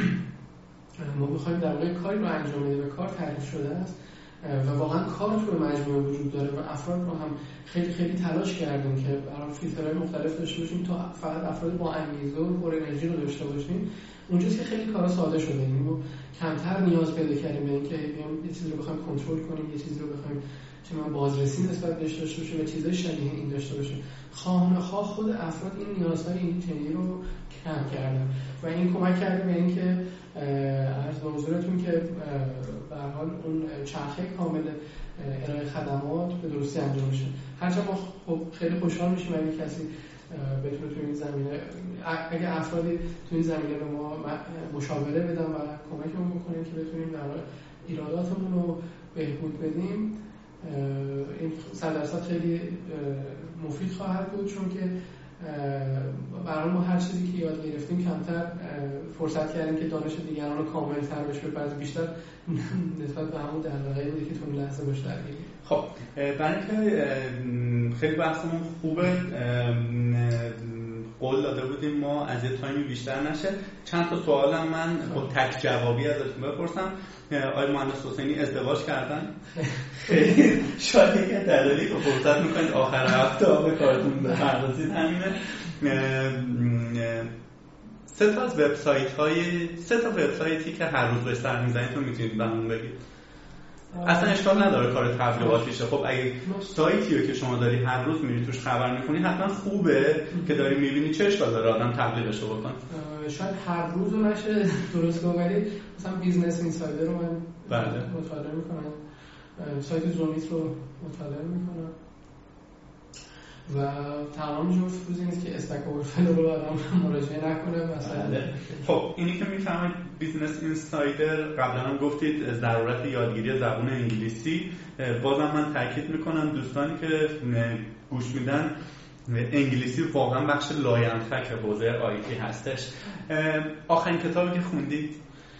ما می‌خوایم در واقع کاری رو انجام بدیم و کار تعریف شده است و واقعا کار تو مجموعه وجود داره و افراد رو هم خیلی خیلی تلاش کردیم که برای فیلترهای مختلف داشته باشیم تا فقط افراد با انگیزه و پر انرژی رو داشته باشیم، اونجاست که خیلی کارا ساده شده. یعنی ما کمتر نیاز پیدا کردیم به اینکه یه چیزی رو بخوایم کنترل کنیم، یه چیزی رو بخوایم چه من بازرسی نسبت بهش داشته باشیم و چیزای شبیه این داشته باشیم. خواهانخواه خود افراد این نیازهای این چنینی رو کم کردن و این کمک کرده به اینکه عرض به حضورتون که به هر حال اون چرخه کامل ارائه خدمات به درستی انجام بشه. هرچند ما خب خیلی خوشحال میشیم اگه کسی بتونه تو این زمینه، اگه افرادی تو این زمینه به ما مشاوره بدن و کمکمون بکنن که بتونیم در واقع ایراداتمون رو بهبود بدیم، این صد درصد خیلی مفید خواهد بود، چون که برای ما هر چیزی که یاد گرفتیم کمتر فرصت کردیم که دانش دیگران رو کامل‌تر بهش بپردازیم، بیشتر نسبت به همون دغدغه‌ای بوده که تو اون لحظه باش درگیریم. خب برای اینکه خیلی بحثمون خوبه، قول داده بودیم ما از یه تایمی بیشتر نشه، چند تا سوالم من خب تک جوابی ازتون بپرسم. آقای مهندس حسینی ازدواج کردن؟ خیلی شاید که دلالی که فرصت میکنید آخر هفته به کارتون بپردازید همینه. سه تا از وبسایت های سه تا وبسایتی که هر روز بهش سر میزنید رو میتونید بهمون بگید. اصلا اشکال نداره کار تبلیغاتیشه. خب اگه سایتی رو که شما داری هر روز میری توش خبر میخونی، حتما خوبه که داری میبینی چه اشکال داره آدم تبلیغش رو بکن. شاید هر روز رو نشه درست بگید، مثلا بیزنس اینسایدر رو من بله مطالعه میکنم، سایت زومیت رو مطالعه میکنم و تمام جفت روزی نیست که استک اورفلو رو آدم مراجعه نکنه مثلا. خب اینی که میفهمید بیزنس اینسایدر، قبلا هم گفتید ضرورت یادگیری زبان انگلیسی، بازم من تاکید میکنم دوستانی که گوش میدن انگلیسی واقعا بخش لاینفک حوزه آیتی هستش. آخرین کتابی که خوندید؟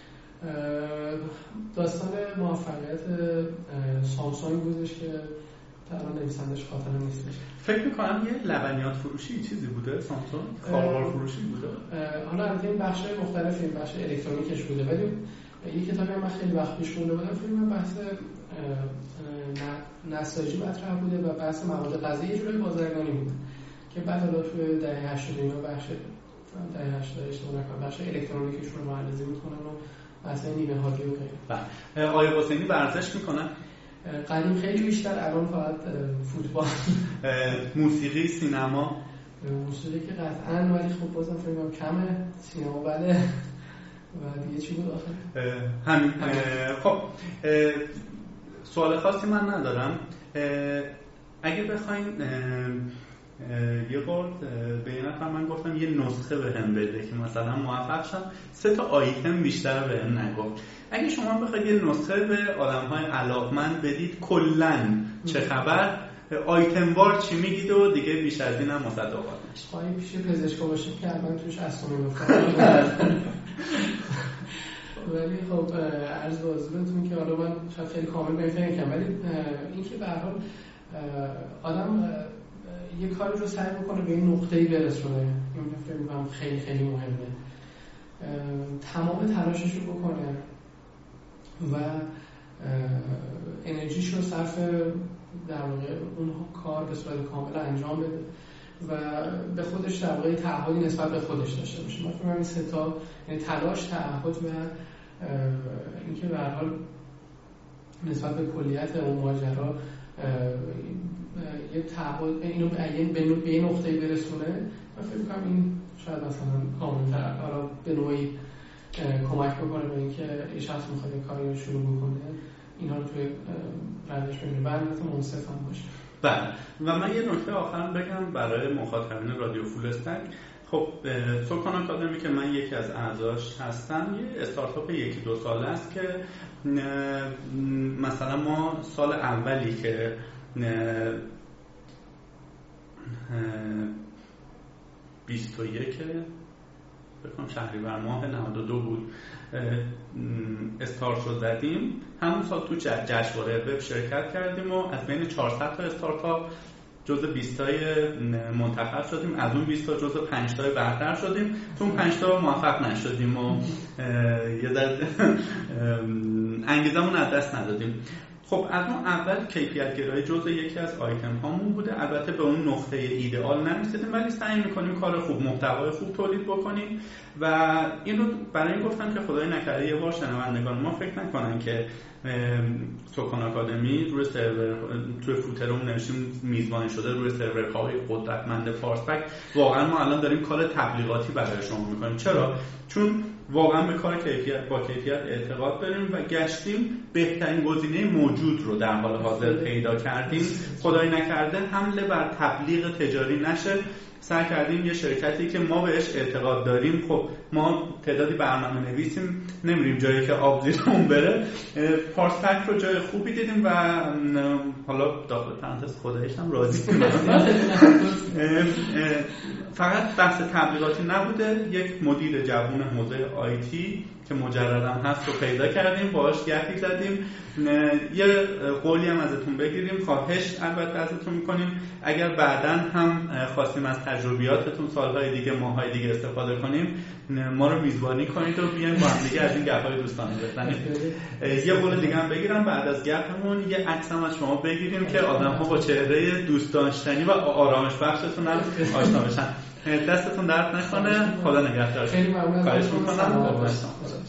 داستان موفقیت سامسونگ بودش که الان نویسندش خاطرم نیستش. فکر میکنم یه لبنیات فروشی چیزی بوده، سامسونگ خالوار فروشی بوده. حالا البته این بخش مختلفی، بخش الکترونیکش بوده، ولی یه کتابی من خیلی وقت پیش خونده بودم، فکر کنم بحث نساجی مطرح بوده و بحث مواد غذایی یه جورای بازرگانی بود که بعد حالا توی دهه هشتاد اینا بخش دهه هشتاد اشتباه نکنم بخش الکترونیکیشون رو مهندسی میکنن و بحث نیمه هادی و غیره. بله. آیا حسینی ورزش میکنن؟ قدیم خیلی بیشتر، الان فقط فوتبال. موسیقی، سینما؟ موسیقی که قطعاً، ولی خب بازم فکر کنم کمه. سینما بله. و دیگه چی بود آخر؟ همین. خب سوال خاصی من ندارم. اگه بخواین یه بار به یه نفر من گفتم یه نسخه به هم بده که مثلا موفق شم سه تا آیتم بیشتر به هم نگفت. اگه شما بخواید یه نسخه به آدم‌های علاقمند بدید کلاً چه خبر، آیتم وار چی میگید و دیگه بیش از این هم مصدقات نشه. خواهی پیش پزشکا باشیم که الان توش اسامی بفرمایید. ولی خب عرض به حضورتون که حالا من شاید خیلی کامل به این فکر نکنم، ولی این که به هر حال آدم یه کاری رو سعی بکنه به این نقطه‌ای برسونه، این فکر می‌کنم خیلی خیلی مهمه. تمام تلاشش رو بکنه و انرژیش رو صرف در واقع اون کار به صورت کامل انجام بده و به خودش در واقع تعهدی نسبت به خودش داشته باشه. من فکر می‌کنم این سه تا، یعنی تلاش، تعهد و اینکه به هر حال نسبت به کلیت اون ماجرا یه تعهد اینو به به یه نقطه‌ای برسونه. من فکر می‌کنم این شاید مثلا کامل‌تر حالا به نوعی کمک بکنه به اینکه یه شخص می‌خواد یه کاری رو شروع بکنه اینا رو توی روش ببینه، بعد مثلا منصف هم باشه. بله. و من یه نکته آخر بگم برای مخاطبین رادیو فول استک. خب سوکان آکادمی که من یکی از اعضاش هستم یه استارتاپ یکی دو ساله است که مثلا ما سال اولی که بیست و یک بکنم شهریور ماه نود و دو بود استارت رو زدیم. همون سال تو جشنواره وب شرکت کردیم و از بین چهارصد تا استارتاپ جزء بیست تای منتخب شدیم. از اون بیست تا جزء پنج تای برتر شدیم. تو اون پنج تا موفق نشدیم و یه ذره انگیزمون از دست ندادیم. خب از اون اول کیفیت گرایی جزء یکی از آیتم هامون بوده. البته به اون نقطه ایدئال نرسیدیم ولی سعی می‌کنیم کار خوب، محتوای خوب تولید بکنیم و این رو برای این گفتم که خدای نکرده یه بار شنوندگان ما فکر نکنن که سوکان آکادمی روی سرور توی فوترمون نوشتیم میزبانی شده روی سرورهای قدرتمند فارسبک. واقعا ما الان داریم کار تبلیغاتی برای شما می‌کنیم. چرا؟ چون واقعا به کار کیفیت با کیفیت اعتقاد داریم و گشتیم بهترین گزینه موجود رو در حال حاضر پیدا کردیم. خدای نکرده حمله بر تبلیغ تجاری نشه. سعی کردیم یه شرکتی که ما بهش اعتقاد داریم، خب ما تعدادی برنامه نویسیم، نمیریم جایی که آب زیرمون بره. فارسبک رو جای خوبی دیدیم و حالا داخل پرانتز خدایش هم راضی فقط بحث تبلیغاتی نبوده. یک مدیر جوان حوزه آیتی که مجردم هست رو پیدا کردیم، باهاش گپی زدیم. یه قولی هم ازتون بگیریم، خواهش البته ازتون میکنیم اگر بعداً هم خواستیم از تجربیاتتون سالهای دیگه، ماهای دیگه استفاده کنیم، ما رو میزبانی کنید و بیاین با هم دیگه از این گپ‌های دوستانه بزنیم. یه قول دیگه هم بگیرم بعد از گپمون، یه عکس هم از شما بگیریم که آدم‌ها با چهره دوست داشتنی و آرامش بخشتون هم آشنا بشن. دستتون درد نکنه. خدا نگهدار. خیلی ممنون. خواهش می‌کنم.